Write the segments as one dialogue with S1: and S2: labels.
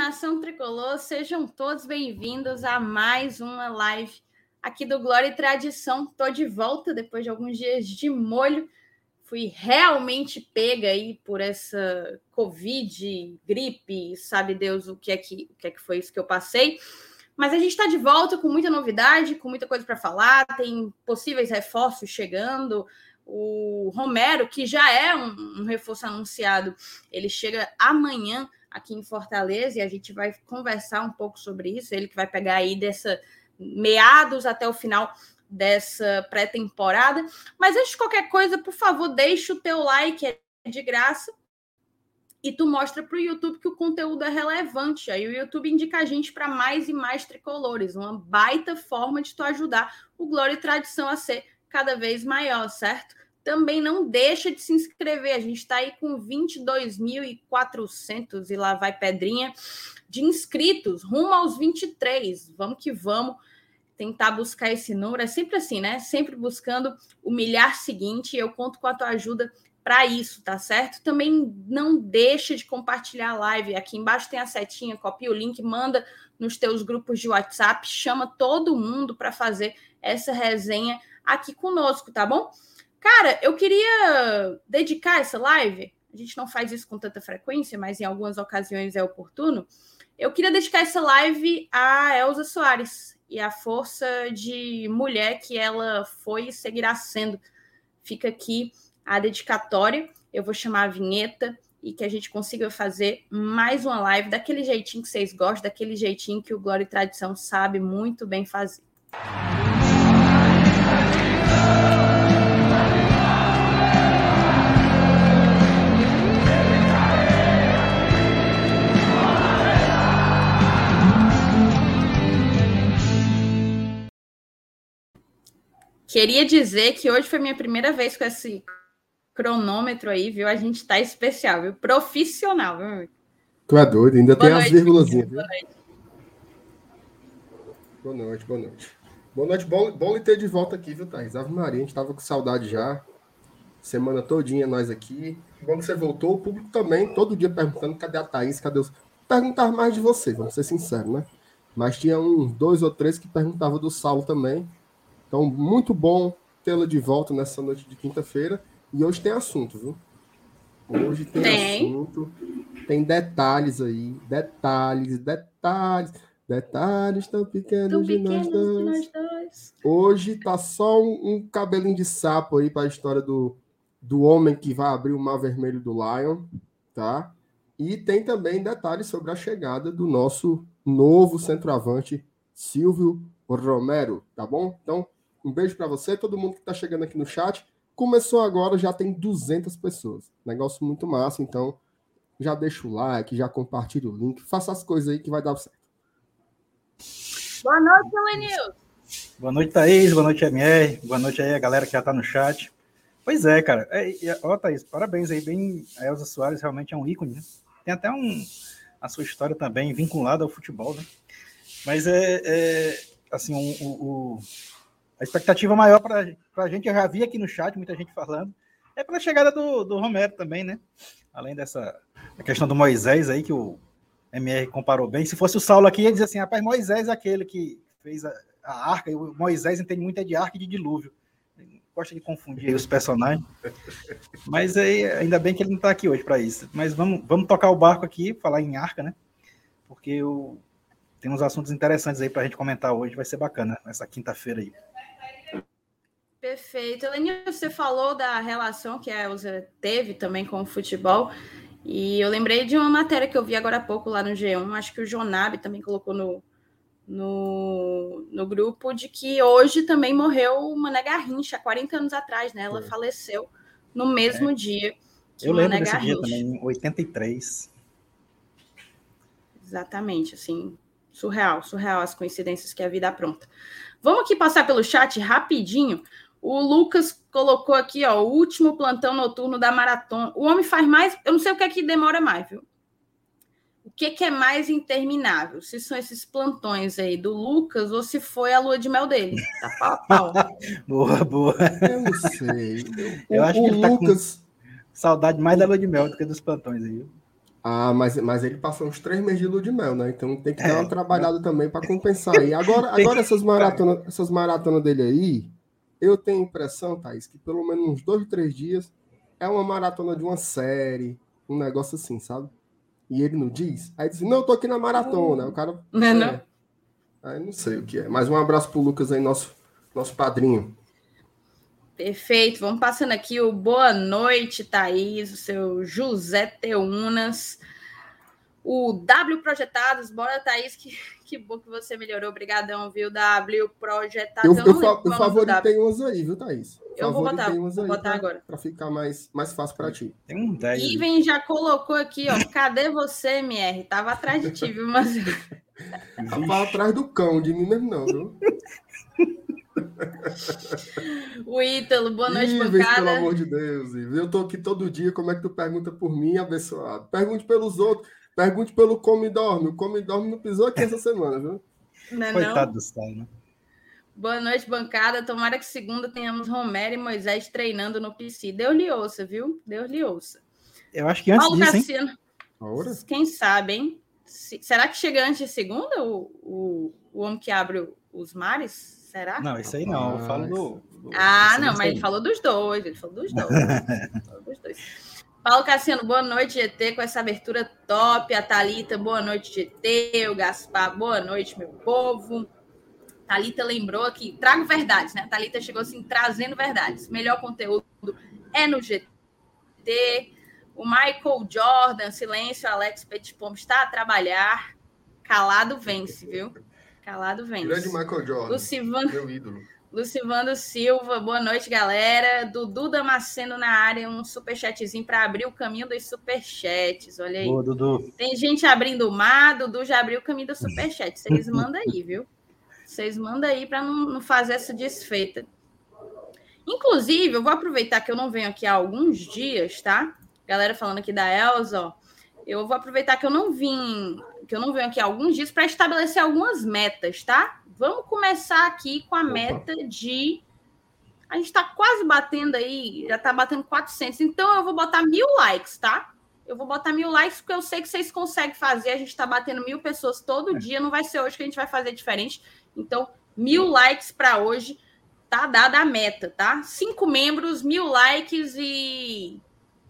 S1: Nação Tricolor, sejam todos bem-vindos a mais uma live aqui do Glória e Tradição. Estou de volta depois de alguns dias de molho. Fui realmente pega aí por essa Covid, gripe, sabe Deus o que é que foi isso que eu passei. Mas a gente está de volta com muita novidade, com muita coisa para falar, tem possíveis reforços chegando. O Romero, que já é um reforço anunciado, ele chega amanhã aqui em Fortaleza e a gente vai conversar um pouco sobre isso. Ele que vai pegar aí dessa meados até o final dessa pré-temporada. Mas antes de qualquer coisa, por favor, deixa o teu like, é de graça. E tu mostra para o YouTube que o conteúdo é relevante. Aí o YouTube indica a gente para mais e mais tricolores. Uma baita forma de tu ajudar o Glória e Tradição a ser cada vez maior, certo? Também não deixa de se inscrever. A gente está aí com 22.400 e lá vai pedrinha de inscritos, rumo aos 23. Vamos que vamos tentar buscar esse número. É sempre assim, né? Sempre buscando o milhar seguinte. Eu conto com a tua ajuda para isso, tá certo? Também não deixa de compartilhar a live. Aqui embaixo tem a setinha, copia o link, manda nos teus grupos de WhatsApp, chama todo mundo para fazer essa resenha aqui conosco, tá bom? Cara, eu queria dedicar essa live, a gente não faz isso com tanta frequência, mas em algumas ocasiões é oportuno. Eu queria dedicar essa live a Elza Soares e a força de mulher que ela foi e seguirá sendo. Fica aqui a dedicatória, eu vou chamar a vinheta e que a gente consiga fazer mais uma live daquele jeitinho que vocês gostam, daquele jeitinho que o Glória e Tradição sabe muito bem fazer. Queria dizer que hoje foi minha primeira vez com esse cronômetro aí, viu? A gente tá especial, viu? Profissional, viu?
S2: Tu é doido, ainda
S1: Boa
S2: tem
S1: noite,
S2: as vírgulazinhas, viu?
S1: Boa noite.
S2: Boa noite. Boa noite, bom lhe ter de volta aqui, viu, Thaís? Ave Maria, a gente tava com saudade já. Semana todinha nós aqui. Bom que você voltou, o público também, todo dia perguntando cadê a Thaís, cadê os... Perguntar mais de você, vamos ser sinceros, né? Mas tinha uns 2 ou 3 que perguntavam do Saulo também. Então, muito bom tê-la de volta nessa noite de quinta-feira. E hoje tem assunto, viu? Hoje tem assunto. Tem detalhes aí. Detalhes tão pequenos de nós dois. Hoje tá só um cabelinho de sapo aí para a história do homem que vai abrir o mar vermelho do Lion, tá? E tem também detalhes sobre a chegada do nosso novo centroavante, Silvio Romero, tá bom? Então, um beijo para você, todo mundo que está chegando aqui no chat. Começou agora, já tem 200 pessoas. Negócio muito massa, então já deixa o like, já compartilha o link, faça as coisas aí que vai dar certo.
S1: Boa noite, Lenilson.
S3: Boa noite, Thaís. Boa noite, MR. Boa noite aí a galera que já tá no chat. Pois é, cara. Ó, Thaís, parabéns aí. A Elza Soares realmente é um ícone, né? Tem até a sua história também vinculada ao futebol, né? Mas assim, a expectativa maior para a gente, eu já vi aqui no chat, muita gente falando, é pela chegada do Romero também, né? Além dessa questão do Moisés aí, que o MR comparou bem. Se fosse o Saulo aqui, ia dizer assim, rapaz, Moisés é aquele que fez a arca, e o Moisés entende muito de arca e de dilúvio. Gosta de confundir aí os personagens. Mas aí, ainda bem que ele não está aqui hoje para isso. Mas vamos tocar o barco aqui, falar em arca, né? Porque tem uns assuntos interessantes aí para a gente comentar hoje, vai ser bacana essa quinta-feira aí.
S1: Perfeito. Eleni, você falou da relação que a Elza teve também com o futebol, e eu lembrei de uma matéria que eu vi agora há pouco lá no G1, acho que o Jonab também colocou no grupo, de que hoje também morreu uma Mané Garrincha, 40 anos atrás, né? Ela faleceu no mesmo dia que
S3: eu lembro
S1: Mané
S3: desse
S1: Garrincha.
S3: dia também, em 83.
S1: Exatamente, assim, surreal as coincidências que a vida apronta. Vamos aqui passar pelo chat rapidinho. O Lucas colocou aqui, ó, o último plantão noturno da maratona. O homem faz mais, eu não sei o que é que demora mais, viu? O que é mais interminável? Se são esses plantões aí do Lucas ou se foi a lua de mel dele. Tá pau a pau.
S3: Boa.
S2: Eu não sei.
S3: Eu acho que ele
S2: Lucas...
S3: tá com saudade mais da lua de mel do que dos plantões aí.
S2: Ah, mas ele passou uns 3 meses de lua de mel, né? Então tem que dar uma trabalhada também para compensar. E agora essas maratonas dele aí, eu tenho a impressão, Thaís, que pelo menos uns 2, 3 dias é uma maratona de uma série, um negócio assim, sabe? E ele não diz. Aí diz, não, eu tô aqui na maratona. Aí o cara...
S1: Não.
S2: Aí não sei o que é. Mas um abraço pro Lucas aí, nosso padrinho.
S1: Perfeito. Vamos passando aqui o boa noite, Thaís, o seu José Teunas, o W Projetados. Bora, Thaís, que bom que você melhorou. Obrigadão, viu, W Projetados.
S2: Eu favoritei umas aí, viu, Thaís?
S1: Eu vou botar agora.
S2: Para ficar mais fácil para ti.
S3: Tem um 10.
S1: Ivan já colocou aqui, ó. Cadê você, MR? Tava atrás de ti, viu, mas...
S2: Tava atrás do cão, de mim mesmo não, viu?
S1: O Ítalo, boa noite,
S2: Ives,
S1: bancada.
S2: pelo amor de Deus, Ives. Eu tô aqui todo dia, como é que tu pergunta por mim, abençoado? Pergunte pelos outros, pergunte pelo Come Dorme. O Come Dorme não pisou aqui essa semana, viu?
S1: Não,
S3: coitado do Sal, né?
S1: Boa noite, bancada. Tomara que segunda tenhamos Romero e Moisés treinando no PC. Deus lhe ouça, viu? Deus lhe ouça.
S3: Eu acho que antes
S1: Paulo
S3: disso,
S1: Cassiano.
S2: Hein?
S1: Quem sabe, hein? Será que chega antes de segunda o homem que abre os mares? Será?
S3: Não, isso aí não. Eu falo do
S1: não, mas ele falou dos dois. Ele falou dos dois. Paulo Cassiano, boa noite, GT, com essa abertura top. A Thalita, boa noite, GT. O Gaspar, boa noite, meu povo. Thalita lembrou aqui, trago verdades, né? A Thalita chegou assim, trazendo verdades. Melhor conteúdo é no GT. O Michael Jordan, silêncio, Alex Petitpombe está a trabalhar. Calado vence, viu? Calado vence.
S2: Grande Michael Jordan, meu ídolo.
S1: Lucivando Silva, boa noite, galera. Dudu Damasceno na área, um superchatzinho para abrir o caminho dos superchats. Olha aí.
S3: Boa, Dudu.
S1: Tem gente abrindo o mar, Dudu já abriu o caminho do superchat. Vocês mandam aí, viu? Vocês mandam aí para não fazer essa desfeita. Inclusive, eu vou aproveitar que eu não venho aqui há alguns dias, tá? Galera falando aqui da Elza, ó. Eu vou aproveitar que eu não venho aqui há alguns dias para estabelecer algumas metas, tá? Vamos começar aqui com a meta de... A gente está quase batendo aí, já está batendo 400. Então, eu vou botar 1000 likes, tá? Eu vou botar 1000 likes porque eu sei que vocês conseguem fazer. A gente está batendo 1000 pessoas todo dia. Não vai ser hoje que a gente vai fazer diferente. Então, 1000 likes para hoje. Tá dada a meta, tá? 5 membros, 1000 likes e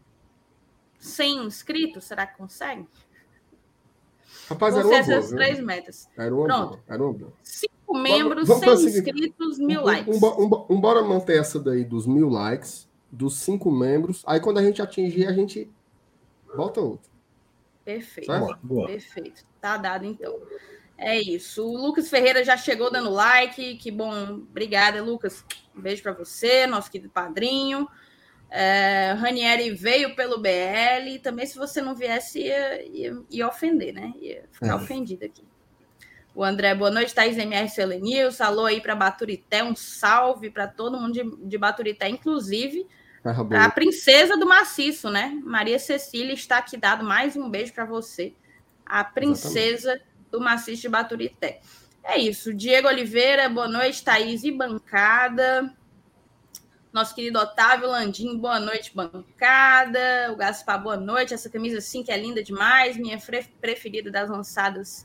S1: 100 inscritos. Será que consegue?
S2: Rapaz, era uma boa,
S1: essas 3 metas.
S2: Era uma boa.
S1: 5 membros, 100 inscritos, 1000 likes.
S2: Bora manter essa daí dos 1000 likes, dos 5 membros. Aí, quando a gente atingir, a gente bota outro.
S1: Perfeito.
S3: Boa.
S1: Perfeito. Tá dado, então. É isso. O Lucas Ferreira já chegou dando like. Que bom. Obrigada, Lucas. Um beijo para você, nosso querido padrinho. Ranieri veio pelo BL. Também, se você não viesse, ia ofender, né? Ia ficar ofendido aqui. O André, boa noite. Thaís MR Selenilson. Alô aí para Baturité. Um salve para todo mundo de Baturité, inclusive para a princesa do maciço, né? Maria Cecília está aqui dado mais um beijo para você. A princesa do maciço de Baturité. É isso. Diego Oliveira, boa noite. Thaís e bancada. Nosso querido Otávio Landim, boa noite, bancada. O Gaspar, boa noite. Essa camisa, sim, que é linda demais. Minha preferida das lançadas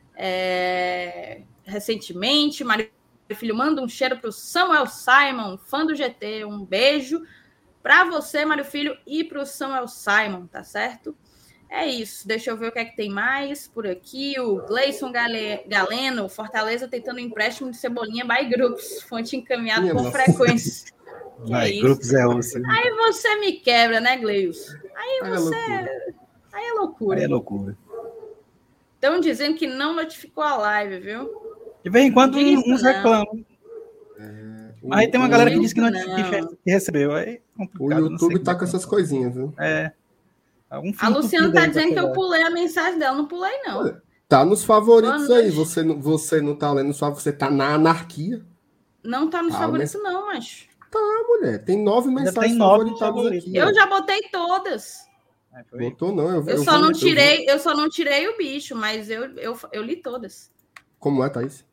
S1: recentemente. Mário Filho, manda um cheiro para o Samuel Simon, fã do GT. Um beijo para você, Mário Filho, e para o Samuel Simon, tá certo? É isso, deixa eu ver o que é que tem mais por aqui. O Gleison Galeno, Fortaleza tentando empréstimo de Cebolinha by Groups, fonte encaminhada com frequência.
S3: By Groups é osso.
S1: Aí você me quebra, né, Gleison? Aí é loucura.
S3: Aí é loucura.
S1: Estão dizendo que não notificou a live, viu?
S3: De vez em quando uns reclamam. Aí tem uma galera que diz que que recebeu. Aí é complicado.
S2: O YouTube tá com essas coisinhas, viu?
S1: A Luciana tá dizendo que eu pulei a mensagem dela. Não pulei, não.
S2: Tá nos favoritos aí. Você não tá lendo só, você tá na anarquia.
S1: Não tá nos favoritos, não, macho.
S2: Tá, mulher. Tem 9 mensagens favoritadas aqui.
S1: Eu já botei todas.
S2: Botou, não.
S1: Eu só não tirei o bicho, mas eu li todas.
S2: Como é, Thaís?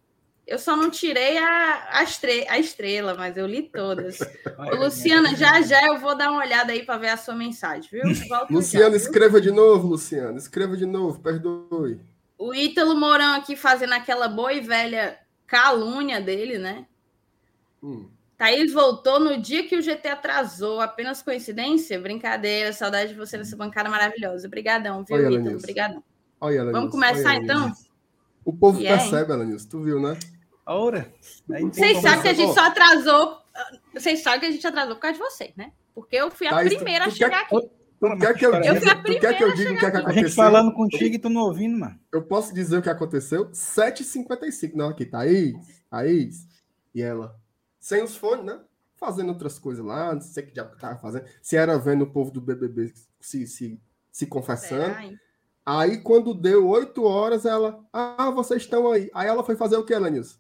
S1: Eu só não tirei a estrela, mas eu li todas. Ô, Luciana, já eu vou dar uma olhada aí para ver a sua mensagem, viu?
S2: Luciana, escreva de novo, Luciana. Escreva de novo, perdoe.
S1: O Ítalo Mourão aqui fazendo aquela boa e velha calúnia dele, né? Thaís voltou no dia que o GT atrasou. Apenas coincidência? Brincadeira, saudade de você nessa bancada maravilhosa. Obrigadão, viu,
S2: Olha,
S1: Ítalo? Obrigadão.
S2: Vamos
S1: começar, então?
S2: O povo percebe, Alanis. Tu viu, né?
S3: Ora.
S1: Vocês sabem que a gente só atrasou. Vocês sabem que a gente atrasou por causa de vocês, né? Porque eu fui a primeira a chegar aqui.
S2: Tu quer que eu diga o que aconteceu?
S3: A gente falando contigo e tu não ouvindo, mano.
S2: Eu posso dizer o que aconteceu? 7h55. Não, aqui, Thaís. E ela, sem os fones, né? Fazendo outras coisas lá. Não sei o que diabo tava fazendo. Se era vendo o povo do BBB se confessando. Aí, quando deu 8 horas, ela... vocês estão aí. Aí ela foi fazer o que, Alanis?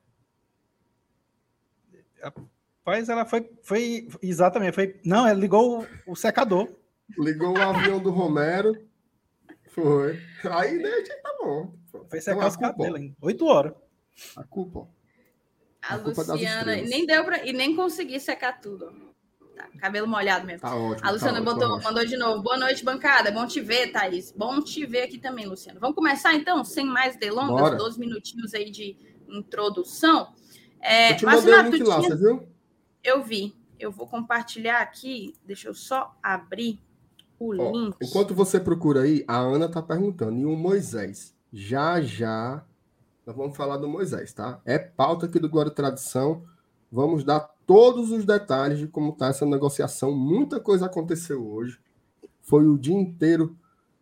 S3: Rapaz, ela foi exatamente, não, ela ligou o secador.
S2: Ligou o avião do Romero. Foi. Aí, né, tá bom.
S3: Foi secar os cabelos em 8 horas.
S2: A culpa.
S1: A Luciana, nem deu pra... E nem consegui secar tudo. Tá, cabelo molhado mesmo.
S2: Tá ótimo.
S1: A Luciana mandou de novo. Boa noite, bancada. Bom te ver, Thaís. Bom te ver aqui também, Luciana. Vamos começar, então, sem mais delongas.
S2: Bora.
S1: 12 minutinhos aí de introdução.
S2: Eu te mandei o link lá, você viu?
S1: Eu vi. Eu vou compartilhar aqui. Deixa eu só abrir o link.
S2: Enquanto você procura aí, a Ana tá perguntando. E o Moisés? Já nós vamos falar do Moisés, tá? É pauta aqui do Glória e Tradição. Vamos dar todos os detalhes de como tá essa negociação. Muita coisa aconteceu hoje. Foi o dia inteiro.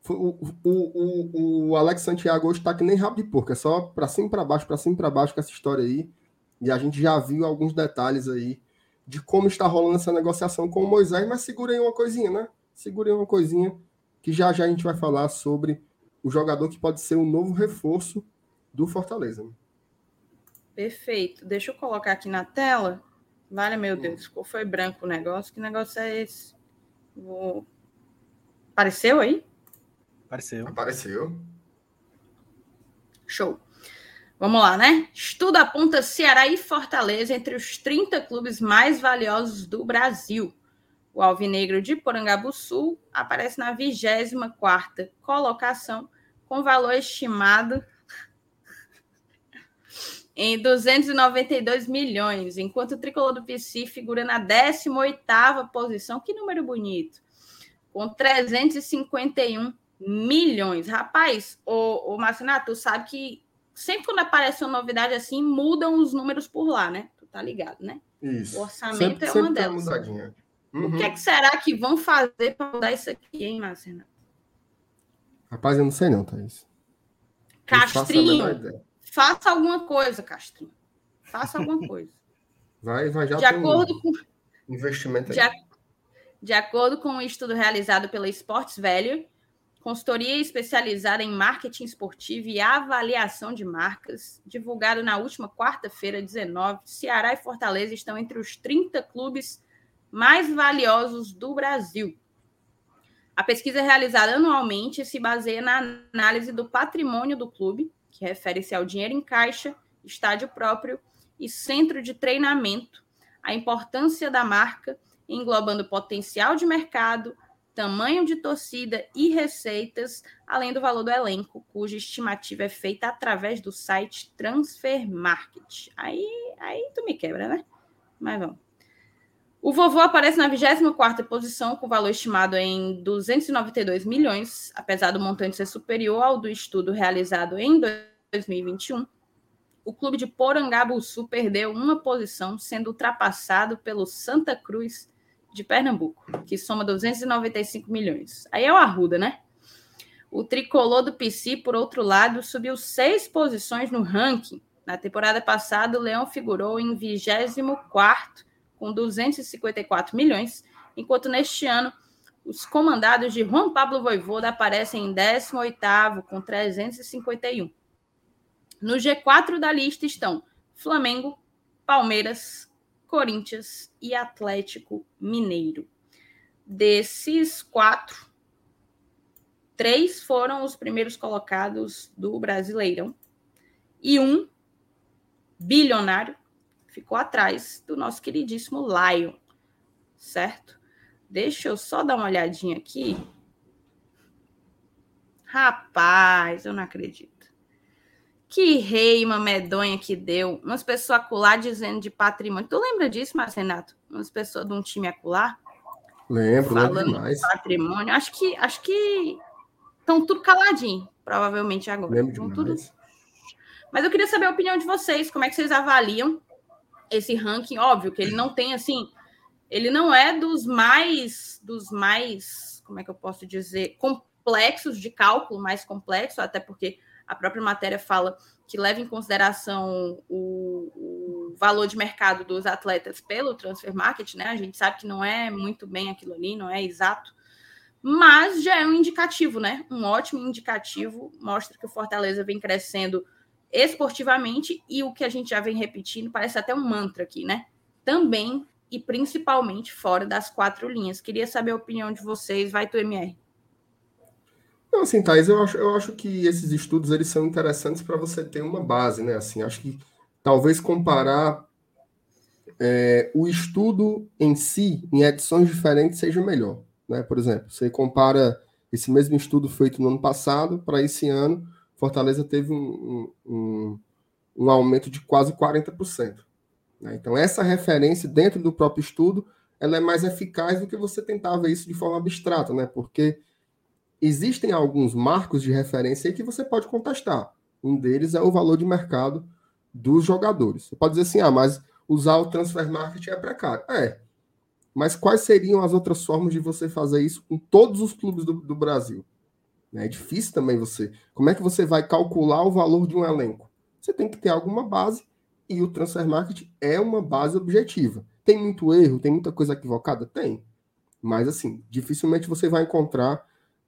S2: O Alex Santiago hoje tá que nem rabo de porco. É só pra cima e pra baixo com essa história aí. E a gente já viu alguns detalhes aí de como está rolando essa negociação com o Moisés, mas segurem uma coisinha, né? Segurem uma coisinha que já a gente vai falar sobre o jogador que pode ser o novo reforço do Fortaleza.
S1: Perfeito. Deixa eu colocar aqui na tela. Vale, meu Deus, foi branco o negócio. Que negócio é esse? Apareceu aí?
S3: Apareceu.
S1: Show. Vamos lá, né? Estudo aponta Ceará e Fortaleza entre os 30 clubes mais valiosos do Brasil. O Alvinegro de Porangabuçu aparece na 24ª colocação, com valor estimado em 292 milhões, enquanto o Tricolor do PC figura na 18ª posição. Que número bonito! Com 351 milhões. Rapaz, o Marcinato, tu sabe que sempre quando aparece uma novidade assim, mudam os números por lá, né? Tu tá ligado, né?
S2: Isso.
S1: O orçamento é uma delas. O que será que vão fazer para mudar isso aqui, hein, Marcinato?
S2: Rapaz, eu não sei não, Thaís.
S1: Castrinho, faça alguma coisa, Castrinho. Faça alguma coisa.
S2: Vai já
S1: de acordo com
S2: investimento aí.
S1: De acordo com um estudo realizado pela Sports Value, consultoria especializada em marketing esportivo e avaliação de marcas, divulgado na última quarta-feira, 19, Ceará e Fortaleza estão entre os 30 clubes mais valiosos do Brasil. A pesquisa é realizada anualmente e se baseia na análise do patrimônio do clube, que refere-se ao dinheiro em caixa, estádio próprio e centro de treinamento, a importância da marca, englobando potencial de mercado, tamanho de torcida e receitas, além do valor do elenco, cuja estimativa é feita através do site Transfermarkt. Aí tu me quebra, né? Mas vamos. O Vovô aparece na 24ª posição, com valor estimado em 292 milhões, apesar do montante ser superior ao do estudo realizado em 2021. O clube de Porangabuçu perdeu uma posição, sendo ultrapassado pelo Santa Cruz de Pernambuco, que soma 295 milhões. Aí é o Arruda, né? O Tricolor do PC, por outro lado, subiu 6 posições no ranking. Na temporada passada, o Leão figurou em 24º, com 254 milhões, enquanto neste ano, os comandados de Juan Pablo Vojvoda aparecem em 18º, com 351. No G4 da lista estão Flamengo, Palmeiras, Corinthians e Atlético Mineiro. Desses 4, 3 foram os primeiros colocados do Brasileirão e 1 bilionário, ficou atrás do nosso queridíssimo Lion, certo? Deixa eu só dar uma olhadinha aqui. Rapaz, eu não acredito. Que reima medonha que deu. Umas pessoas acolá dizendo de patrimônio. Tu lembra disso, Marcos Renato? Umas pessoas de um time acolá?
S2: Lembro
S1: demais. De patrimônio. Acho que estão tudo caladinho, provavelmente agora.
S2: Lembro demais.
S1: Tudo... Mas eu queria saber a opinião de vocês. Como é que vocês avaliam esse ranking? Óbvio que ele não tem, assim... Ele não é dos mais... Como é que eu posso dizer? Complexos de cálculo, mais complexo, até porque a própria matéria fala que leva em consideração o valor de mercado dos atletas pelo transfer market, né? A gente sabe que não é muito bem aquilo ali, não é exato, mas já é um indicativo, né? Um ótimo indicativo, mostra que o Fortaleza vem crescendo esportivamente e o que a gente já vem repetindo, parece até um mantra aqui, né? Também e principalmente fora das 4 linhas. Queria saber a opinião de vocês. Vai tu, MR.
S2: Não, assim, Thaís, eu acho que esses estudos eles são interessantes para você ter uma base, né? Assim, acho que talvez comparar o estudo em si, em edições diferentes, seja melhor, né? Por exemplo, você compara esse mesmo estudo feito no ano passado para esse ano, Fortaleza teve um aumento de quase 40%. Né? Então, essa referência dentro do próprio estudo, ela é mais eficaz do que você tentar ver isso de forma abstrata, né? Porque existem alguns marcos de referência aí que você pode contestar. Um deles é o valor de mercado dos jogadores. Você pode dizer assim, mas usar o transfer market é precário. Mas quais seriam as outras formas de você fazer isso com todos os clubes do Brasil? É difícil também você. Como é que você vai calcular o valor de um elenco? Você tem que ter alguma base e o transfer market é uma base objetiva. Tem muito erro, tem muita coisa equivocada? Tem. Mas, assim, dificilmente você vai encontrar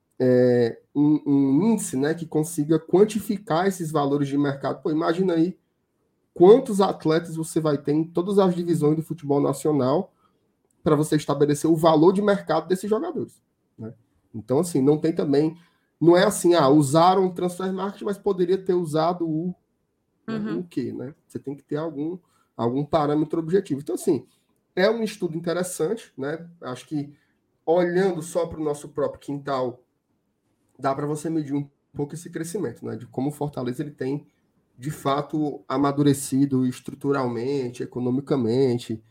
S2: um índice, né, que consiga quantificar esses valores de mercado. Pô, imagina aí quantos atletas você vai ter em todas as divisões do futebol nacional para você estabelecer o valor de mercado desses jogadores. Né? Então, assim, não tem também... Não é assim, usaram o transfer market, mas poderia ter usado o quê, né? Você tem que ter algum parâmetro objetivo. Então, assim, é um estudo interessante, né? Acho que olhando só para o nosso próprio quintal, dá para você medir um pouco esse crescimento, né? De como o Fortaleza ele tem, de fato, amadurecido estruturalmente, economicamente,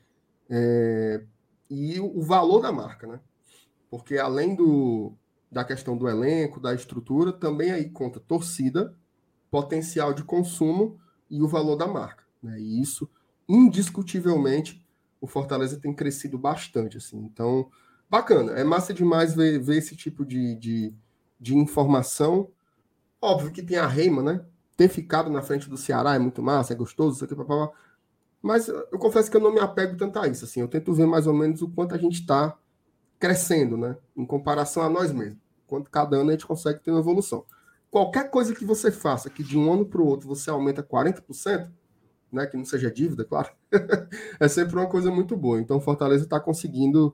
S2: e o valor da marca, né? Porque além da questão do elenco, da estrutura, também aí conta torcida, potencial de consumo e o valor da marca, né? E isso, indiscutivelmente, o Fortaleza tem crescido bastante, assim. Então, bacana. É massa demais ver esse tipo de informação. Óbvio que tem a Reima, né? Ter ficado na frente do Ceará é muito massa, é gostoso, isso aqui, papapá. Mas eu confesso que eu não me apego tanto a isso, assim. Eu tento ver mais ou menos o quanto a gente está crescendo, né? Em comparação a nós mesmos. Quanto cada ano a gente consegue ter uma evolução. Qualquer coisa que você faça, que de um ano para o outro você aumenta 40%, né? Que não seja dívida, claro, é sempre uma coisa muito boa. Então, Fortaleza está conseguindo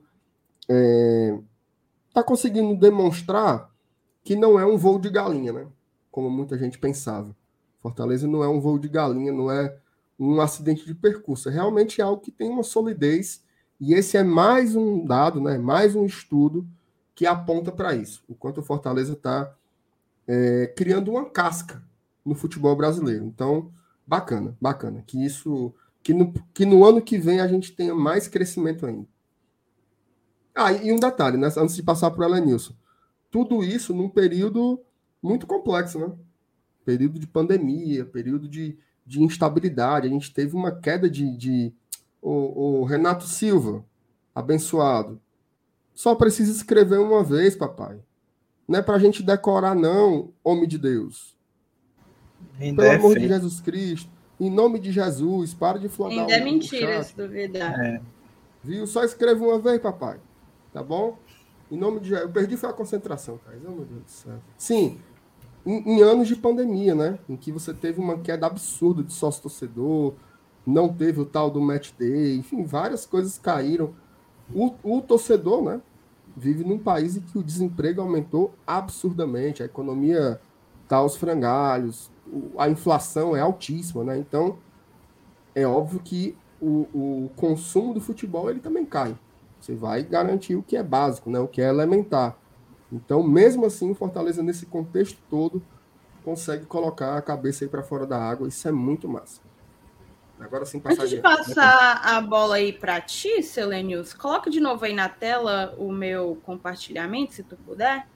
S2: demonstrar que não é um voo de galinha, né? Como muita gente pensava. Fortaleza não é um voo de galinha, não é um acidente de percurso. É realmente algo que tem uma solidez, e esse é mais um dado, né? Mais um estudo que aponta para isso. O quanto o Fortaleza está criando uma casca no futebol brasileiro. Então, bacana. Que no ano que vem a gente tenha mais crescimento ainda. E um detalhe, né? Antes de passar para o Elenilson. Tudo isso num período muito complexo, né? Período de pandemia, período de instabilidade. A gente teve uma queda o Renato Silva, abençoado. Só precisa escrever uma vez, papai. Não é pra gente decorar, não, homem de Deus. Pelo amor de Jesus Cristo. Em nome de Jesus, para de flodar.
S1: Ainda é mentira, se duvidar.
S2: Viu? Só escreva uma vez, papai. Tá bom? Em nome de Jesus. Eu perdi foi a concentração, cara. Oh, meu Deus do céu. Sim, em anos de pandemia, né? Em que você teve uma queda absurda de sócio-torcedor, não teve o tal do match day, enfim, várias coisas caíram. O torcedor, né? Vive num país em que o desemprego aumentou absurdamente, a economia está aos frangalhos, a inflação é altíssima, né? Então, é óbvio que o consumo do futebol ele também cai. Você vai garantir o que é básico, né? O que é elementar. Então, mesmo assim, o Fortaleza, nesse contexto todo, consegue colocar a cabeça aí para fora da água. Isso é muito massa. Agora sim,
S1: antes de passar a bola aí para ti, Selenius, coloca de novo aí na tela o meu compartilhamento, se tu puder.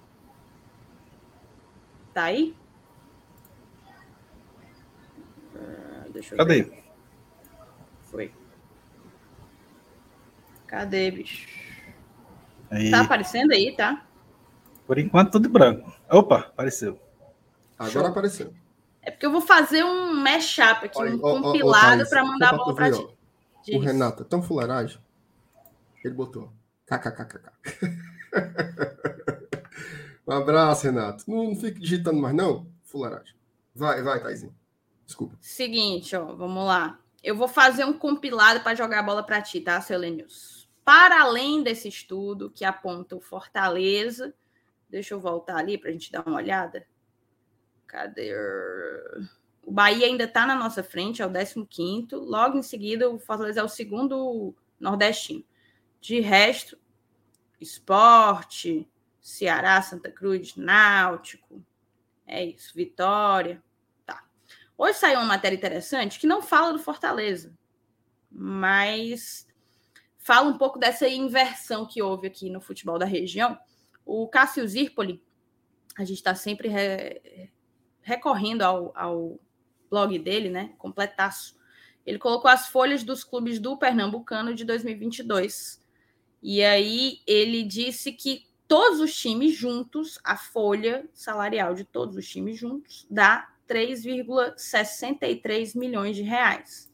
S1: Tá aí? Deixa eu
S3: Cadê?
S1: ver. Foi. Cadê, bicho?
S3: Aí.
S1: Tá aparecendo aí, tá?
S3: Por enquanto, tudo branco. Opa, apareceu.
S2: Agora
S1: Show.
S2: apareceu.
S1: É porque eu vou fazer um mashup aqui, um compilado para mandar a bola para ti.
S2: O Renato, tão fuleiragem. Ele botou kkkk. Um abraço, Renato. Não fique digitando mais, não. Fuleiragem. Vai, Taizinho. Desculpa.
S1: Seguinte, ó, vamos lá. Eu vou fazer um compilado para jogar a bola para ti, tá, Selenius? Para além desse estudo que aponta o Fortaleza, deixa eu voltar ali para a gente dar uma olhada. Cadê? O Bahia ainda está na nossa frente, é o 15º. Logo em seguida, o Fortaleza é o segundo nordestino. De resto, Sport, Ceará, Santa Cruz, Náutico, é isso, Vitória. Tá. Hoje saiu uma matéria interessante que não fala do Fortaleza, mas fala um pouco dessa inversão que houve aqui no futebol da região. O Cássio Zirpoli, a gente está sempre recorrendo ao blog dele, né? Completaço. Ele colocou as folhas dos clubes do Pernambucano de 2022. E aí ele disse que todos os times juntos, a folha salarial de todos os times juntos, dá 3,63 milhões de reais.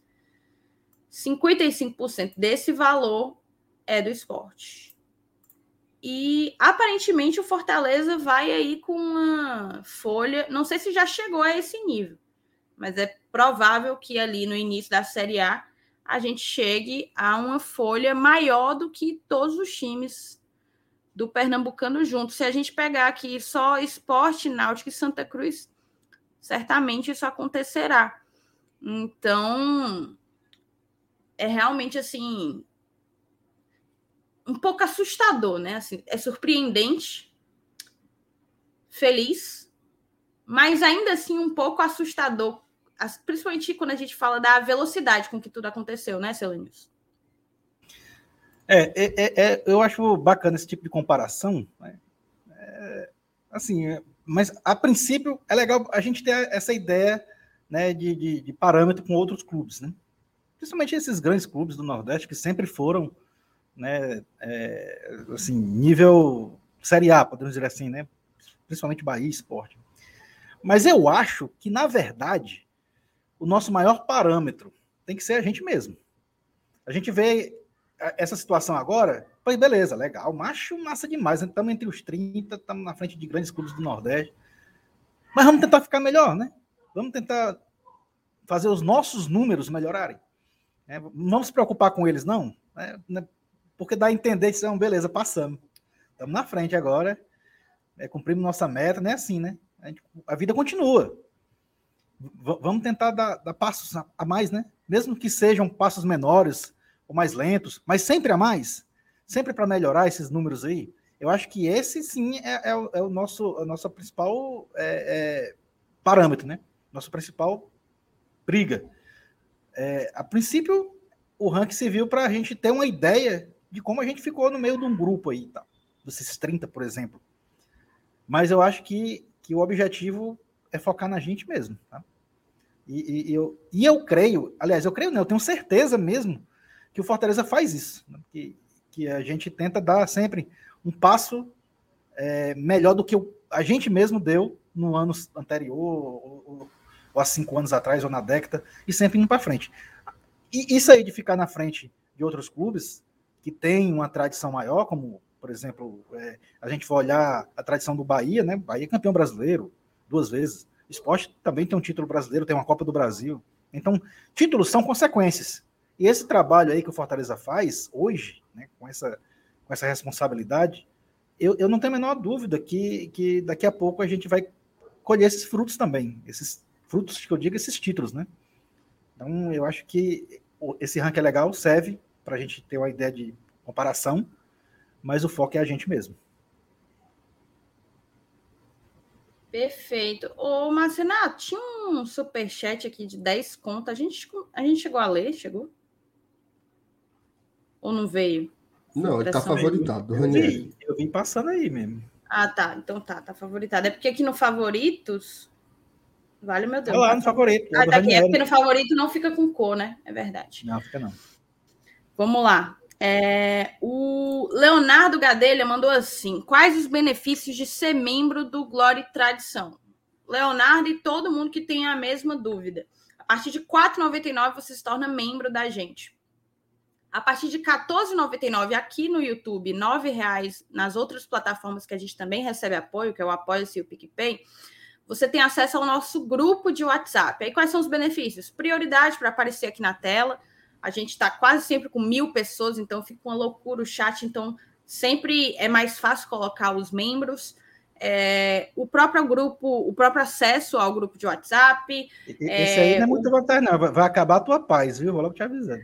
S1: 55% desse valor é do Sport. E, aparentemente, o Fortaleza vai aí com uma folha... Não sei se já chegou a esse nível, mas é provável que ali no início da Série A a gente chegue a uma folha maior do que todos os times do Pernambucano juntos. Se a gente pegar aqui só Sport, Náutico e Santa Cruz, certamente isso acontecerá. Então, é realmente, assim, um pouco assustador, né? Assim, é surpreendente, feliz, mas ainda assim um pouco assustador, principalmente quando a gente fala da velocidade com que tudo aconteceu, né, Selenius?
S3: Eu acho bacana esse tipo de comparação, né? Mas a princípio é legal a gente ter essa ideia, né, de parâmetro com outros clubes, né? Principalmente esses grandes clubes do Nordeste que sempre foram, né, assim, nível Série A, podemos dizer assim, né? Principalmente Bahia e Sport. Mas eu acho que, na verdade, o nosso maior parâmetro tem que ser a gente mesmo. A gente vê essa situação agora, pois beleza, legal, massa demais, estamos entre os 30, estamos na frente de grandes clubes do Nordeste, mas vamos tentar ficar melhor, né? Vamos tentar fazer os nossos números melhorarem. Não vamos se preocupar com eles, não, né? Porque dá a entender que, beleza, passamos. Estamos na frente agora, cumprimos nossa meta, não é assim, né? A vida continua. Vamos tentar dar passos a mais, né? Mesmo que sejam passos menores ou mais lentos, mas sempre a mais, sempre para melhorar esses números aí. Eu acho que esse, sim, é o nosso principal parâmetro, né? Nossa principal briga. A princípio, o ranking serviu para a gente ter uma ideia de como a gente ficou no meio de um grupo aí, tá? Desses 30, por exemplo. Mas eu acho que o objetivo é focar na gente mesmo, tá? E eu creio, aliás, eu tenho certeza mesmo que o Fortaleza faz isso, né? Que a gente tenta dar sempre um passo melhor do que a gente mesmo deu no ano anterior, ou há 5 anos atrás, ou na década, e sempre indo para frente. E isso aí de ficar na frente de outros clubes que têm uma tradição maior, como, por exemplo, a gente vai olhar a tradição do Bahia, né? Bahia é campeão brasileiro 2 vezes. O Sport também tem um título brasileiro, tem uma Copa do Brasil. Então, títulos são consequências. E esse trabalho aí que o Fortaleza faz hoje, né, com essa responsabilidade, eu não tenho a menor dúvida que daqui a pouco a gente vai colher esses frutos também. Esses frutos que eu digo, esses títulos, né? Então, eu acho que esse ranking é legal, serve para a gente ter uma ideia de comparação, mas o foco é a gente mesmo.
S1: Perfeito. Ô, Marcenato, tinha um superchat aqui de 10 conto. A gente chegou a ler? Chegou? Ou não veio?
S2: Não, ele tá favoritado, do Ranieri.
S3: Eu vim passando aí mesmo.
S1: Ah, tá. Então tá favoritado. É porque aqui no favoritos... Vale, meu Deus.
S3: Olha lá no favorito.
S1: Tá aqui. É porque no favorito não fica com cor, né? É verdade.
S3: Não, fica não.
S1: Vamos lá. O Leonardo Gadelha mandou assim: quais os benefícios de ser membro do Glória e Tradição? Leonardo e todo mundo que tem a mesma dúvida. A partir de R$ 4,99 você se torna membro da gente. A partir de R$ 14,99 aqui no YouTube, R$ 9,00 nas outras plataformas que a gente também recebe apoio, que é o Apoia-se e o PicPay, você tem acesso ao nosso grupo de WhatsApp. Aí quais são os benefícios? Prioridade para aparecer aqui na tela. A gente está quase sempre com 1.000 pessoas, então fica uma loucura o chat. Então, sempre é mais fácil colocar os membros. O próprio grupo, o próprio acesso ao grupo de WhatsApp.
S3: Esse aí não é muito vantagem, não. Vai acabar a tua paz, viu? Vou logo te avisando.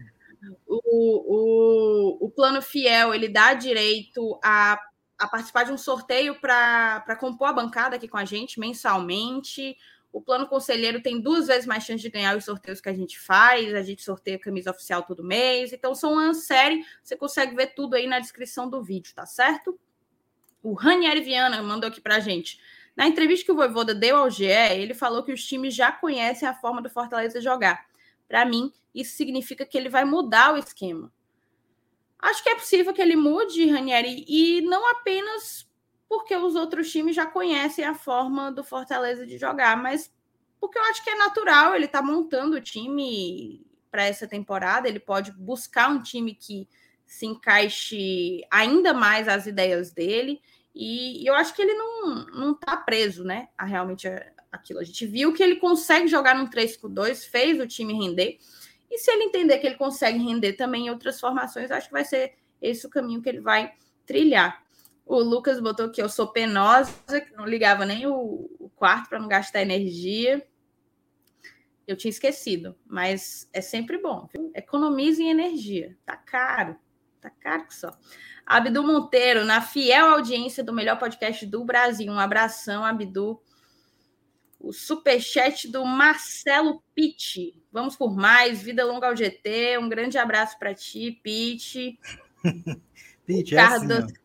S1: O plano fiel, ele dá direito a participar de um sorteio para compor a bancada aqui com a gente mensalmente. O plano conselheiro tem 2 vezes mais chance de ganhar os sorteios que a gente faz. A gente sorteia camisa oficial todo mês. Então, são uma série. Você consegue ver tudo aí na descrição do vídeo, tá certo? O Ranieri Viana mandou aqui pra gente. Na entrevista que o Vojvoda deu ao GE, ele falou que os times já conhecem a forma do Fortaleza jogar. Para mim, isso significa que ele vai mudar o esquema. Acho que é possível que ele mude, Ranieri, e não apenas porque os outros times já conhecem a forma do Fortaleza de jogar, mas porque eu acho que é natural, ele está montando o time para essa temporada, ele pode buscar um time que se encaixe ainda mais às ideias dele, e eu acho que ele não está preso, né, a realmente aquilo. A gente viu que ele consegue jogar num 3-5-2, fez o time render, e se ele entender que ele consegue render também em outras formações, acho que vai ser esse o caminho que ele vai trilhar. O Lucas botou que eu sou penosa, que não ligava nem o quarto para não gastar energia. Eu tinha esquecido, mas é sempre bom, viu? Economizem energia. Tá caro que só. Abdu Monteiro, na fiel audiência do melhor podcast do Brasil. Um abração, Abdu. O superchat do Marcelo Pitti. Vamos por mais. Vida longa ao GT. Um grande abraço para ti, Pitti.
S3: Pitti, Ricardo... assim,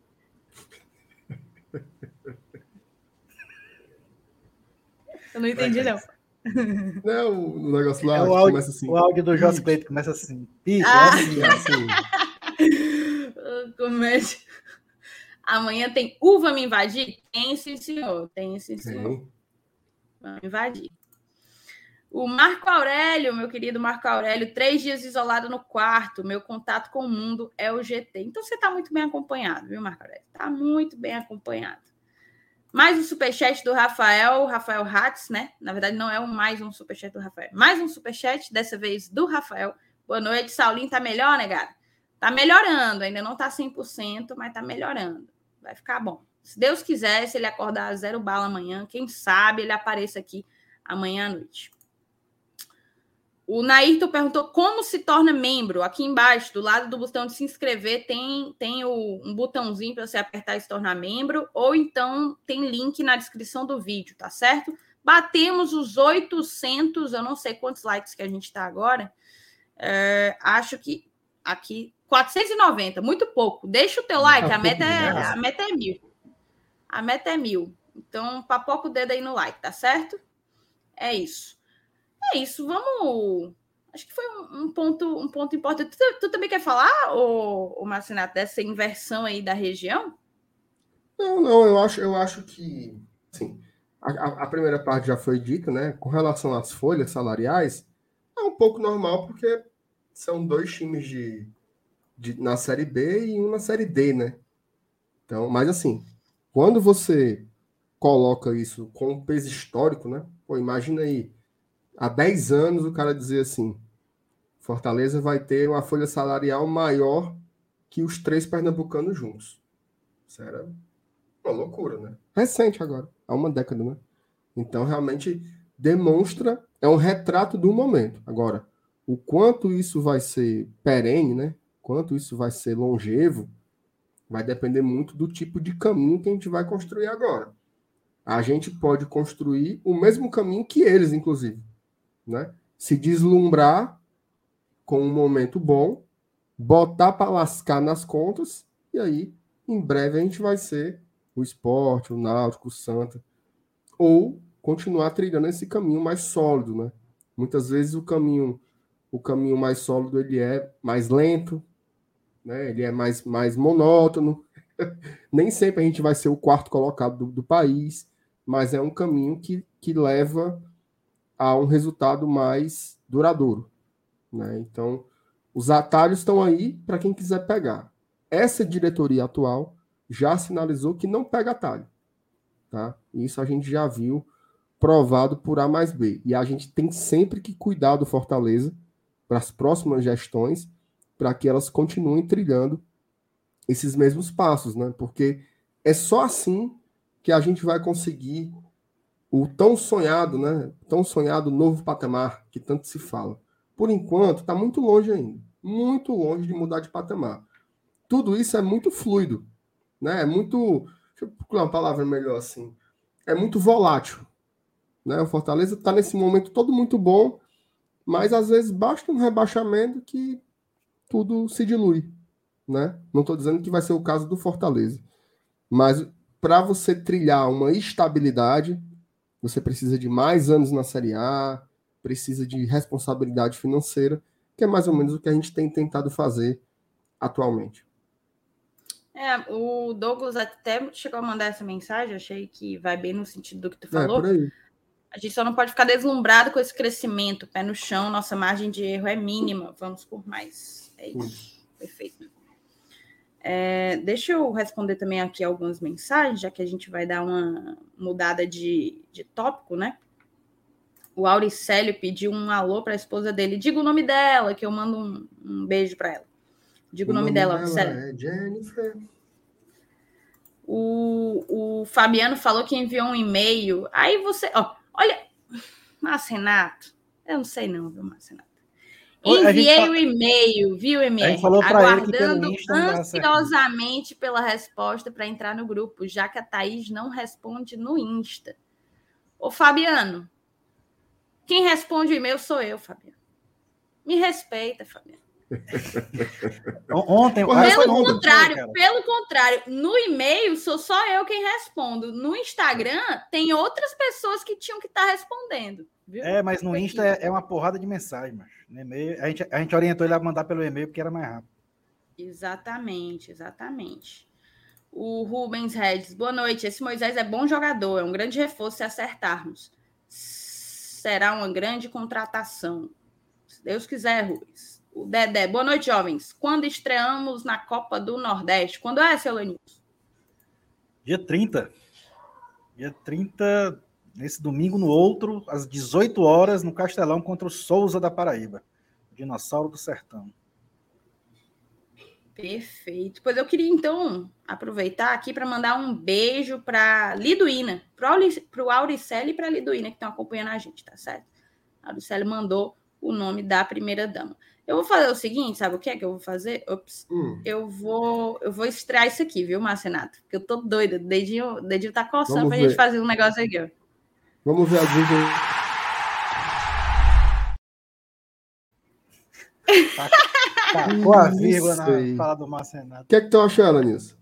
S1: Eu não entendi, não.
S2: Não, o negócio lá
S3: começa assim. O áudio do José Cleito começa assim. Pitti, assim.
S1: Começa... Amanhã tem uva me invadir? Tem sim, senhor. Tem sim, senhor. Vamos invadir. O Marco Aurélio, meu querido Marco Aurélio, 3 dias isolado no quarto. Meu contato com o mundo é o GT. Então você está muito bem acompanhado, viu, Marco Aurélio? Está muito bem acompanhado. Mais um superchat do Rafael Hatz, né? Na verdade, não é mais um superchat do Rafael. Mais um superchat, dessa vez do Rafael. Boa noite, Saulinho. Tá melhor, né, cara? Tá melhorando. Ainda não tá 100%, mas tá melhorando. Vai ficar bom. Se Deus quiser, se ele acordar 0 bala amanhã, quem sabe ele apareça aqui amanhã à noite. O Nairton perguntou como se torna membro. Aqui embaixo, do lado do botão de se inscrever, tem um botãozinho para você apertar e se tornar membro, ou então tem link na descrição do vídeo, tá certo? Batemos os 800, eu não sei quantos likes que a gente está agora. Acho que aqui, 490, muito pouco. Deixa o teu like, a meta é 1.000. A meta é 1.000. Então, papoca o dedo aí no like, tá certo? É isso. É isso, vamos... Acho que foi um ponto importante. Tu também quer falar, o Marcinato, dessa inversão aí da região?
S2: Não, eu acho que... Assim, a primeira parte já foi dita, né? Com relação às folhas salariais, é um pouco normal, porque são 2 times na Série B e um na Série D, né? Então, mas assim, quando você coloca isso com um peso histórico, né? Pô, imagina aí, há 10 anos o cara dizer assim, Fortaleza vai ter uma folha salarial maior que os 3 pernambucanos juntos. Isso era uma loucura, né? Recente agora, há uma década, né? Então, realmente, demonstra, é um retrato do momento. Agora, O quanto isso vai ser perene, né? Quanto isso vai ser longevo, vai depender muito do tipo de caminho que a gente vai construir agora. A gente pode construir o mesmo caminho que eles, inclusive, né? Se deslumbrar com um momento bom, botar para lascar nas contas, e aí, em breve, a gente vai ser o Sport, o Náutico, o Santa, ou continuar trilhando esse caminho mais sólido, né? Muitas vezes o caminho mais sólido ele é mais lento, né? Ele é mais monótono. Nem sempre a gente vai ser o quarto colocado do país, mas é um caminho que leva a um resultado mais duradouro, né? Então, os atalhos estão aí para quem quiser pegar. Essa diretoria atual já sinalizou que não pega atalho, tá? Isso a gente já viu provado por A mais B. E a gente tem sempre que cuidar do Fortaleza para as próximas gestões, para que elas continuem trilhando esses mesmos passos, né? Porque é só assim que a gente vai conseguir o tão sonhado, né? Tão sonhado novo patamar que tanto se fala. Por enquanto, está muito longe ainda. Muito longe de mudar de patamar. Tudo isso é muito fluido, né? É muito... Deixa eu procurar uma palavra melhor assim. É muito volátil, né? O Fortaleza está nesse momento todo muito bom, mas às vezes basta um rebaixamento que tudo se dilui, né? Não estou dizendo que vai ser o caso do Fortaleza, mas para você trilhar uma estabilidade, você precisa de mais anos na Série A, precisa de responsabilidade financeira, que é mais ou menos o que a gente tem tentado fazer atualmente.
S1: O Douglas até chegou a mandar essa mensagem, achei que vai bem no sentido do que tu falou.
S2: Por aí.
S1: A gente só não pode ficar deslumbrado com esse crescimento, pé no chão, nossa margem de erro é mínima, vamos por mais. É isso, perfeito. Deixa eu responder também aqui algumas mensagens, já que a gente vai dar uma mudada de tópico, né? O Auricélio pediu um alô para a esposa dele. Diga o nome dela, que eu mando um beijo para ela. Diga o nome dela, Auricélio.
S2: É Jennifer.
S1: O Fabiano falou que enviou um e-mail. Aí você... olha, Márcio Renato. Eu não sei não, viu, Márcio Renato? Enviei o e-mail, viu, MR? Aguardando ansiosamente pela resposta para entrar no grupo, já que a Thaís não responde no Insta. Ô, Fabiano, quem responde o e-mail sou eu, Fabiano. Me respeita, Fabiano. Pelo contrário, no e-mail sou só eu quem respondo. No Instagram, tem outras pessoas que tinham que estar respondendo. Viu?
S3: Mas no Insta é uma porrada de mensagem, mas no e-mail, a gente orientou ele a mandar pelo e-mail porque era mais rápido.
S1: Exatamente. O Rubens Regis, boa noite. Esse Moisés é bom jogador, é um grande reforço se acertarmos. Será uma grande contratação. Se Deus quiser, Rubens. O Dedé, boa noite, jovens. Quando estreamos na Copa do Nordeste? Quando é, seu Lenilson?
S3: Dia 30. Dia 30, nesse domingo no outro, às 18 horas, no Castelão, contra o Souza da Paraíba. Dinossauro do Sertão.
S1: Perfeito. Pois eu queria, então, aproveitar aqui para mandar um beijo para Liduína, para o Auricélio e para a Liduína, que estão acompanhando a gente, tá certo? A Auricélio mandou o nome da primeira-dama. Eu vou fazer o seguinte, sabe o que é que eu vou fazer? Eu vou estrear isso aqui, viu, Márcio Renato? Porque eu tô doida, o dedinho tá coçando pra gente fazer um negócio aqui, ó.
S2: Vamos ver a vídeo.
S3: Com a vírgula na fala do Márcio Renato.
S2: O que é que tu achando nisso?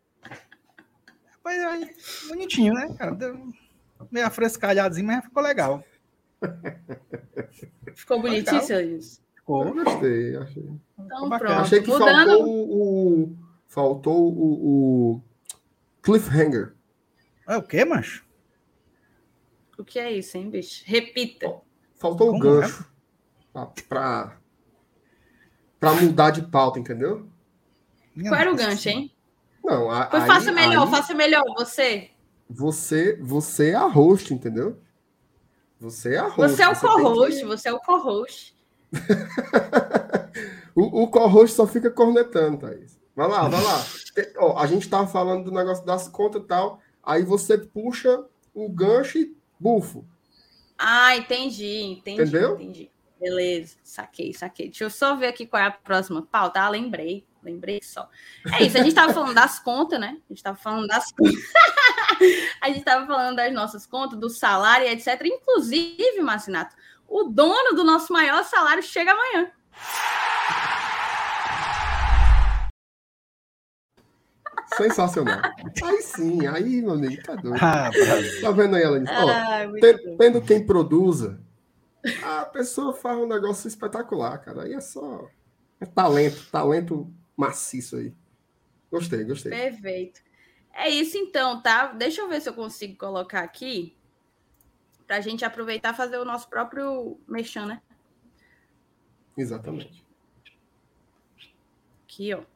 S3: Pois é, bonitinho, né, cara? Deu meio afrescalhadinho, mas ficou legal.
S1: Ficou bonitinho, seu Luiz?
S2: Eu gostei, achei.
S1: Então, pronto.
S2: Achei que faltou o cliffhanger.
S3: O quê, macho?
S1: O que é isso, hein, bicho? Repita.
S2: Faltou o gancho pra mudar de pauta, entendeu?
S1: Qual era o gancho, hein?
S2: Não,
S1: faça melhor, você.
S2: Você é a host, entendeu? Você é a host.
S1: Você é o co-host, você é o co-host.
S2: o co-host só fica cornetando, Thaís. Vai lá. A gente tava falando do negócio das contas e tal, aí você puxa o gancho e bufo.
S1: Entendi.
S2: Entendeu?
S1: Entendi. Beleza, saquei. Deixa eu só ver aqui qual é a próxima pauta. Lembrei só. É isso, a gente estava falando das contas, né? A gente estava falando das nossas contas, do salário, etc. Inclusive, Marcinato, o dono do nosso maior salário chega amanhã.
S2: Sensacional. Aí sim, aí, meu amigo, tá doido. Tá vendo aí, Alanis? Tendo quem produza, a pessoa faz um negócio espetacular, cara. Aí é talento maciço aí. Gostei.
S1: Perfeito. É isso então, tá? Deixa eu ver se eu consigo colocar aqui pra gente aproveitar e fazer o nosso próprio merchan, né?
S2: Exatamente.
S1: Aqui, ó.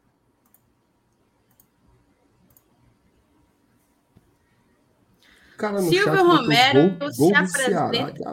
S2: Cara, no
S1: Silvio
S2: chat
S1: Romero
S2: se apresenta.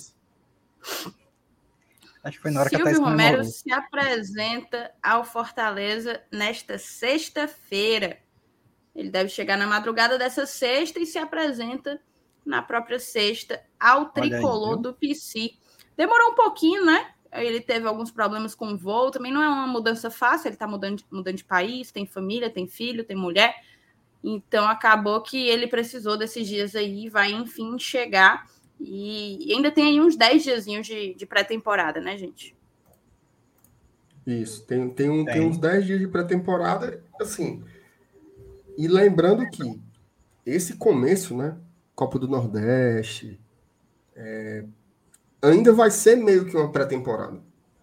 S3: Acho que foi na hora
S1: Silvio
S3: que a Thaís
S1: Romero se apresenta ao Fortaleza nesta sexta-feira. Ele deve chegar na madrugada dessa sexta e se apresenta na própria sexta ao tricolor do PC. Demorou um pouquinho, né? Ele teve alguns problemas com o voo. Também não é uma mudança fácil. Ele está mudando de país, tem família, tem filho, tem mulher. Então, acabou que ele precisou desses dias aí, vai, enfim, chegar. E ainda tem aí uns 10 diazinhos de pré-temporada, né, gente?
S2: Isso, tem uns 10 dias de pré-temporada, assim. E lembrando que esse começo, né, Copa do Nordeste, ainda vai ser meio que uma pré-temporada.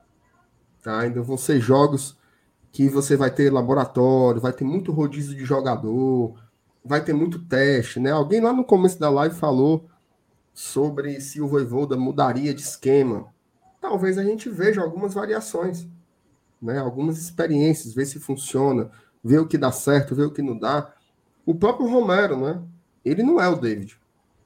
S2: Tá? Ainda vão ser jogos que você vai ter laboratório, vai ter muito rodízio de jogador, vai ter muito teste, né? Alguém lá no começo da live falou sobre se o Vojvoda mudaria de esquema. Talvez a gente veja algumas variações, né? Algumas experiências, ver se funciona, ver o que dá certo, ver o que não dá. O próprio Romero, né? Ele não é o David.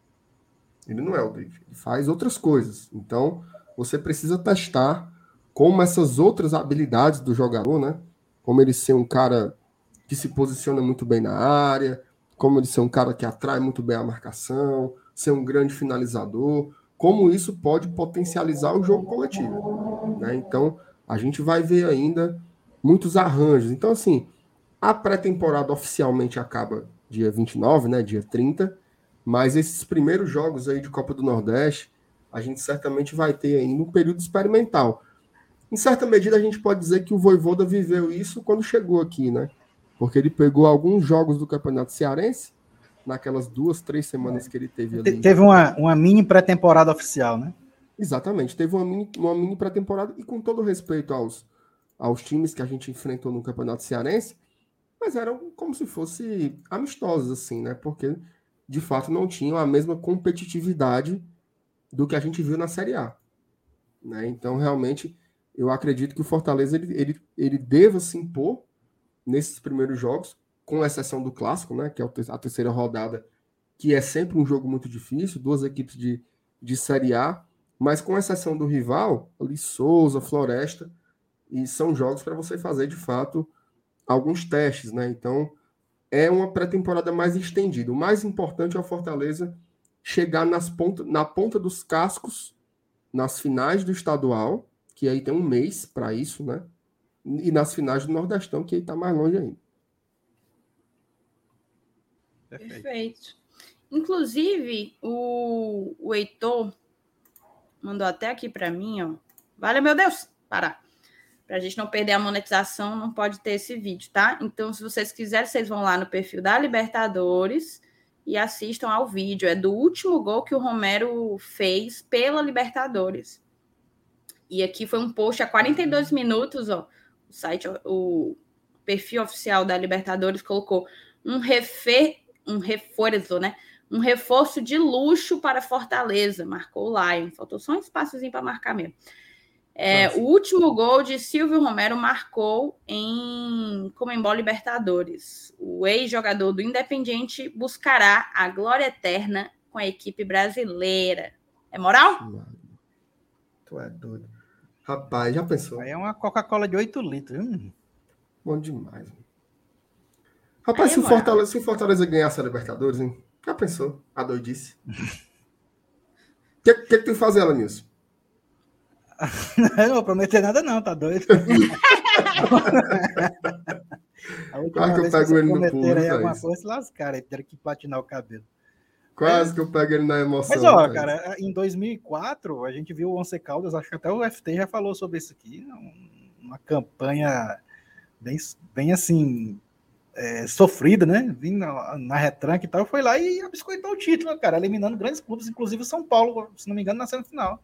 S2: Ele faz outras coisas. Então, você precisa testar como essas outras habilidades do jogador, né? Como ele ser um cara que se posiciona muito bem na área, como ele ser um cara que atrai muito bem a marcação, ser um grande finalizador, como isso pode potencializar o jogo coletivo, né? Então, a gente vai ver ainda muitos arranjos. Então, assim, a pré-temporada oficialmente acaba dia 29, né? Dia 30, mas esses primeiros jogos aí de Copa do Nordeste, a gente certamente vai ter ainda um período experimental. Em certa medida, a gente pode dizer que o Vojvoda viveu isso quando chegou aqui, né? Porque ele pegou alguns jogos do Campeonato Cearense, naquelas 2-3 semanas que ele teve ali.
S3: Teve uma mini pré-temporada oficial, né?
S2: Exatamente, teve uma mini pré-temporada, e com todo respeito aos times que a gente enfrentou no Campeonato Cearense, mas eram como se fosse amistosos, assim, né? Porque, de fato, não tinham a mesma competitividade do que a gente viu na Série A. Né? Então, realmente, eu acredito que o Fortaleza ele deva se impor nesses primeiros jogos, com exceção do Clássico, né? Que é a terceira rodada, que é sempre um jogo muito difícil, duas equipes de Série A, mas com exceção do rival, ali Souza, Floresta, e são jogos para você fazer, de fato, alguns testes, né? Então, é uma pré-temporada mais estendida. O mais importante é o Fortaleza chegar na ponta dos cascos, nas finais do estadual, que aí tem um mês para isso, né? E nas finais do Nordestão, que aí está mais longe ainda.
S1: Perfeito. Inclusive, o Heitor mandou até aqui para mim, ó. Vale, meu Deus, parar. Para a gente não perder a monetização, não pode ter esse vídeo, tá? Então, se vocês quiserem, vocês vão lá no perfil da Libertadores e assistam ao vídeo. É do último gol que o Romero fez pela Libertadores. E aqui foi um post há 42 minutos, ó. O site, o perfil oficial da Libertadores colocou um reforço, né? Um reforço de luxo para Fortaleza. Marcou o Lion. Faltou só um espaçozinho para marcar mesmo. O último gol de Silvio Romero marcou em Conmebol Libertadores. O ex-jogador do Independiente buscará a glória eterna com a equipe brasileira. É moral?
S2: Tu é doido. Rapaz, já pensou?
S3: Aí é uma Coca-Cola de 8 litros.
S2: Bom demais. Rapaz, se o Fortaleza ganhasse a Libertadores, hein? Já pensou? A doidice. O que tu fazer, Alanilson?
S3: Não vou prometer nada não, tá doido? A última
S2: que eu pego ele no pulo,
S3: aí alguma coisa, se lascaram, aí tiveram que platinar o cabelo.
S2: Quase que eu pego ele na emoção.
S3: Mas, ó, cara, em 2004, a gente viu o Once Caldas, acho que até o FT já falou sobre isso aqui, uma campanha bem assim, sofrida, né? Vindo na retranca e tal, foi lá e abiscoitou o título, cara, eliminando grandes clubes, inclusive o São Paulo, se não me engano, na semifinal.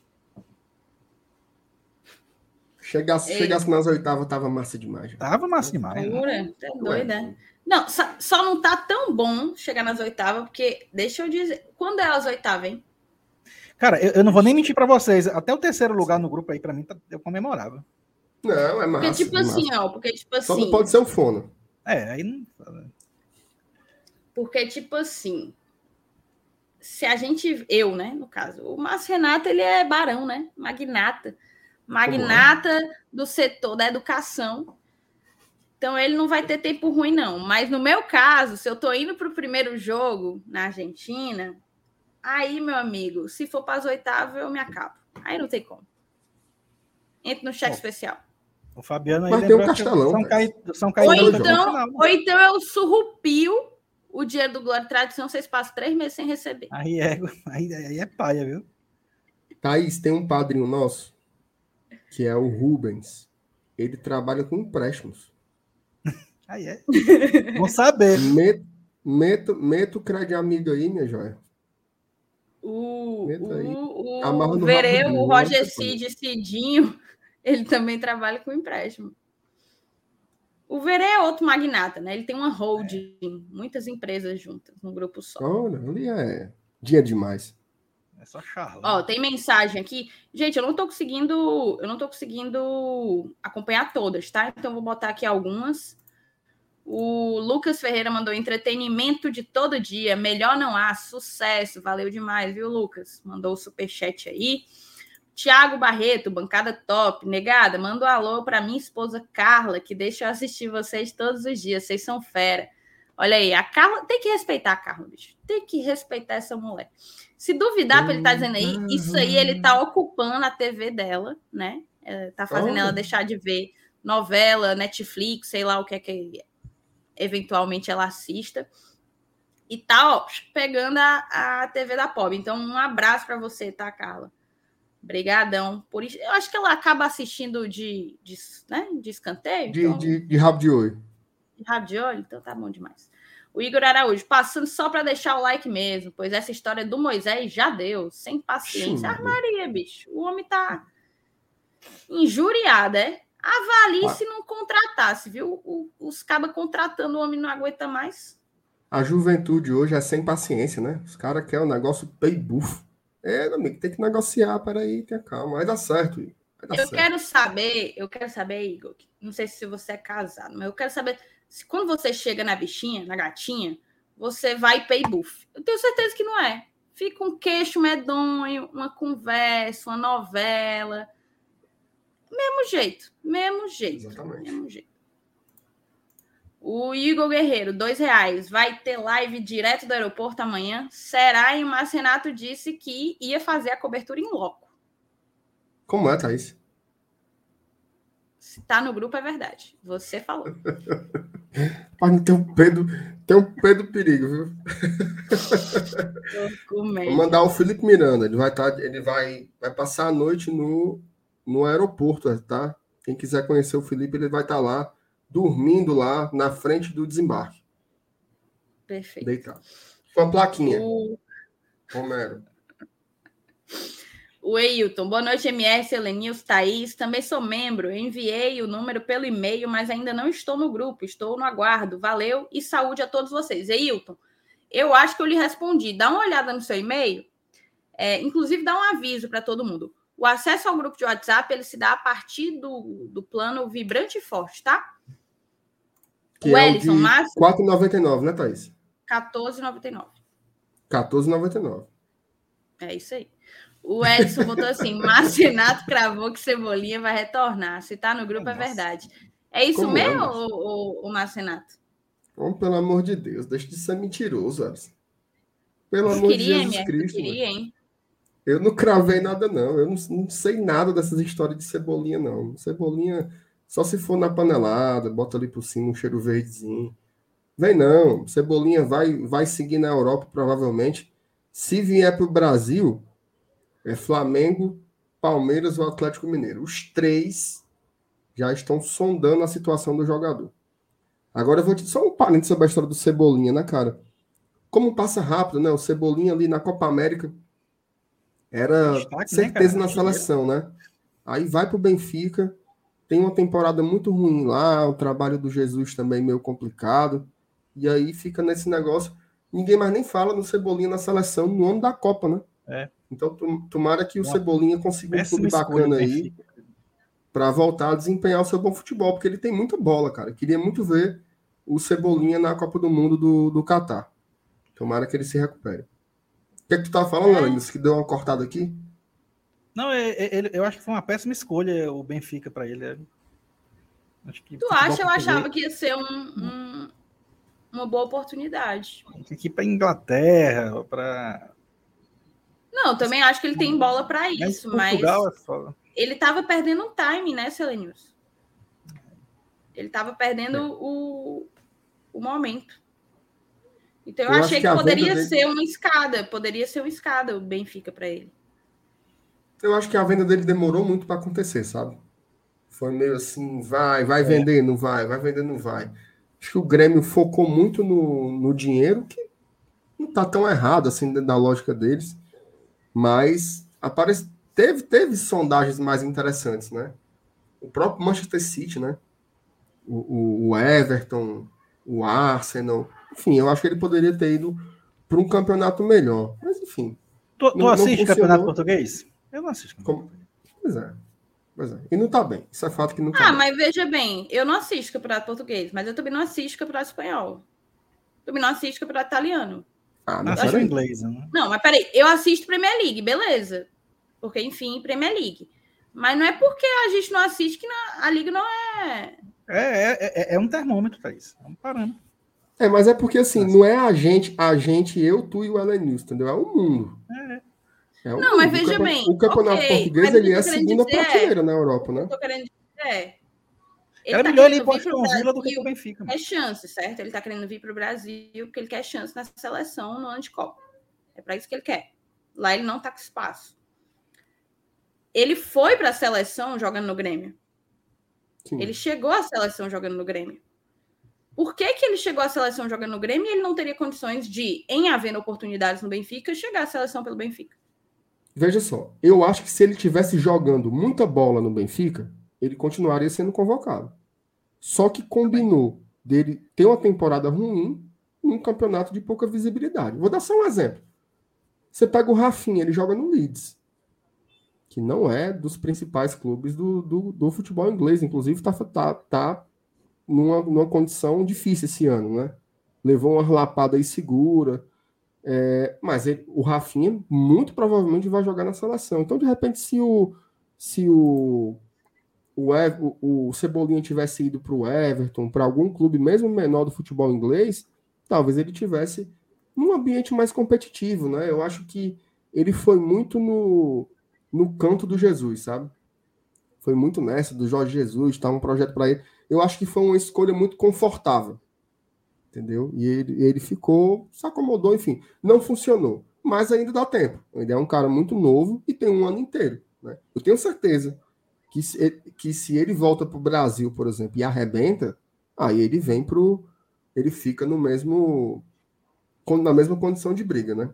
S2: Chegasse nas oitavas, tava massa demais.
S3: Tava massa demais.
S1: Né? É doido, né? Não, só não tá tão bom chegar nas oitavas, porque, deixa eu dizer, quando é as oitavas, hein?
S3: Cara, eu não vou nem mentir pra vocês, até o terceiro lugar no grupo aí, pra mim, eu comemorava.
S2: Não, é massa.
S1: Porque, tipo assim,
S2: Só não pode ser o fono.
S3: Aí não...
S1: Porque, tipo assim, se a gente... Eu, né, no caso, o Márcio Renato, ele é barão, né? Magnata do setor da educação. Então, ele não vai ter tempo ruim, não. Mas, no meu caso, se eu tô indo pro primeiro jogo na Argentina, aí, meu amigo, se for para as oitavas, eu me acabo. Aí não tem como. Entre no cheque especial.
S3: O Fabiano aí
S2: tem um Castelão.
S3: São Caetano
S1: ou então eu surrupio o dinheiro do Glória e Tradição, vocês passam 3 meses sem receber.
S3: Aí é paia, viu?
S2: Thaís, tem um padrinho nosso, que é o Rubens. Ele trabalha com empréstimos.
S3: Aí é. Vamos saber.
S2: Meta o crédito amigo aí, minha joia.
S1: O Vereu, o Roger Cidinho, ele também trabalha com empréstimo. O Verê é outro magnata, né? Ele tem uma holding, muitas empresas juntas, num grupo só.
S2: Olha, ali é dia demais.
S3: É só charla.
S1: Ó, tem mensagem aqui. Gente, eu não tô conseguindo acompanhar todas, tá? Então, vou botar aqui algumas. O Lucas Ferreira mandou entretenimento de todo dia. Melhor não há. Sucesso. Valeu demais, viu, Lucas? Mandou o superchat aí. Tiago Barreto, bancada top. Negada, manda um alô para minha esposa Carla, que deixa eu assistir vocês todos os dias. Vocês são fera. Olha aí, a Carla... Tem que respeitar a Carla, bicho. Tem que respeitar essa mulher. Se duvidar, ele tá dizendo aí, isso aí ele tá ocupando a TV dela, né? Tá fazendo ela deixar de ver novela, Netflix, sei lá o que é que eventualmente ela assista. E tá, ó, pegando a TV da pobre. Então, um abraço para você, tá, Carla? Obrigadão. Por isso, eu acho que ela acaba assistindo de escanteio.
S2: De rabo de olho.
S1: De rabo de olho? Então tá bom demais. O Igor Araújo, passando só para deixar o like mesmo, pois essa história do Moisés já deu, sem paciência. Maria, bicho, o homem tá injuriado, é? Avalie se não contratasse, viu? Os cabas contratando, o homem não aguenta mais.
S2: A juventude hoje é sem paciência, né? Os caras querem um negócio bem bufo. Meu amigo, tem que negociar, peraí, tenha calma. Vai dar certo, Igor.
S1: Eu quero saber, Igor, não sei se você é casado, mas eu quero saber se quando você chega na bichinha, na gatinha, você vai pay buff. Eu tenho certeza que não é. Fica um queixo medonho, uma conversa, uma novela. Mesmo jeito.
S2: Exatamente.
S1: Mesmo jeito. O Igor Guerreiro, R$2. Vai ter live direto do aeroporto amanhã? Será? E o Márcio Renato disse que ia fazer a cobertura em loco.
S2: Como é, Thaís?
S1: Se tá no grupo, é verdade. Você falou.
S2: Mas tem um Pedro Perigo, viu? Vou mandar o Felipe Miranda. Ele vai passar a noite no aeroporto, tá? Quem quiser conhecer o Felipe, ele vai estar lá, dormindo lá na frente do desembarque.
S1: Perfeito.
S2: Deitado. Com a plaquinha. Romero.
S1: O Eilton, boa noite, MR, Selenils, Thaís, também sou membro, eu enviei o número pelo e-mail, mas ainda não estou no grupo, estou no aguardo, valeu e saúde a todos vocês. Eilton, eu acho que eu lhe respondi, dá uma olhada no seu e-mail, inclusive dá um aviso para todo mundo, o acesso ao grupo de WhatsApp, ele se dá a partir do plano Vibrante e Forte, tá?
S2: Que o Ellison, Márcio... R$4,99, né, Thaís?
S1: R$14,99.
S2: R$14,99.
S1: É isso aí. O Edson botou assim, Márcio Renato cravou que Cebolinha vai retornar. Se tá no grupo, é verdade. É isso como mesmo, o Márcio Renato?
S2: Pelo amor de Deus, deixa de ser mentiroso, Edson. Pelo amor de Jesus Cristo.
S1: Queria, hein?
S2: Eu não cravei nada, não. Eu não sei nada dessas histórias de Cebolinha, não. Cebolinha, só se for na panelada, bota ali por cima um cheiro verdezinho. Vem não. Cebolinha vai seguir na Europa, provavelmente. Se vier para o Brasil, é Flamengo, Palmeiras ou Atlético Mineiro. Os três já estão sondando a situação do jogador. Agora eu vou te só um parênteses sobre a história do Cebolinha, né, cara? Como passa rápido, né? O Cebolinha ali na Copa América era
S3: Destaque,
S2: certeza,
S3: né,
S2: na seleção, né? Aí vai pro Benfica, tem uma temporada muito ruim lá, o trabalho do Jesus também meio complicado, e aí fica nesse negócio. Ninguém mais nem fala do Cebolinha na seleção no ano da Copa, né? Então tomara que o Cebolinha consiga um clube bacana aí para voltar a desempenhar o seu bom futebol, porque ele tem muita bola, cara. Eu queria muito ver o Cebolinha na Copa do Mundo do Catar. Tomara que ele se recupere. O que é que tu tá falando, Alanis? Que deu uma cortada aqui?
S3: Não, eu acho que foi uma péssima escolha o Benfica para ele. Acho que
S1: tu acha? Eu achava que ia ser uma boa oportunidade.
S3: Aqui para Inglaterra, para...
S1: Não, também acho que ele tem bola para isso, mas ele estava perdendo o time, né, Selenius? Ele estava perdendo o momento. Então eu achei que poderia ser uma escada o Benfica para ele.
S2: Eu acho que a venda dele demorou muito para acontecer, sabe? Foi meio assim, vai vender, não vai vender, não vai. Acho que o Grêmio focou muito no dinheiro, que não tá tão errado assim dentro da lógica deles, mas teve sondagens mais interessantes, né? O próprio Manchester City, né? O Everton, o Arsenal, enfim, eu acho que ele poderia ter ido para um campeonato melhor, mas enfim.
S3: Tu assiste campeonato português? Eu não assisto.
S2: Pois é. E não tá bem. Isso é fato que não tá bem.
S1: Mas veja bem, eu não assisto campeonato português, mas eu também não assisto campeonato espanhol. Também não assisto campeonato italiano.
S3: Não assisto inglês, né?
S1: Não, mas peraí, eu assisto Premier League, beleza. Porque, enfim, Premier League. Mas não é porque a gente não assiste que a Liga não é...
S3: É um termômetro para isso. É um parâmetro.
S2: Mas é porque, assim, não é a gente, eu, tu e o Elenilson, entendeu? É o mundo.
S1: Não, mas veja bem.
S2: O campeonato português, ele é a segunda prateleira na Europa, né?
S1: Eu tô querendo dizer
S3: era melhor ele ir para o Aston Villa do que o Benfica.
S1: É chance, certo? Ele tá querendo vir para o Brasil porque ele quer chance na seleção no ano de Copa. É para isso que ele quer. Lá ele não tá com espaço. Ele foi para a seleção jogando no Grêmio. Sim. Ele chegou à seleção jogando no Grêmio. Por que ele chegou à seleção jogando no Grêmio e ele não teria condições de, em havendo oportunidades no Benfica, chegar à seleção pelo Benfica?
S2: Veja só, eu acho que se ele tivesse jogando muita bola no Benfica, ele continuaria sendo convocado. Só que combinou dele ter uma temporada ruim num campeonato de pouca visibilidade. Vou dar só um exemplo. Você pega o Rafinha, ele joga no Leeds, que não é dos principais clubes do futebol inglês. Inclusive, tá numa condição difícil esse ano, né? Levou uma lapada aí segura. Mas o Rafinha muito provavelmente vai jogar na seleção. Então, de repente, se o Cebolinha tivesse ido para o Everton, para algum clube mesmo menor do futebol inglês, talvez ele tivesse num ambiente mais competitivo, né? Eu acho que ele foi muito no canto do Jesus, sabe? Foi muito nessa, do Jorge Jesus, tá um projeto para ele. Eu acho que foi uma escolha muito confortável, entendeu? E ele ficou, se acomodou, enfim. Não funcionou, mas ainda dá tempo. Ele é um cara muito novo e tem um ano inteiro, né? Eu tenho certeza que se ele volta para o Brasil, por exemplo, e arrebenta, aí ele ele fica na mesma condição de briga, né?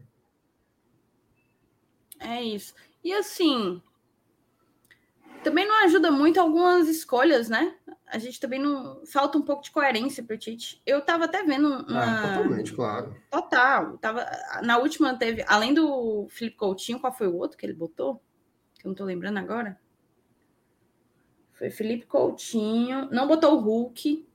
S1: É isso. E assim, também não ajuda muito algumas escolhas, né? A gente também não... Falta um pouco de coerência para o Tite. Eu estava até vendo
S2: totalmente, claro.
S1: Total. Na última teve, além do Felipe Coutinho, qual foi o outro que ele botou? Que eu não estou lembrando agora. Foi Felipe Coutinho. Não botou o Hulk.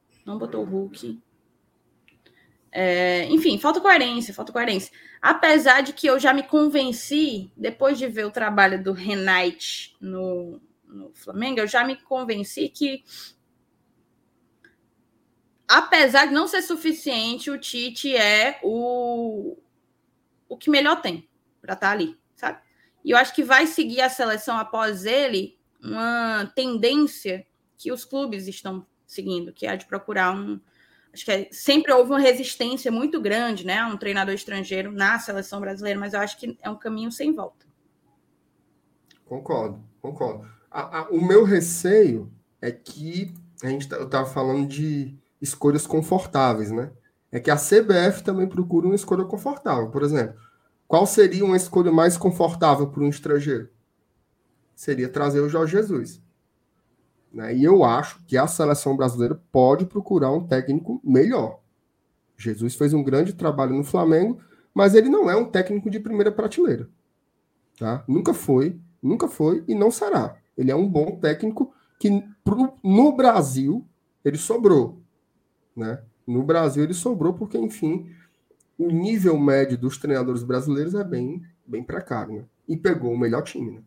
S1: Enfim, falta coerência. Apesar de que eu já me convenci, depois de ver o trabalho do Renate no Flamengo, eu já me convenci que, apesar de não ser suficiente, o Tite é o que melhor tem para estar ali, sabe? E eu acho que vai seguir a seleção após ele uma tendência que os clubes estão seguindo, que é a de procurar acho que sempre houve uma resistência muito grande, né, a um treinador estrangeiro na seleção brasileira, mas eu acho que é um caminho sem volta.
S2: Concordo. O meu receio é que eu estava falando de escolhas confortáveis, né? É que a CBF também procura uma escolha confortável. Por exemplo, qual seria uma escolha mais confortável para um estrangeiro? Seria trazer o Jorge Jesus. Né? E eu acho que a seleção brasileira pode procurar um técnico melhor. Jesus fez um grande trabalho no Flamengo, mas ele não é um técnico de primeira prateleira. Tá? Nunca foi e não será. Ele é um bom técnico que no Brasil ele sobrou. Né? No Brasil ele sobrou porque, enfim, o nível médio dos treinadores brasileiros é bem precário. Né? E pegou o melhor time. Né?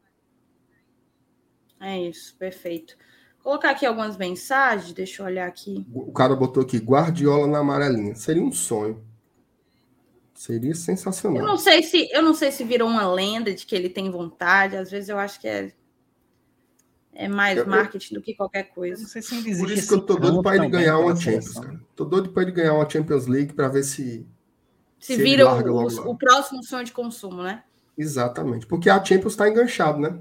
S1: É isso, perfeito. Vou colocar aqui algumas mensagens, deixa eu olhar aqui.
S2: O cara botou aqui, Guardiola na amarelinha. Seria um sonho. Seria sensacional.
S1: Eu não sei se virou uma lenda de que ele tem vontade. Às vezes eu acho que é mais marketing do que qualquer coisa.
S3: Não sei se ainda existe.
S2: Por isso que eu tô doido para ele ganhar uma Champions, cara. Tô doido para ele ganhar uma Champions League para ver se
S1: vira o próximo sonho de consumo, né?
S2: Exatamente. Porque a Champions está enganchado, né?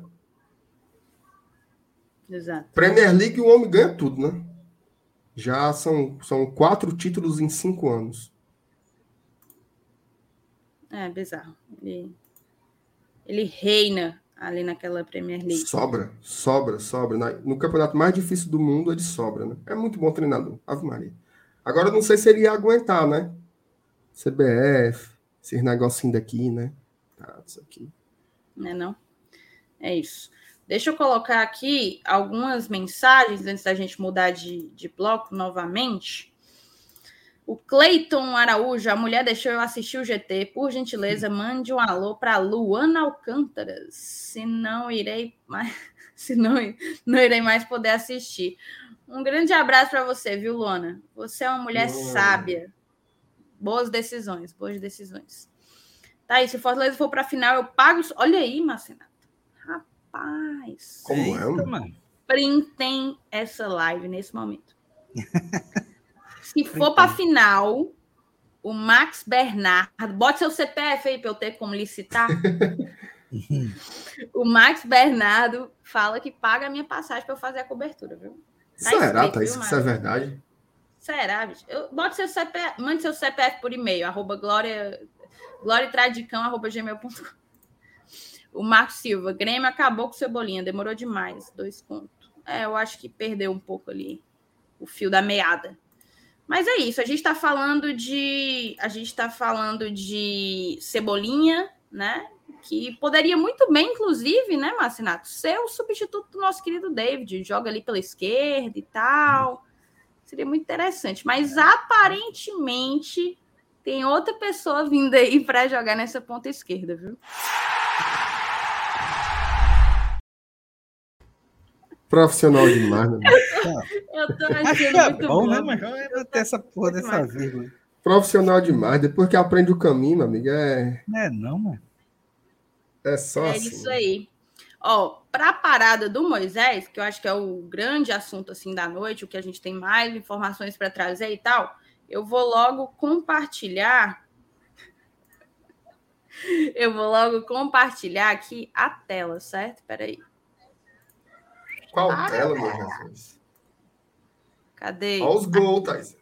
S1: Exato.
S2: Premier League o homem ganha tudo, né? Já são 4 títulos em 5 anos.
S1: É bizarro. Ele reina ali naquela Premier League.
S2: Sobra. No campeonato mais difícil do mundo, ele sobra, né? É muito bom treinador. Ave Maria. Agora, eu não sei se ele ia aguentar, né? CBF, esses negocinhos daqui, né? Tá, isso aqui.
S1: Não? É isso. Deixa eu colocar aqui algumas mensagens antes da gente mudar de bloco novamente. O Cleiton Araújo, a mulher deixou eu assistir o GT. Por gentileza, mande um alô para Luana Alcântara. Senão não irei mais poder assistir. Um grande abraço para você, viu, Luana? Você é uma mulher sábia. Boas decisões. Tá aí, se o Fortaleza for para a final, eu pago... Olha aí, Marcinato. Rapaz.
S2: Como é,
S3: mano?
S1: Printem essa live nesse momento. Se for para a final, o Max Bernardo... Bote seu CPF aí para eu ter como licitar. O Max Bernardo fala que paga a minha passagem para eu fazer a cobertura, viu?
S2: Tá será, Thaís, que isso é verdade?
S1: Será, bicho? Bote seu CPF, mande seu CPF por e-mail, gloriatradicão@gmail.com. O Marcos Silva, Grêmio acabou com Cebolinha, demorou demais, 2 pontos. Eu acho que perdeu um pouco ali o fio da meada. Mas é isso, a gente está falando de Cebolinha, né? Que poderia muito bem, inclusive, né, Marcinato, ser o substituto do nosso querido David, joga ali pela esquerda e tal. Seria muito interessante, mas aparentemente tem outra pessoa vindo aí para jogar nessa ponta esquerda, viu?
S2: Profissional demais, né?
S1: Eu tô achando muito bom,
S3: né? Mas eu ter essa porra dessa vírgula.
S2: Profissional demais. Depois que aprende o caminho, meu amigo,
S3: Não, mano.
S2: É só assim.
S1: É isso aí. Ó, para a parada do Moisés, que eu acho que é o grande assunto assim da noite, o que a gente tem mais informações para trazer e tal, eu vou logo compartilhar. Aqui a tela, certo? Peraí.
S2: Qual tela, meu Jesus?
S1: Cadê?
S2: Olha os gols, Thaís.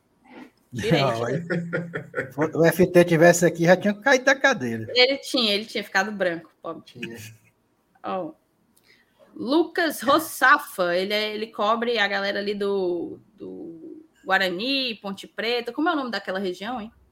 S3: O FT tivesse aqui, já tinha caído da cadeira.
S1: Ele tinha ficado branco, pobre. Ó. Lucas Rossafa, ele cobre a galera ali do Guarani, Ponte Preta. Como é o nome daquela região, hein?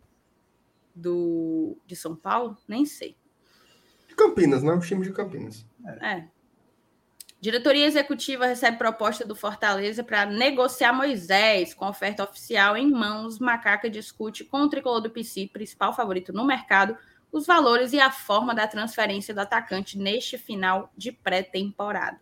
S1: De São Paulo? Nem sei.
S2: Campinas, né? O time de Campinas.
S1: Diretoria Executiva recebe proposta do Fortaleza para negociar Moisés com oferta oficial em mãos. Macaca discute com o tricolor do PC, principal favorito no mercado, os valores e a forma da transferência do atacante neste final de pré-temporada.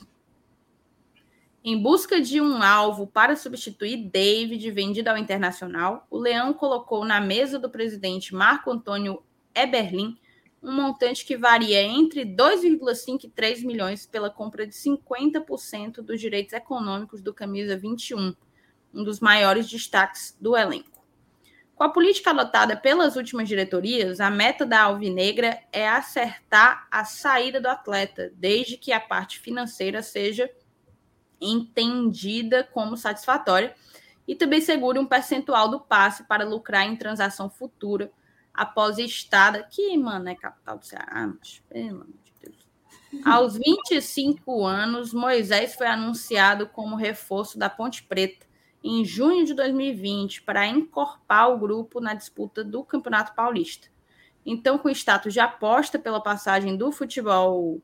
S1: Em busca de um alvo para substituir David, vendido ao Internacional, o Leão colocou na mesa do presidente Marco Antônio Eberlin um montante que varia entre 2,5 e 3 milhões pela compra de 50% dos direitos econômicos do Camisa 21, um dos maiores destaques do elenco. Com a política adotada pelas últimas diretorias, a meta da Alvinegra é acertar a saída do atleta, desde que a parte financeira seja entendida como satisfatória e também segure um percentual do passe para lucrar em transação futura após estada. Que, mano, é capital do Ceará, mas pelo amor de Deus. Aos 25 anos, Moisés foi anunciado como reforço da Ponte Preta em junho de 2020 para encorpar o grupo na disputa do Campeonato Paulista. Então, com status de aposta pela passagem no futebol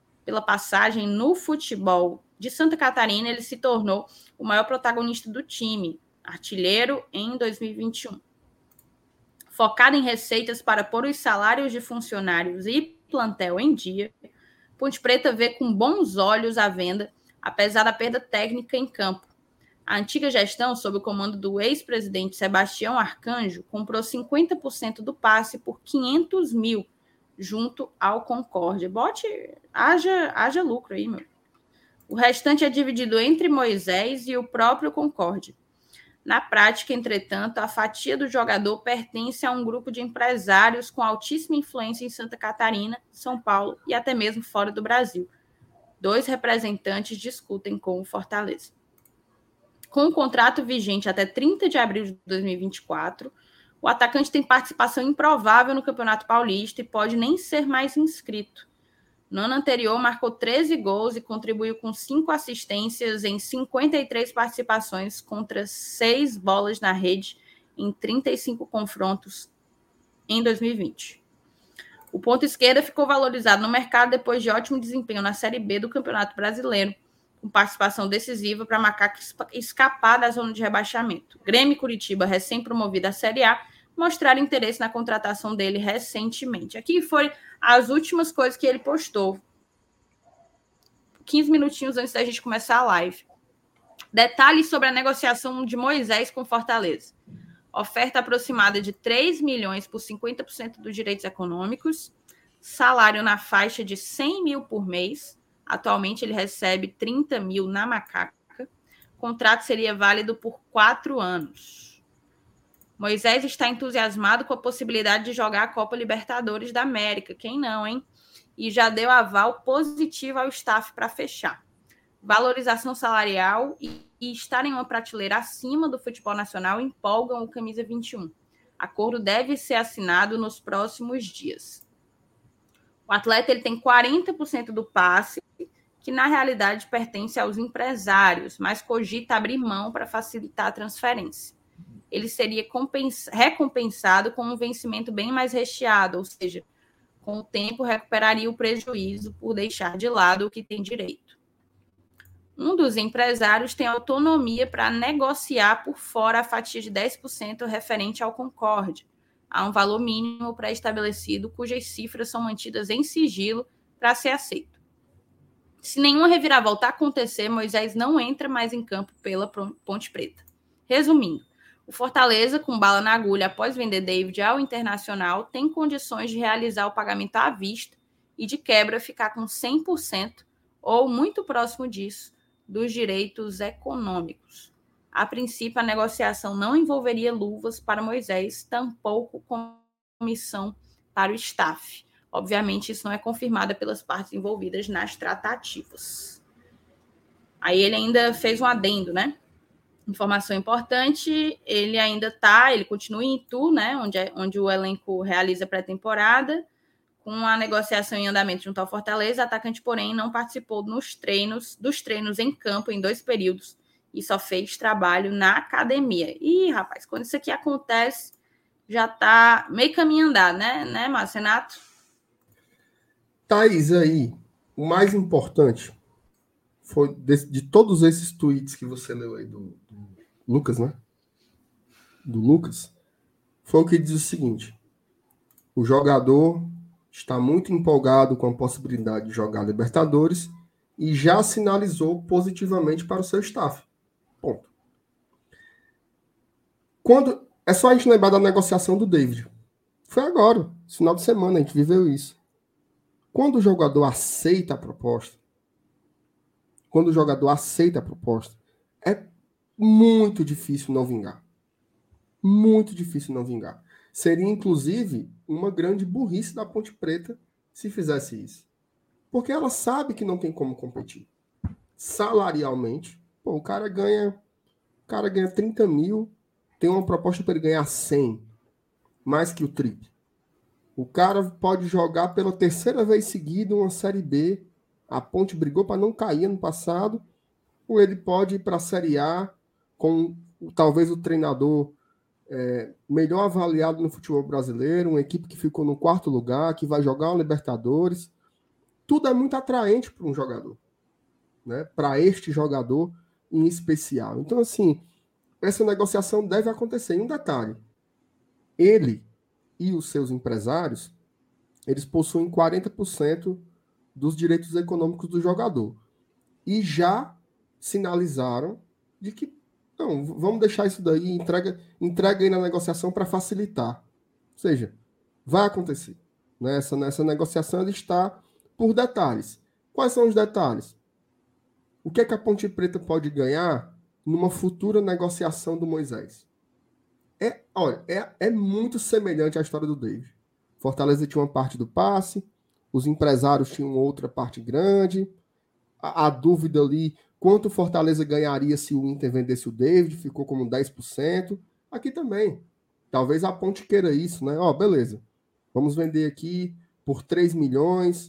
S1: de Santa Catarina, ele se tornou o maior protagonista do time, artilheiro em 2021. Focado em receitas para pôr os salários de funcionários e plantel em dia, Ponte Preta vê com bons olhos a venda, apesar da perda técnica em campo. A antiga gestão, sob o comando do ex-presidente Sebastião Arcanjo, comprou 50% do passe por 500 mil, junto ao Concórdia. Haja lucro aí, meu. O restante é dividido entre Moisés e o próprio Concórdia. Na prática, entretanto, a fatia do jogador pertence a um grupo de empresários com altíssima influência em Santa Catarina, São Paulo e até mesmo fora do Brasil. 2 representantes discutem com o Fortaleza. Com o contrato vigente até 30 de abril de 2024, o atacante tem participação improvável no Campeonato Paulista e pode nem ser mais inscrito. No ano anterior, marcou 13 gols e contribuiu com 5 assistências em 53 participações contra 6 bolas na rede em 35 confrontos em 2020. O ponto esquerda ficou valorizado no mercado depois de ótimo desempenho na Série B do Campeonato Brasileiro, com participação decisiva para Macaco escapar da zona de rebaixamento. Grêmio e Curitiba, recém-promovido à Série A, mostraram interesse na contratação dele recentemente. Aqui foi as últimas coisas que ele postou, 15 minutinhos antes da gente começar a live. Detalhes sobre a negociação de Moisés com Fortaleza. Oferta aproximada de 3 milhões por 50% dos direitos econômicos, salário na faixa de 100 mil por mês. Atualmente ele recebe 30 mil na Macaca. O contrato seria válido por 4 anos. Moisés está entusiasmado com a possibilidade de jogar a Copa Libertadores da América. Quem não, hein? E já deu aval positivo ao staff para fechar. Valorização salarial e estar em uma prateleira acima do futebol nacional empolgam o Camisa 21. Acordo deve ser assinado nos próximos dias. O atleta ele tem 40% do passe, que na realidade pertence aos empresários, mas cogita abrir mão para facilitar a transferência. Ele seria recompensado com um vencimento bem mais recheado, ou seja, com o tempo recuperaria o prejuízo por deixar de lado o que tem direito. Um dos empresários tem autonomia para negociar por fora a fatia de 10% referente ao Concórdia. Há um valor mínimo pré-estabelecido, cujas cifras são mantidas em sigilo para ser aceito. Se nenhuma reviravolta acontecer, Moisés não entra mais em campo pela Ponte Preta. Resumindo, o Fortaleza, com bala na agulha após vender David ao Internacional, tem condições de realizar o pagamento à vista e, de quebra, ficar com 100% ou muito próximo disso dos direitos econômicos. A princípio, a negociação não envolveria luvas para Moisés, tampouco comissão para o staff. Obviamente, isso não é confirmado pelas partes envolvidas nas tratativas. Aí ele ainda fez um adendo, né? Informação importante, ele continua em Itu, né, onde o elenco realiza pré-temporada, com a negociação em andamento junto ao Fortaleza. O atacante, porém, não participou dos treinos em campo em 2 períodos e só fez trabalho na academia. E, rapaz, quando isso aqui acontece, já está meio caminho andado, né, Márcio Renato?
S2: Thaís, aí, o mais importante foi de todos esses tweets que você leu aí do Lucas, né? Do Lucas, foi o que diz o seguinte: o jogador está muito empolgado com a possibilidade de jogar Libertadores e já sinalizou positivamente para o seu staff. Ponto. É só a gente lembrar da negociação do David. Foi agora, final de semana, a gente viveu isso. Quando o jogador aceita a proposta, é muito difícil não vingar. Muito difícil não vingar. Seria, inclusive, uma grande burrice da Ponte Preta se fizesse isso. Porque ela sabe que não tem como competir. Salarialmente, pô, o cara ganha 30 mil, tem uma proposta para ele ganhar 100, mais que o triplo. O cara pode jogar pela terceira vez seguida uma Série B. A Ponte brigou para não cair ano passado, ou ele pode ir para a Série A com talvez o treinador melhor avaliado no futebol brasileiro, uma equipe que ficou no 4º lugar, que vai jogar uma Libertadores. Tudo é muito atraente para um jogador, né? Para este jogador em especial. Então, assim, essa negociação deve acontecer. E um detalhe, ele e os seus empresários, eles possuem 40% dos direitos econômicos do jogador. E já sinalizaram de que, não, vamos deixar isso daí, entrega aí na negociação para facilitar. Ou seja, vai acontecer. Nessa negociação ele está por detalhes. Quais são os detalhes? O que é que a Ponte Preta pode ganhar numa futura negociação do Moisés? É muito semelhante à história do David. Fortaleza tinha uma parte do passe, os empresários tinham outra parte grande, a dúvida ali, quanto Fortaleza ganharia se o Inter vendesse o David, ficou como 10%. Aqui também. Talvez a Ponte queira isso, né? Beleza, vamos vender aqui por 3 milhões.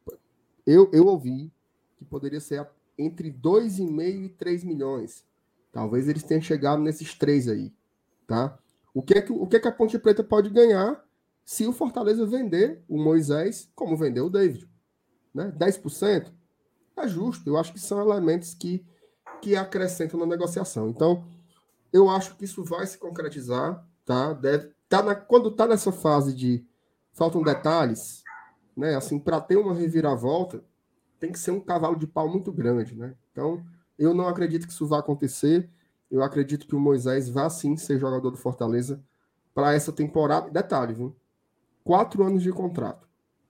S2: Eu ouvi que poderia ser entre 2,5 e 3 milhões. Talvez eles tenham chegado nesses 3 aí, tá? O que é que a Ponte Preta pode ganhar se o Fortaleza vender o Moisés como vendeu o David? Né? 10%? É justo. Eu acho que são elementos que acrescentam na negociação. Então, eu acho que isso vai se concretizar, tá? Quando está nessa fase de faltam detalhes, né? Assim, para ter uma reviravolta, tem que ser um cavalo de pau muito grande, né? Então, eu não acredito que isso vai acontecer. Eu acredito que o Moisés vai sim ser jogador do Fortaleza para essa temporada. Detalhe, viu? 4 anos de contrato.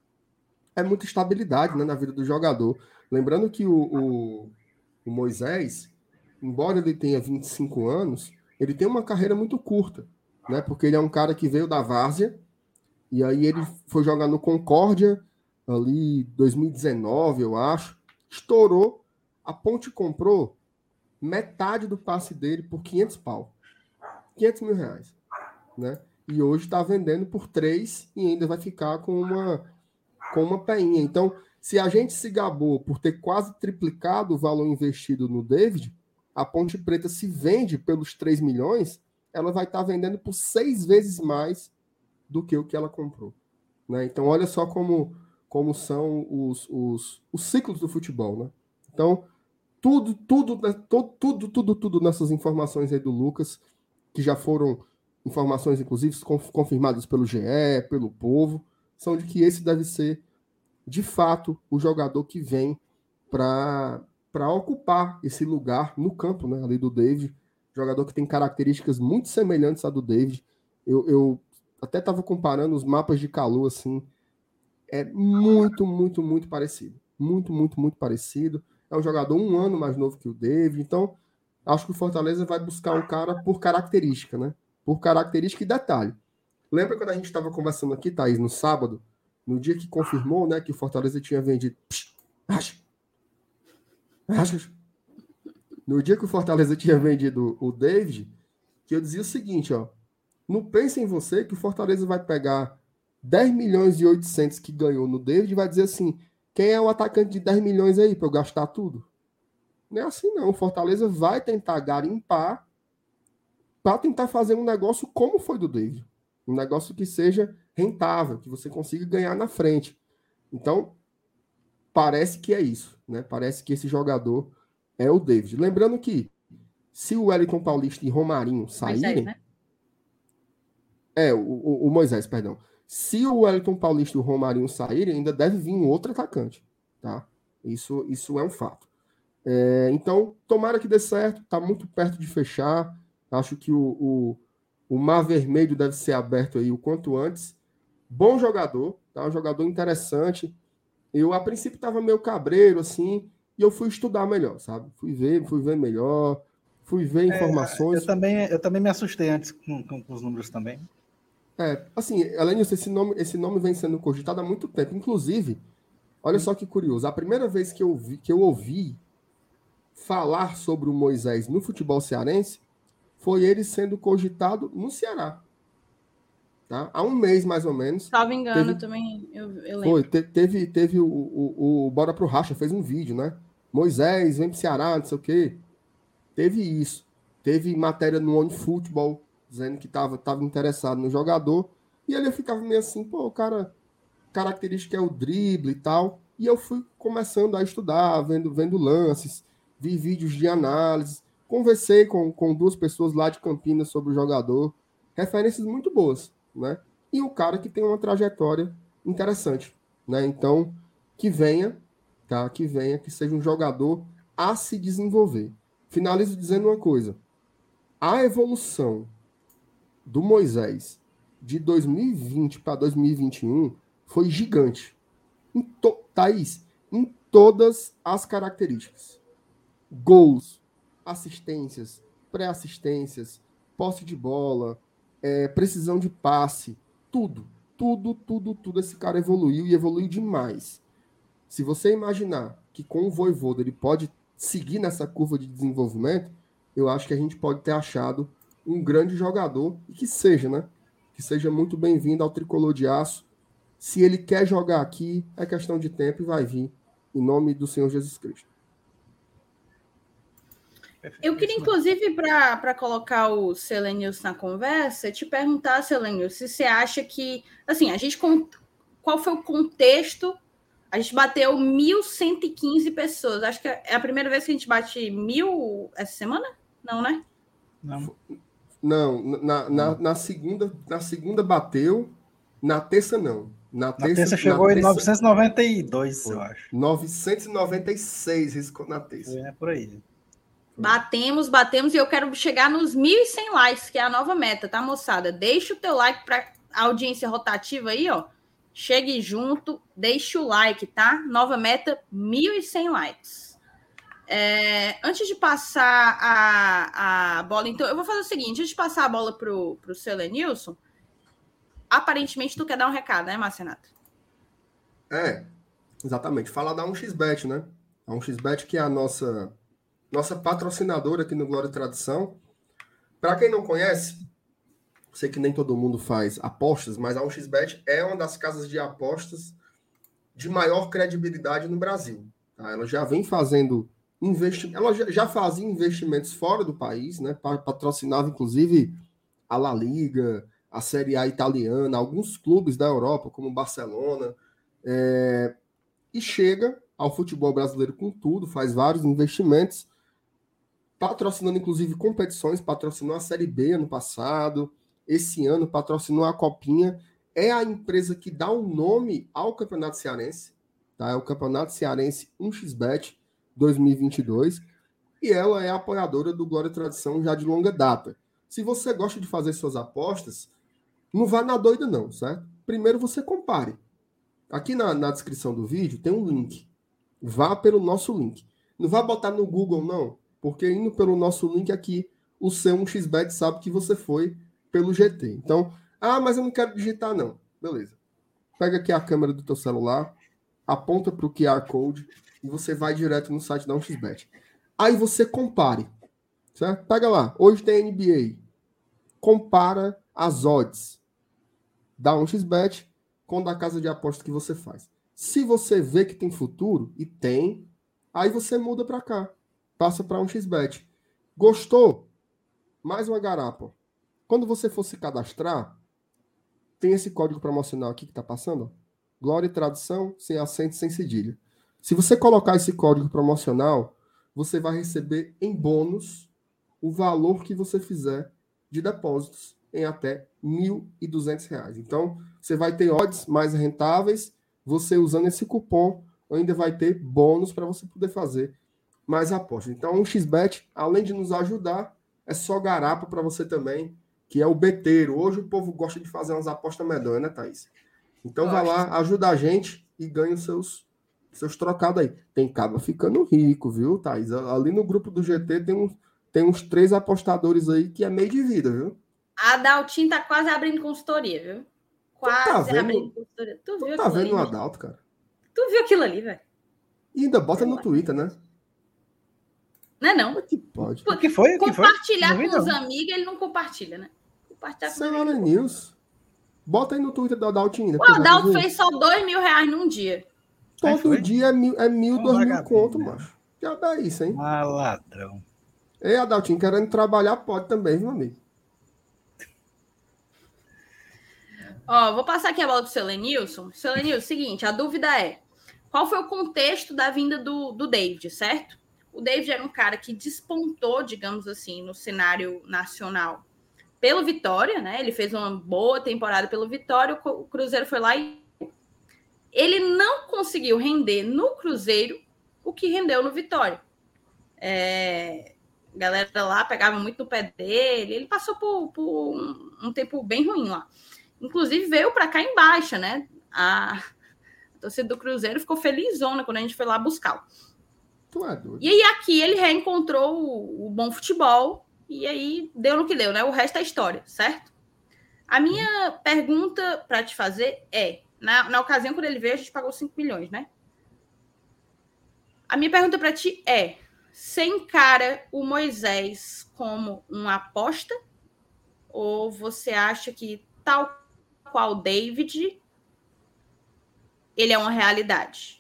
S2: É muita estabilidade, né, na vida do jogador. Lembrando que o Moisés, embora ele tenha 25 anos, ele tem uma carreira muito curta, né? Porque ele é um cara que veio da várzea e aí ele foi jogar no Concórdia ali 2019, eu acho. Estourou. A Ponte comprou metade do passe dele por 500 pau. 500 mil reais, né? E hoje está vendendo por 3 e ainda vai ficar com uma peinha. Então, se a gente se gabou por ter quase triplicado o valor investido no David, a Ponte Preta se vende pelos 3 milhões, ela vai estar vendendo por 6 vezes mais do que o que ela comprou, né? Então, olha só como são os ciclos do futebol, né? Então, tudo nessas informações aí do Lucas, que já foram informações, inclusive, confirmadas pelo GE, pelo Povo, são de que esse deve ser, de fato, o jogador que vem para ocupar esse lugar no campo, né, ali do David. Jogador que tem características muito semelhantes à do David. Eu até estava comparando os mapas de Calu, assim. É muito, muito, muito parecido. Muito, muito, muito parecido. É um jogador 1 ano mais novo que o David. Então, acho que o Fortaleza vai buscar um cara por característica, né? Por característica e detalhe. Lembra quando a gente estava conversando aqui, Thaís, no sábado, no dia que confirmou, né, que o Fortaleza tinha vendido... No dia que o Fortaleza tinha vendido o David, que eu dizia o seguinte, ó, não pense em você que o Fortaleza vai pegar 10 milhões e 800 que ganhou no David e vai dizer assim, quem é o atacante de 10 milhões aí para eu gastar tudo? Não é assim não, o Fortaleza vai tentar garimpar para tentar fazer um negócio como foi do David. Um negócio que seja rentável, que você consiga ganhar na frente. Então, parece que é isso, né? Parece que esse jogador é o David. Lembrando que se o Wellington Paulista e Romarinho saírem... Moisés, né? O Moisés, perdão. Se o Wellington Paulista e o Romarinho saírem, ainda deve vir um outro atacante, tá? Isso é um fato. Então, tomara que dê certo, tá muito perto de fechar. Acho que o Mar Vermelho deve ser aberto aí o quanto antes, Bom jogador, tá? Um jogador interessante. Eu, a princípio, estava meio cabreiro, assim, e eu fui estudar melhor, sabe? Fui ver melhor, fui ver informações.
S3: Eu também me assustei antes com os números também.
S2: Assim, Elenilson, esse nome vem sendo cogitado há muito tempo. Inclusive, olha só que curioso, a primeira vez que eu ouvi falar sobre o Moisés no futebol cearense foi ele sendo cogitado no Ceará. Tá? Há um mês, mais ou menos.
S1: Salvo engano, também eu lembro.
S2: Foi, teve o Bora pro Racha, fez um vídeo, né? Moisés, vem pro Ceará, não sei o quê. Teve isso. Teve matéria no OneFootball, dizendo que tava interessado no jogador. E ele ficava meio assim, pô, o cara, característica é o drible e tal. E eu fui começando a estudar, vendo lances, vi vídeos de análise, conversei com duas pessoas lá de Campinas sobre o jogador. Referências muito boas, né? E o cara que tem uma trajetória interessante, né? Então, que venha, tá? Que seja um jogador a se desenvolver. Finalizo dizendo uma coisa. A evolução do Moisés de 2020 para 2021 foi gigante. Thaís, em todas as características. Gols, assistências, pré-assistências, posse de bola, precisão de passe, tudo. Esse cara evoluiu e evoluiu demais. Se você imaginar que com o Vojvoda ele pode seguir nessa curva de desenvolvimento, eu acho que a gente pode ter achado um grande jogador e que seja, né? Que seja muito bem-vindo ao Tricolor de Aço. Se ele quer jogar aqui, é questão de tempo e vai vir, em nome do Senhor Jesus Cristo.
S1: Eu queria, inclusive, para colocar o Selenius na conversa, te perguntar, Selenius, se você acha que, assim, qual foi o contexto? A gente bateu 1.115 pessoas. Acho que é a primeira vez que a gente bate 1.000 essa semana? Não, né?
S2: Não, na segunda bateu, na terça não. Na terça
S3: chegou em 992, foi. Eu acho.
S2: 996 riscou na terça.
S3: É por aí.
S1: Batemos e eu quero chegar nos 1.100 likes, que é a nova meta, tá, moçada? Deixa o teu like para a audiência rotativa aí, ó. Chegue junto, deixe o like, tá? Nova meta, 1.100 likes. Antes de passar a bola, então, eu vou fazer o seguinte, antes de passar a bola pro Selenilson, aparentemente tu quer dar um recado, né, Marcenato?
S2: Exatamente. Falar da 1xBet, né? A 1xBet que é a nossa patrocinadora aqui no Glória e Tradição. Para quem não conhece, sei que nem todo mundo faz apostas, mas a 1xBet é uma das casas de apostas de maior credibilidade no Brasil. Tá? Ela já vem fazendo ela já fazia investimentos fora do país, né? Patrocinava, inclusive, a La Liga, a Série A italiana, alguns clubes da Europa, como o Barcelona, e chega ao futebol brasileiro com tudo, faz vários investimentos, patrocinando, inclusive, competições, patrocinou a Série B ano passado, esse ano patrocinou a Copinha, é a empresa que dá o nome ao Campeonato Cearense, tá? É o Campeonato Cearense 1xBet 2022, e ela é apoiadora do Glória e Tradição já de longa data. Se você gosta de fazer suas apostas, não vá na doida não, certo? Primeiro você compare. Aqui na descrição do vídeo tem um link. Vá pelo nosso link. Não vá botar no Google, não, porque indo pelo nosso link aqui, o seu 1xBet sabe que você foi pelo GT. Então, mas eu não quero digitar, não. Beleza. Pega aqui a câmera do teu celular, aponta para o QR Code e você vai direto no site da 1xBet. Aí você compare, certo? Pega lá. Hoje tem NBA. Compara as odds da 1xBet com da casa de apostas que você faz. Se você vê que tem futuro, e tem, aí você muda para cá. Passa para 1xBet. Gostou? Mais uma garapa. Quando você for se cadastrar, tem esse código promocional aqui que está passando. Glória e Tradição, sem acento, sem cedilha. Se você colocar esse código promocional, você vai receber em bônus o valor que você fizer de depósitos em até R$ 1.200. Então, você vai ter odds mais rentáveis. Você usando esse cupom, ainda vai ter bônus para você poder fazer mais apostas. Então, 1xBet, além de nos ajudar, é só garapa para você também, que é o beteiro. Hoje o povo gosta de fazer umas apostas medonhas, né, Thaís? Então vai lá, ajuda a gente e ganha os seus trocados aí. Tem cabo ficando rico, viu, Thaís? Ali no grupo do GT tem uns 3 apostadores aí que é meio de vida, viu?
S1: A Daltin tá quase abrindo consultoria, viu? Quase abrindo consultoria. Tu viu
S2: tá vendo o Adalto, cara?
S1: Tu viu aquilo ali, velho?
S2: E ainda bota no Twitter, né?
S1: Não é não?
S2: Como é que pode?
S3: O que foi?
S1: Compartilhar com os amigos, ele não compartilha, né? Compartilhar com
S2: Senhora News. Bota aí no Twitter do Adalto ainda.
S1: O Adalto fez só R$2.000 num dia.
S2: Todo dia é 1.000, 2.000 conto, macho. Já dá isso, hein?
S3: Maladrão.
S2: Ei, Adaltinho, querendo trabalhar, pode também, meu amigo.
S1: Vou passar aqui a bola pro seu Lenilson. Seu Lenilson, seguinte, a dúvida é, qual foi o contexto da vinda do David, certo? O David era um cara que despontou, digamos assim, no cenário nacional pelo Vitória, né? Ele fez uma boa temporada pelo Vitória, o Cruzeiro foi lá e ele não conseguiu render no Cruzeiro o que rendeu no Vitória. A galera lá pegava muito no pé dele, ele passou por um tempo bem ruim lá. Inclusive veio para cá em baixa, né? A torcida do Cruzeiro ficou felizona quando a gente foi lá buscá-lo. E aí aqui ele reencontrou o bom futebol e aí deu no que deu, né? O resto é história, certo? A minha pergunta para te fazer é, na ocasião quando ele veio a gente pagou 5 milhões, né? A minha pergunta para ti é, você encara o Moisés como uma aposta ou você acha que tal qual David ele é uma realidade?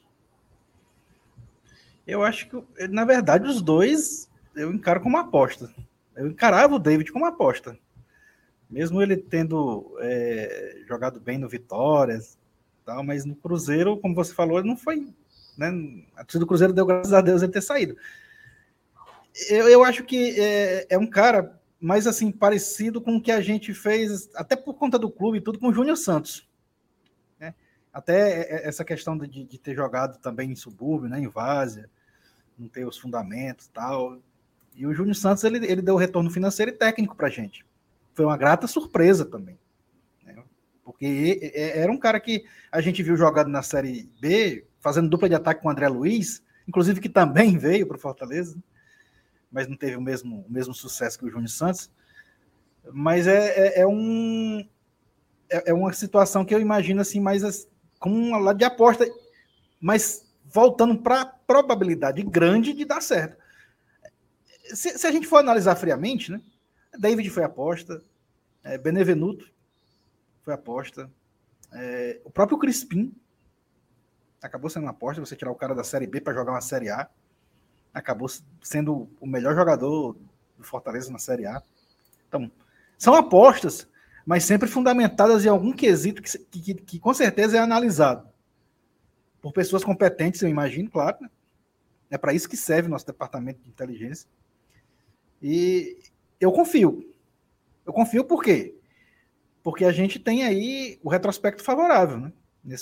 S3: Eu acho que, na verdade, os dois eu encaro como aposta. Eu encarava o David como aposta. Mesmo ele tendo jogado bem no Vitória, tal, mas no Cruzeiro, como você falou, não foi. Né? A torcida do Cruzeiro deu graças a Deus ele ter saído. Eu acho que é um cara mais assim, parecido com o que a gente fez, até por conta do clube e tudo, com o Júnior Santos. Né? Até essa questão de ter jogado também em subúrbio, né, em Várzea, não ter os fundamentos e tal. E o Júnior Santos, ele deu retorno financeiro e técnico pra gente. Foi uma grata surpresa também. Né? Porque era um cara que a gente viu jogando na Série B, fazendo dupla de ataque com o André Luiz, inclusive que também veio para o Fortaleza, mas não teve o mesmo sucesso que o Júnior Santos. Mas é uma situação que eu imagino assim, mais como um lado de aposta, mas voltando para a probabilidade grande de dar certo. Se a gente for analisar friamente, né? David foi aposta, Benevenuto foi aposta, o próprio Crispim acabou sendo uma aposta, você tirar o cara da Série B para jogar uma Série A, acabou sendo o melhor jogador do Fortaleza na Série A. Então, são apostas, mas sempre fundamentadas em algum quesito que com certeza é analisado por pessoas competentes, eu imagino, claro. Né? É para isso que serve o nosso departamento de inteligência. E eu confio. Eu confio por quê? Porque a gente tem aí o retrospecto favorável, né?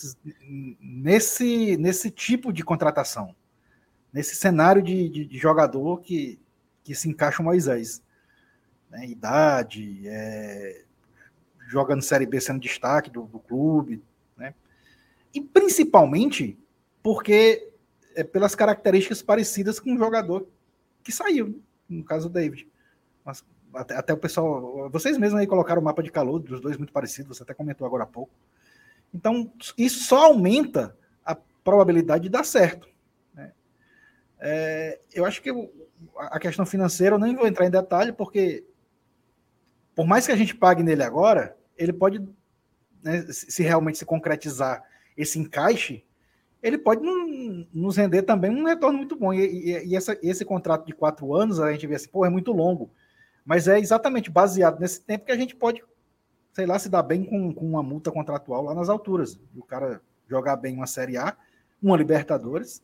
S3: Nesse tipo de contratação. Nesse cenário de jogador que se encaixa o Moisés. Né? Idade, jogando Série B sendo destaque do clube. Né? E principalmente porque pelas características parecidas com o jogador que saiu, no caso do David. Mas, até o pessoal, vocês mesmos aí colocaram o mapa de calor dos dois muito parecidos, você até comentou agora há pouco. Então, isso só aumenta a probabilidade de dar certo. Né? Eu acho que a questão financeira, eu nem vou entrar em detalhe, porque por mais que a gente pague nele agora, ele pode, né, se realmente se concretizar esse encaixe, ele pode nos render também um retorno muito bom. E esse contrato de 4 anos, a gente vê assim, é muito longo. Mas é exatamente baseado nesse tempo que a gente pode, sei lá, se dar bem com uma multa contratual lá nas alturas. E o cara jogar bem uma Série A, uma Libertadores,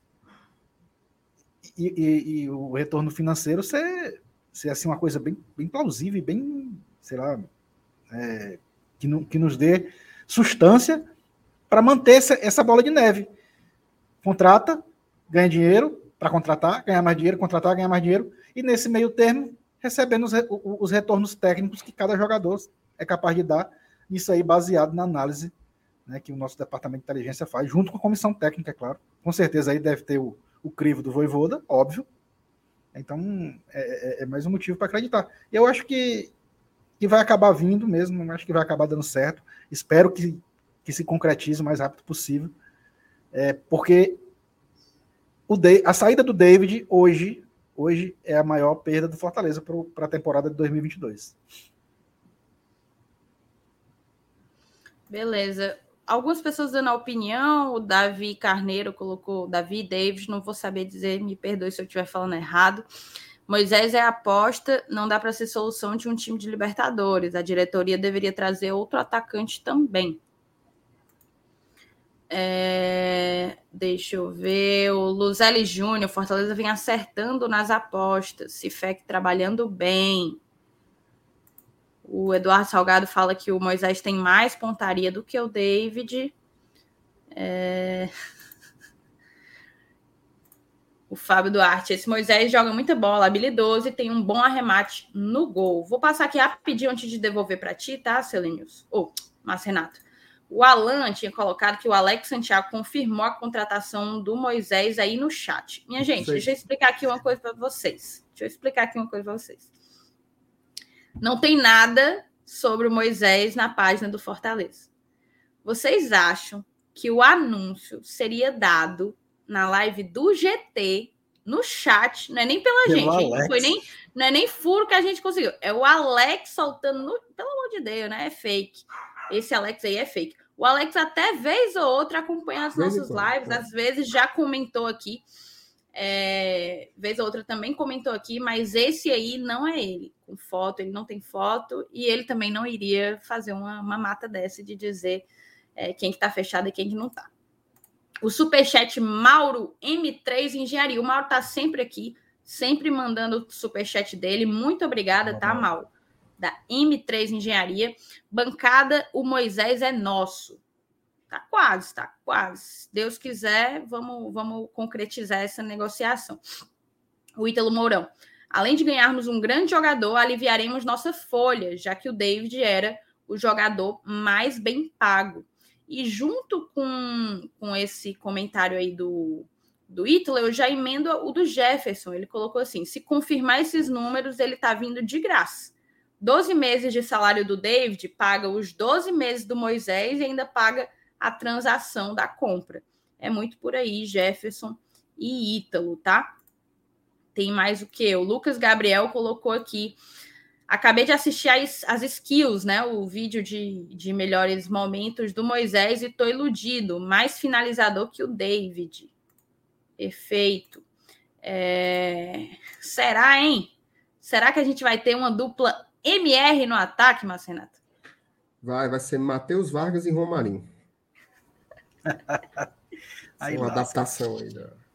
S3: e o retorno financeiro ser assim, uma coisa bem, bem plausível e bem, sei lá, que nos dê sustância para manter essa bola de neve. Contrata, ganha dinheiro para contratar, ganhar mais dinheiro, contratar, ganhar mais dinheiro, e nesse meio termo, recebendo os retornos técnicos que cada jogador é capaz de dar, isso aí baseado na análise, né, que o nosso departamento de inteligência faz, junto com a comissão técnica, é claro. Com certeza aí deve ter o crivo do Vojvoda, óbvio. Então, é mais um motivo para acreditar. Eu acho que vai acabar vindo mesmo, acho que vai acabar dando certo. Espero que se concretize o mais rápido possível. Porque a saída do David hoje é a maior perda do Fortaleza para a temporada de 2022.
S1: Beleza. Algumas pessoas dando a opinião, o Davi Carneiro colocou, Davi David, não vou saber dizer, me perdoe se eu estiver falando errado. Moisés é aposta, não dá para ser solução de um time de Libertadores. A diretoria deveria trazer outro atacante também. Deixa eu ver. O Luzelli Júnior, Fortaleza vem acertando nas apostas. Cifec trabalhando bem. O Eduardo Salgado fala que o Moisés tem mais pontaria do que o David. O Fábio Duarte. Esse Moisés joga muita bola, habilidoso e tem um bom arremate no gol. Vou passar aqui rapidinho antes de devolver para ti, tá, Celenius? Márcio Renato. O Alan tinha colocado que o Alex Santiago confirmou a contratação do Moisés aí no chat. Minha gente, deixa eu explicar aqui uma coisa para vocês. Não tem nada sobre o Moisés na página do Fortaleza. Vocês acham que o anúncio seria dado na live do GT, no chat, não é nem pela gente, não é nem furo que a gente conseguiu. É o Alex soltando, pelo amor de Deus, né? É fake. Esse Alex aí é fake. O Alex até vez ou outra acompanha as nossas lives, às vezes já comentou aqui. Vez ou outra também comentou aqui, mas esse aí não é ele. Com foto, ele não tem foto, e ele também não iria fazer uma mata dessa de dizer quem que tá fechado e quem que não tá. O superchat Mauro M3 Engenharia. O Mauro tá sempre aqui, sempre mandando o superchat dele. Muito obrigada, tá, Mauro? Da M3 Engenharia. Bancada, o Moisés é nosso. Tá quase. Deus quiser, vamos concretizar essa negociação. O Ítalo Mourão. Além de ganharmos um grande jogador, aliviaremos nossa folha, já que o David era o jogador mais bem pago. E junto com esse comentário aí do Ítalo, eu já emendo o do Jefferson. Ele colocou assim, se confirmar esses números, ele tá vindo de graça. 12 meses de salário do David, paga os 12 meses do Moisés e ainda paga a transação da compra. É muito por aí, Jefferson e Ítalo, tá? Tem mais o quê? O Lucas Gabriel colocou aqui. Acabei de assistir as skills, né? O vídeo de melhores momentos do Moisés e tô iludido. Mais finalizador que o David. Perfeito. Será, hein? Será que a gente vai ter uma dupla MR no ataque, Márcio Renato?
S2: Vai ser Matheus Vargas e Romarinho. Uma adaptação aí.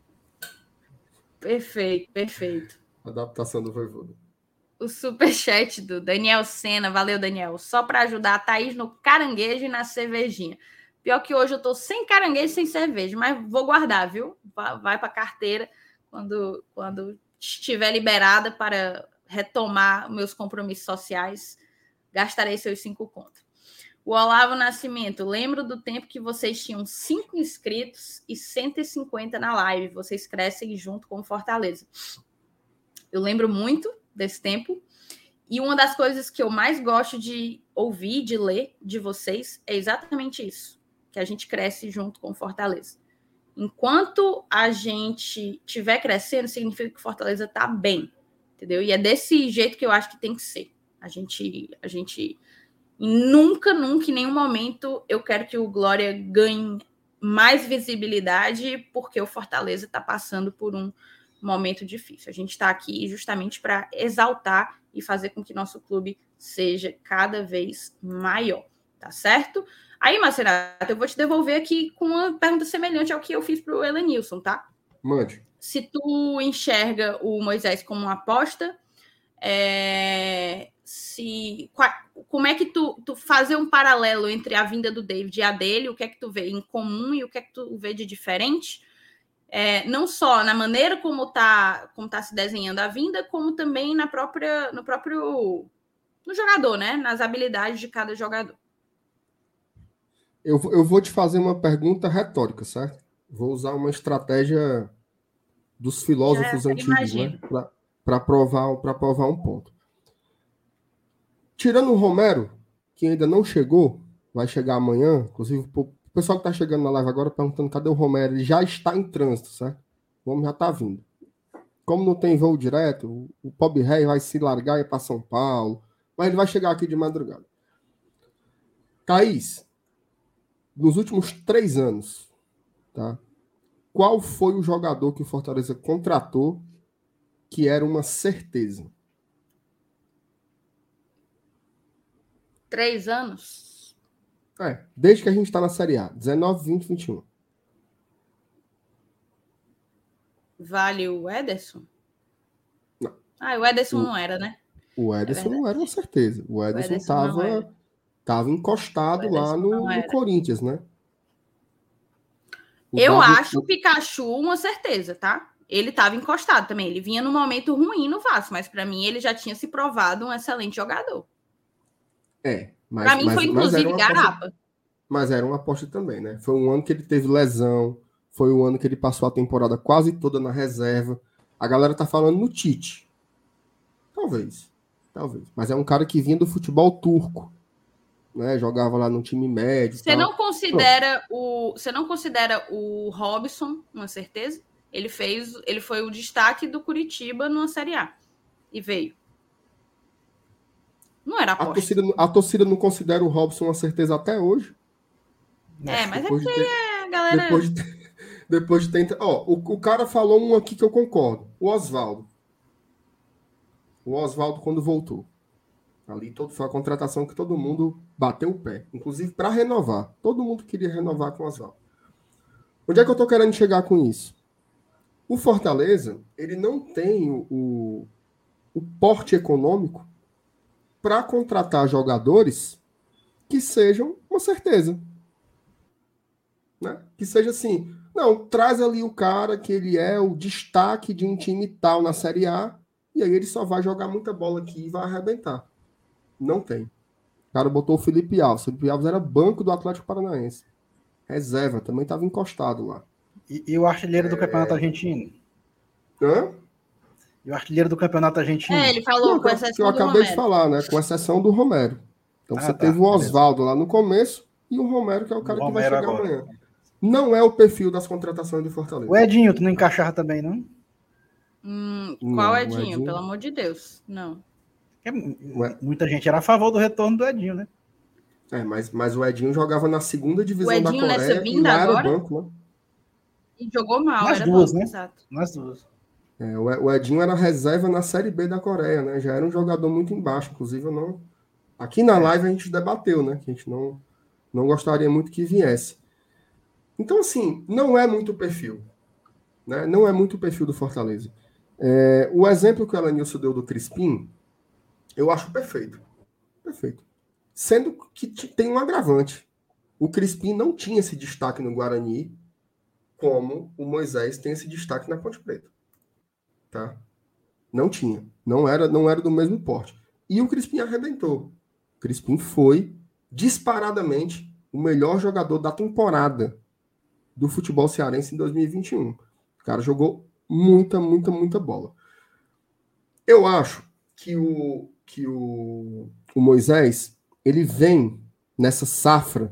S1: Perfeito.
S2: Adaptação do Vojvoda.
S1: O superchat do Daniel Sena. Valeu, Daniel. Só para ajudar a Thaís no caranguejo e na cervejinha. Pior que hoje eu tô sem caranguejo e sem cerveja, mas vou guardar, viu? Vai para a carteira quando estiver liberada para retomar meus compromissos sociais. Gastarei seus 5 contos. O Olavo Nascimento. Lembro do tempo que vocês tinham 5 inscritos e 150 na live. Vocês crescem junto com o Fortaleza. Eu lembro muito desse tempo. E uma das coisas que eu mais gosto de ouvir, de ler de vocês, é exatamente isso. Que a gente cresce junto com o Fortaleza. Enquanto a gente estiver crescendo, significa que o Fortaleza está bem. Entendeu? E é desse jeito que eu acho que tem que ser. A gente nunca, em nenhum momento, eu quero que o Glória ganhe mais visibilidade porque o Fortaleza está passando por um momento difícil. A gente está aqui justamente para exaltar e fazer com que nosso clube seja cada vez maior, tá certo? Aí, Márcio Renato, eu vou te devolver aqui com uma pergunta semelhante ao que eu fiz para o Elenilson, tá?
S2: Mande.
S1: Se tu enxerga o Moisés como uma aposta, como é que tu fazer um paralelo entre a vinda do David e a dele, o que é que tu vê em comum e o que é que tu vê de diferente? Não só na maneira como tá se desenhando a vinda, como também no jogador, né? Nas habilidades de cada jogador.
S2: Eu vou te fazer uma pergunta retórica, certo? Vou usar uma estratégia dos filósofos antigos, né? Para provar um ponto. Tirando o Romero, que ainda não chegou, vai chegar amanhã, inclusive o pessoal que está chegando na live agora perguntando cadê o Romero, ele já está em trânsito, certo? O homem já está vindo. Como não tem voo direto, o pobre rei vai se largar e ir para São Paulo, mas ele vai chegar aqui de madrugada. Thaís, nos últimos 3 anos, tá? Qual foi o jogador que o Fortaleza contratou que era uma certeza?
S1: 3 anos?
S2: Desde que a gente está na Série A. 19, 20, 21.
S1: Vale o Ederson?
S2: Não.
S1: O Ederson não era, né?
S2: O Ederson não era uma certeza. O Ederson estava encostado lá no Corinthians, né?
S1: Eu acho o Pikachu uma certeza, tá? Ele estava encostado também. Ele vinha num momento ruim no Vasco, mas para mim ele já tinha se provado um excelente jogador. Para mim foi inclusive garapa.
S2: Mas era uma aposta também, né? Foi um ano que ele teve lesão, foi um ano que ele passou a temporada quase toda na reserva. A galera tá falando no Tite. Talvez. Mas é um cara que vinha do futebol turco, né? Jogava lá no time médio.
S1: Você não considera o Robson uma certeza? Ele foi o destaque do Curitiba numa Série A e veio. Não era aposta.
S2: A torcida não considera o Robson uma certeza até hoje.
S1: Mas depois é porque a galera...
S2: Depois de ter... o cara falou um aqui que eu concordo. O Oswaldo. Quando voltou. Ali foi a contratação que todo mundo bateu o pé. Inclusive para renovar. Todo mundo queria renovar com o Oswaldo. Onde é que eu tô querendo chegar com isso? O Fortaleza, ele não tem o porte econômico para contratar jogadores que sejam uma certeza. Né? Que seja assim, não, traz ali o cara que ele é o destaque de um time tal na Série A, e aí ele só vai jogar muita bola aqui e vai arrebentar. Não tem. O cara botou o Felipe Alves. O Felipe Alves era banco do Atlético Paranaense. Reserva, também estava encostado lá.
S3: E o artilheiro do Campeonato Argentino?
S2: Hã?
S3: E o artilheiro do Campeonato Argentino?
S1: Ele falou com exceção do Romero.
S2: Eu acabei de falar, né? Com exceção do Romero. Então você teve o Oswaldo lá no começo e o Romero, que é o cara que vai chegar amanhã. Não é o perfil das contratações do Fortaleza.
S3: O Edinho, tu não encaixava também, não?
S1: Qual Edinho? Pelo amor de Deus, não.
S3: Muita gente era a favor do retorno do Edinho, né?
S2: Mas o Edinho jogava na segunda divisão da Coreia
S1: nessa vinda
S2: e lá
S1: agora,
S2: era banco, né?
S1: E jogou mal,
S3: nas
S1: era
S3: duas,
S1: banco,
S3: né?
S1: Exato.
S3: Nas duas.
S2: O Edinho era reserva na Série B da Coreia, né? Já era um jogador muito embaixo. Inclusive, eu não... Aqui na live a gente debateu, né? Que a gente não gostaria muito que viesse. Então, assim, não é muito perfil. Né? Não é muito o perfil do Fortaleza. O exemplo que o Elenilson deu do Crispim, eu acho perfeito. Perfeito. Sendo que tem um agravante. O Crispim não tinha esse destaque no Guarani como o Moisés tem esse destaque na Ponte Preta. Tá? Não tinha. Não era do mesmo porte. E o Crispim arrebentou. O Crispim foi disparadamente o melhor jogador da temporada do futebol cearense em 2021. O cara jogou muita bola. Eu acho que o Moisés, ele vem nessa safra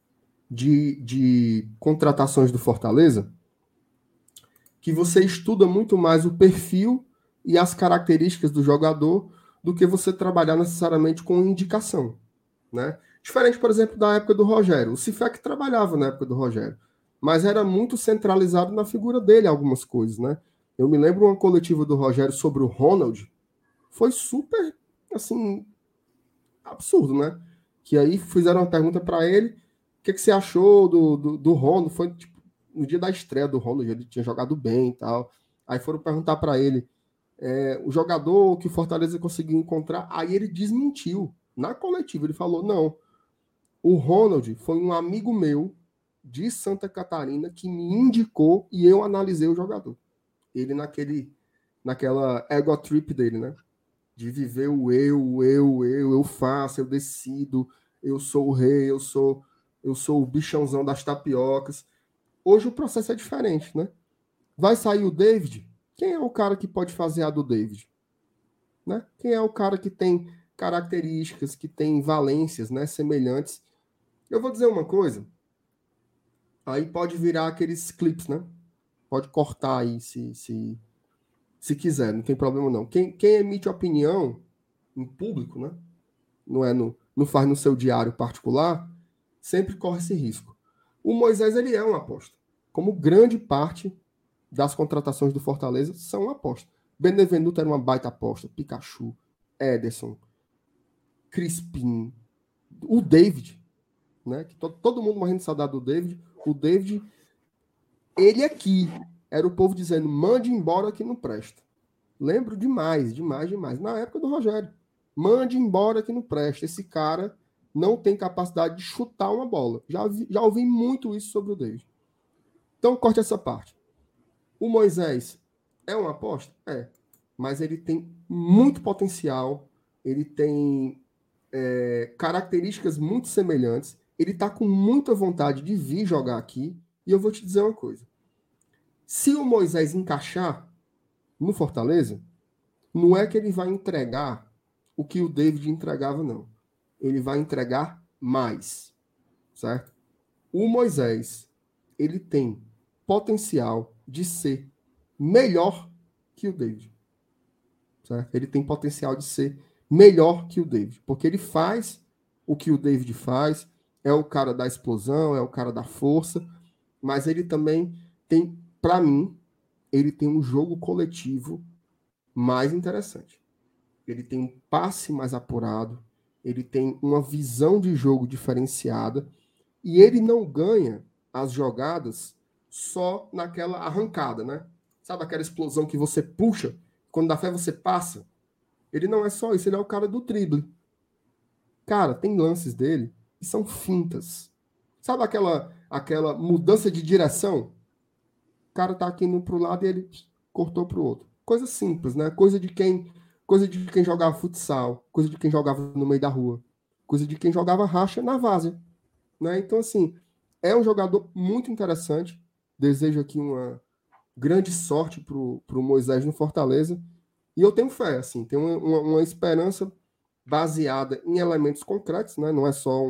S2: de contratações do Fortaleza, que você estuda muito mais o perfil e as características do jogador do que você trabalhar necessariamente com indicação. Né? Diferente, por exemplo, da época do Rogério. O Cifec trabalhava na época do Rogério, mas era muito centralizado na figura dele algumas coisas, né? Eu me lembro uma coletiva do Rogério sobre o Ronald, foi super, assim, absurdo, né? Que aí fizeram uma pergunta para ele, o que você achou do Ronald? Foi tipo, no dia da estreia do Ronald, ele tinha jogado bem e tal. Aí foram perguntar para ele o jogador que o Fortaleza conseguiu encontrar, aí ele desmentiu. Na coletiva ele falou, não, o Ronald foi um amigo meu de Santa Catarina que me indicou e eu analisei o jogador. Ele naquela ego trip dele, né? De viver o eu faço, eu decido, eu sou o rei, eu sou... eu sou o bichãozão das tapiocas. Hoje o processo é diferente, né? Vai sair o David. Quem é o cara que pode fazer a do David? Né? Quem é o cara que tem características, que tem valências, né, semelhantes? Eu vou dizer uma coisa. Aí pode virar aqueles clipes, né? Pode cortar aí se quiser, não tem problema não. Quem emite opinião em público, né? Não faz no seu diário particular, sempre corre esse risco. O Moisés, ele é uma aposta. Como grande parte das contratações do Fortaleza são uma aposta. Benevenuto era uma baita aposta. Pikachu, Ederson, Crispim, o David, né? Que todo mundo morrendo de saudade do David. O David, ele aqui, era o povo dizendo, mande embora que não presta. Lembro demais. Na época do Rogério. Mande embora que não presta. Esse cara não tem capacidade de chutar uma bola. Já ouvi muito isso sobre o David. Então, corte essa parte. O Moisés é uma aposta? É. Mas ele tem muito potencial. Ele tem características muito semelhantes. Ele está com muita vontade de vir jogar aqui. E eu vou te dizer uma coisa. Se o Moisés encaixar no Fortaleza, não é que ele vai entregar o que o David entregava, não. Ele vai entregar mais, certo? O Moisés, ele tem potencial de ser melhor que o David, certo? Ele tem potencial de ser melhor que o David, porque ele faz o que o David faz, é o cara da explosão, é o cara da força, mas ele também tem, para mim, ele tem um jogo coletivo mais interessante. Ele tem um passe mais apurado, ele tem uma visão de jogo diferenciada e ele não ganha as jogadas só naquela arrancada, né? Sabe aquela explosão que você puxa, quando dá fé você passa? Ele não é só isso, ele é o cara do drible. Cara, tem lances dele que são fintas. Sabe aquela mudança de direção? O cara tá aqui indo pro lado e ele cortou pro outro. Coisa simples, né? Coisa de quem jogava futsal, coisa de quem jogava no meio da rua, coisa de quem jogava racha na várzea, né? Então, assim, é um jogador muito interessante. Desejo aqui uma grande sorte pro Moisés no Fortaleza. E eu tenho fé, assim, tenho uma esperança baseada em elementos concretos, né? Não é só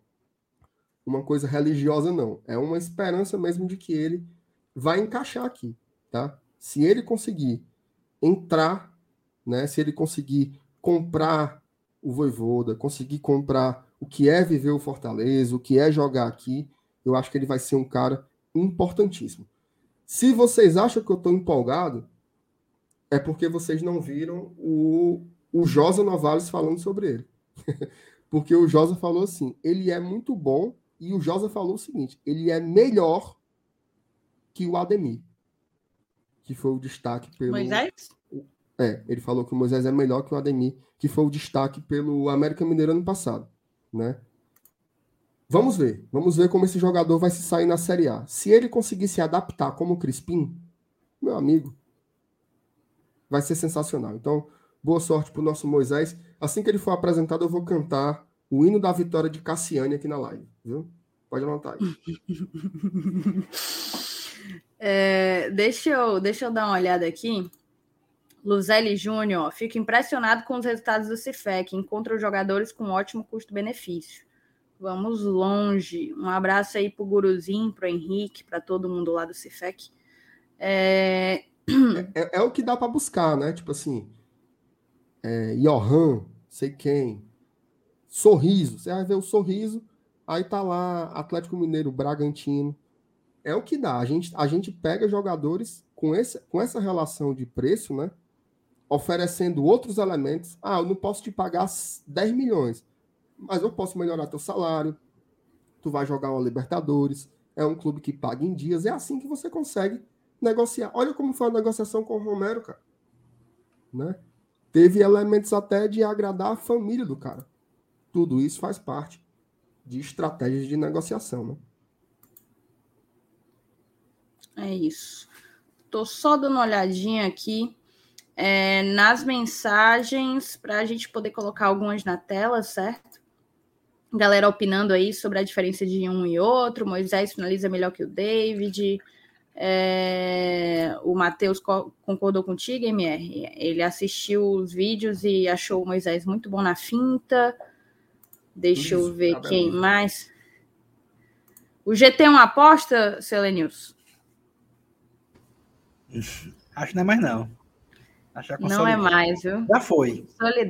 S2: uma coisa religiosa, não. É uma esperança mesmo de que ele vai encaixar aqui, tá? Se ele conseguir entrar, né? Se ele conseguir comprar o Vojvoda, conseguir comprar o que é viver o Fortaleza, o que é jogar aqui, eu acho que ele vai ser um cara importantíssimo. Se vocês acham que eu estou empolgado, é porque vocês não viram o Josa Novales falando sobre ele. Porque o Josa falou assim, ele é muito bom, e o Josa falou o seguinte, ele é melhor que o Ademir, que foi o destaque pelo...
S1: Moisés?
S2: Ele falou que o Moisés é melhor que o Ademir, que foi o destaque pelo América Mineiro ano passado, né? Vamos ver como esse jogador vai se sair na Série A. Se ele conseguir se adaptar como o Crispim, meu amigo, vai ser sensacional. Então, boa sorte pro nosso Moisés. Assim que ele for apresentado, eu vou cantar o hino da vitória de Cassiane aqui na live, viu? Pode anotar aí.
S1: Deixa eu dar uma olhada aqui. Luzelli Júnior, fico impressionado com os resultados do Cifec. Encontra os jogadores com ótimo custo-benefício. Vamos longe. Um abraço aí pro Guruzinho, pro Henrique, para todo mundo lá do Cifec.
S2: É o que dá para buscar, né? Tipo assim, Johan, sei quem, Sorriso. Você vai ver o Sorriso, aí tá lá Atlético Mineiro, Bragantino. É o que dá. A gente pega jogadores com essa relação de preço, né? Oferecendo outros elementos. Eu não posso te pagar 10 milhões, mas eu posso melhorar teu salário. Tu vai jogar uma Libertadores. É um clube que paga em dias. É assim que você consegue negociar. Olha como foi a negociação com o Romero, cara. Né? Teve elementos até de agradar a família do cara. Tudo isso faz parte de estratégias de negociação, né?
S1: É isso. Tô só dando uma olhadinha aqui nas mensagens para a gente poder colocar algumas na tela, certo? Galera opinando aí sobre a diferença de um e outro. Moisés finaliza melhor que o David. O Matheus concordou contigo, MR. Ele assistiu os vídeos e achou o Moisés muito bom na finta. Deixa eu ver quem mais. O GT é uma aposta, Selenils?
S3: Acho que não é mais, não.
S1: Não é mais, viu?
S3: Já foi.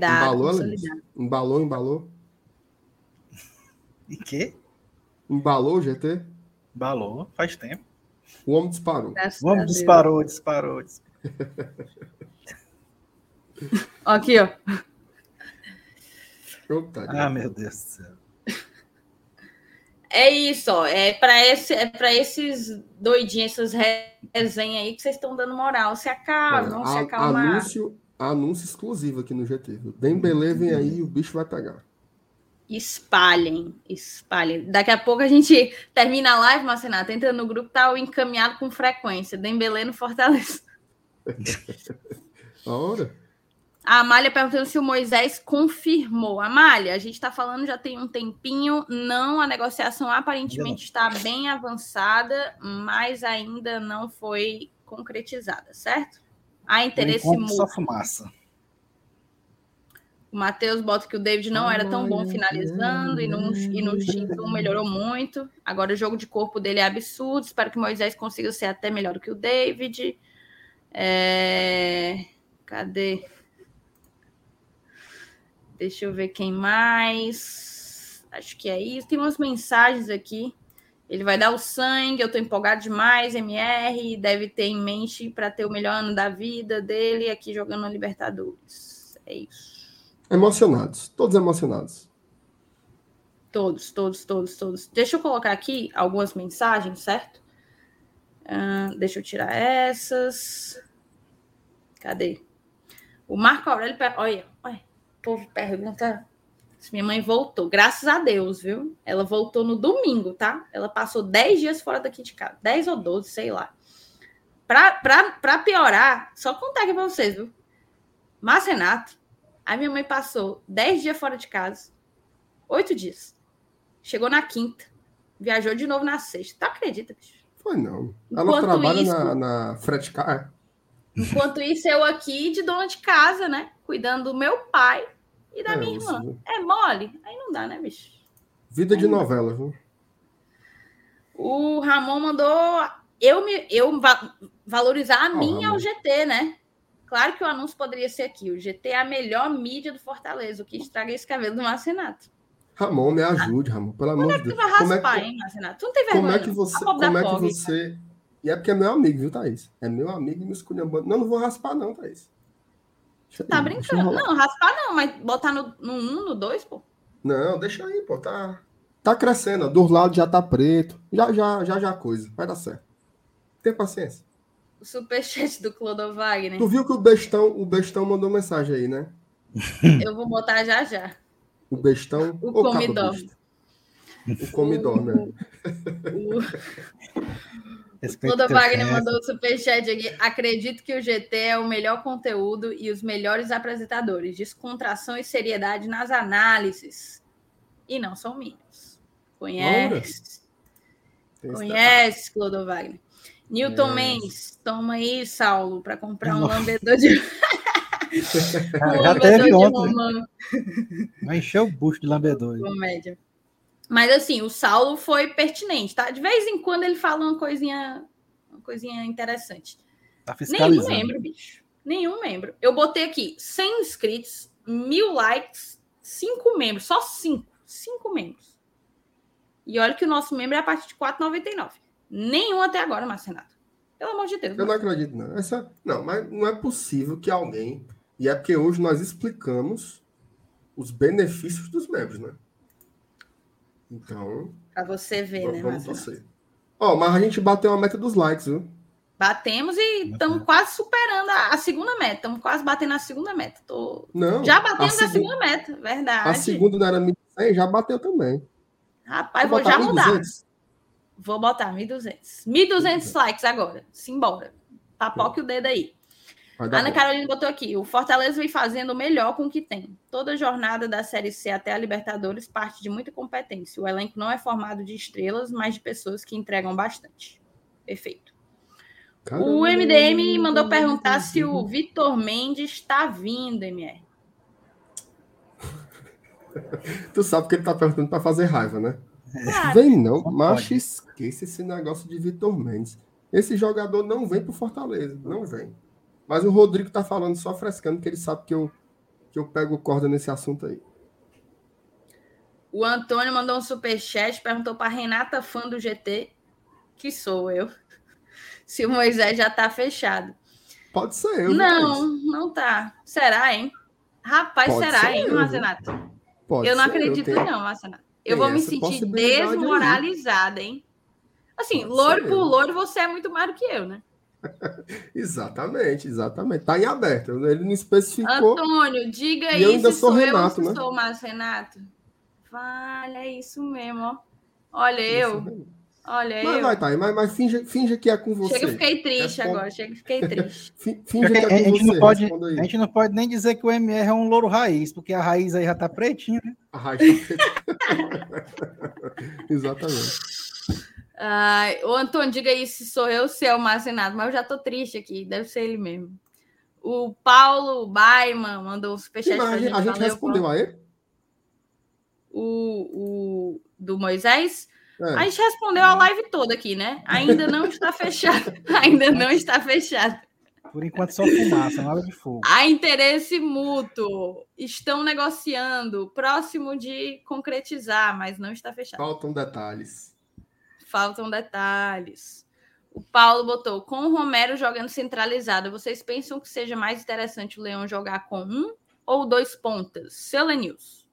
S2: Embalou?
S3: E quê?
S2: Embalou o GT?
S3: Embalou, faz tempo.
S2: O homem disparou.
S3: O homem disparou.
S1: Aqui, ó.
S3: Meu Deus do céu.
S1: É isso, ó. É para esses doidinhos, essas resenhas aí que vocês estão dando moral. Se acalma, vão se acalmar.
S2: Anúncio exclusivo aqui no GT. Dembélé vem aí e o bicho vai pegar.
S1: Espalhem. Daqui a pouco a gente termina a live, Marcenato, entra no grupo, tá encaminhado com frequência. Dembélé no Fortaleza.
S2: Ora.
S1: A Amália perguntando se o Moisés confirmou. Amália, a gente está falando já tem um tempinho. Não, a negociação aparentemente está bem avançada, mas ainda não foi concretizada, certo? Há interesse mútuo.
S3: Só fumaça.
S1: O Matheus bota que o David não era tão bom finalizando e no X1 melhorou muito. Agora o jogo de corpo dele é absurdo. Espero que o Moisés consiga ser até melhor do que o David. Cadê? Deixa eu ver quem mais. Acho que é isso. Tem umas mensagens aqui. Ele vai dar o sangue. Eu tô empolgado demais, MR. Deve ter em mente para ter o melhor ano da vida dele aqui jogando na Libertadores. É isso.
S2: Emocionados. Todos emocionados.
S1: Todos. Deixa eu colocar aqui algumas mensagens, certo? Deixa eu tirar essas. Cadê? O Marco Aurélio... Olha. O povo pergunta se minha mãe voltou. Graças a Deus, viu? Ela voltou no domingo, tá? Ela passou 10 dias fora daqui de casa. 10 ou 12, sei lá. Pra piorar, só contar aqui pra vocês, viu? Marcenato, a minha mãe passou 10 dias fora de casa. 8 dias. Chegou na quinta. Viajou de novo na sexta. Tu acredita, bicho?
S2: Foi não. Ela trabalha na Fretcar.
S1: Enquanto isso, eu aqui de dona de casa, né? Cuidando do meu pai e da minha irmã. É mole? Aí não dá, né, bicho?
S2: Vida de novela, viu?
S1: O Ramon mandou valorizar a minha ao GT, né? Claro que o anúncio poderia ser aqui. O GT é a melhor mídia do Fortaleza, o que estraga esse cabelo do Marcenato.
S2: Ramon, me ajude, Ramon. Pelo amor de Deus.
S1: Como é que tu vai raspar, hein, Marcenato? Tu não tem vergonha,
S2: Como é que você... E é porque é meu amigo, viu, Thaís? É meu amigo e me esculhambando. Não vou raspar não, Thaís.
S1: Tá brincando? Não, raspar não, mas botar no 1, no 2, pô.
S2: Não, deixa aí, pô. Tá crescendo, ó. Do lado já tá preto. Já coisa. Vai dar certo. Tenha paciência.
S1: O superchat do Clodo Wagner.
S2: Tu viu que o bestão mandou mensagem aí, né?
S1: Eu vou botar já.
S2: O bestão.
S1: O comidor.
S2: O comidor, né?
S1: O Clodo Wagner mandou o superchat aqui. Acredito que o GT é o melhor conteúdo e os melhores apresentadores. Descontração e seriedade nas análises. E não são minhas. Conhece, Clodo Wagner. Newton Mendes, toma aí, Saulo, para comprar um lambedor de...
S3: Já teve ontem. Vai encher o bucho de lambedor.
S1: Comédia. Mas assim, o Saulo foi pertinente, tá? De vez em quando ele fala uma coisinha interessante.
S3: Tá fiscalizando.
S1: Nenhum membro, bicho. Nenhum membro. Eu botei aqui 100 inscritos, 1000 likes, 5 membros. Só 5. 5 membros. E olha que o nosso membro é a partir de R$4,99. Nenhum até agora, Marcenato. Pelo amor de Deus.
S2: Eu não acredito, não. Não, mas não é possível que alguém... E é porque hoje nós explicamos os benefícios dos membros, né? Então...
S1: Pra você ver, né,
S2: Marcenato? Mas a gente bateu a meta dos likes, viu?
S1: Batemos e estamos quase superando a segunda meta. Estamos quase batendo a segunda meta.
S2: Não,
S1: já batemos a segunda meta, verdade.
S2: A segunda não era 1.100, já bateu também.
S1: Rapaz, vou já mudar. Vou botar 1.200. 1.200 likes agora. Simbora. Papoque o dedo aí. Ana Carolina botou aqui, o Fortaleza vem fazendo o melhor com o que tem. Toda a jornada da Série C até a Libertadores parte de muita competência. O elenco não é formado de estrelas, mas de pessoas que entregam bastante. Perfeito. Caramba. O MDM mandou perguntar se o Vitor Mendes está vindo, MR.
S2: Tu sabe que ele tá perguntando para fazer raiva, né? Vem não, macho, esqueça esse negócio de Vitor Mendes. Esse jogador não vem pro Fortaleza, não vem. Mas o Rodrigo tá falando só frescando, que ele sabe que eu pego corda nesse assunto aí.
S1: O Antônio mandou um superchat, perguntou para Renata, fã do GT, que sou eu, se o Moisés já tá fechado.
S2: Pode ser eu.
S1: Não tá. Será, hein? Rapaz, será, hein, Marcenato? Eu não acredito não, Marcenato. Eu vou me sentir desmoralizada, hein? Assim, louro por louro, você é muito mais do que eu, né?
S2: Exatamente. Tá em aberto. Ele não especificou.
S1: Antônio, diga aí se sou Renato, eu ou se sou o Márcio Renato. Vale, é isso mesmo, ó. Olha eu.
S2: Vai, tá aí, mas finge que é com você.
S1: Chega, fiquei triste agora. Finge que
S2: é com você.
S3: A gente não pode nem dizer que o MR é um louro raiz, porque a raiz aí já tá pretinha, né?
S2: A raiz tá pretinha. Exatamente.
S1: Ô, Antônio, diga aí se sou eu ou se é o Márcio Renato, mas eu já tô triste aqui, deve ser ele mesmo. O Paulo Baiman mandou um superchat pra gente.
S2: A gente respondeu a ele?
S1: O do Moisés? A gente respondeu a live toda aqui, né? Ainda não está fechado.
S3: Por enquanto só fumaça, nada de fogo.
S1: Há interesse mútuo. Estão negociando. Próximo de concretizar, mas não está fechado.
S2: Faltam detalhes.
S1: O Paulo botou, com o Romero jogando centralizado, vocês pensam que seja mais interessante o Leão jogar com 1 ou 2 pontas? Seu Lenils.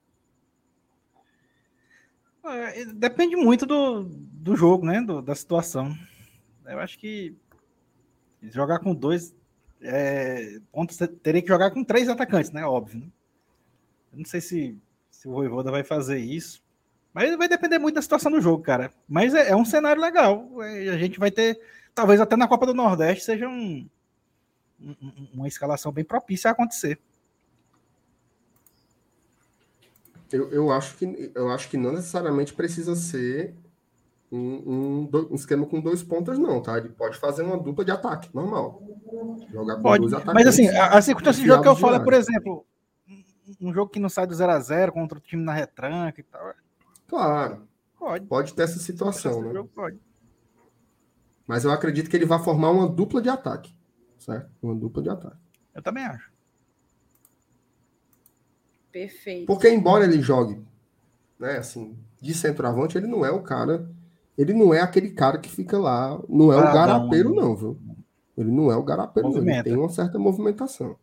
S3: Depende muito do jogo, né? Da situação. Eu acho que jogar com 2 pontos, teria que jogar com 3 atacantes, né? Óbvio. Né? Eu não sei se o Vojvoda vai fazer isso. Mas vai depender muito da situação do jogo, cara. Mas é um cenário legal. A gente vai ter, talvez até na Copa do Nordeste, seja uma escalação bem propícia a acontecer.
S2: Eu acho que não necessariamente precisa ser um esquema com 2 pontas, não, tá? Ele pode fazer uma dupla de ataque, normal. Jogar com 2 atacantes.
S3: Mas assim, a circunstância de jogo que eu falo é, por exemplo, um jogo que não sai do 0-0 contra o time na retranca e tal.
S2: Claro. Pode ter essa situação, né?
S3: Pode.
S2: Mas eu acredito que ele vai formar uma dupla de ataque, certo? Uma dupla de ataque.
S3: Eu também acho.
S1: Perfeito.
S2: Porque embora ele jogue, né, assim, de centroavante, ele não é o cara, ele não é aquele cara que fica lá, não é o garapeiro não, viu? Ele não é o garapeiro não, ele tem uma certa movimentação.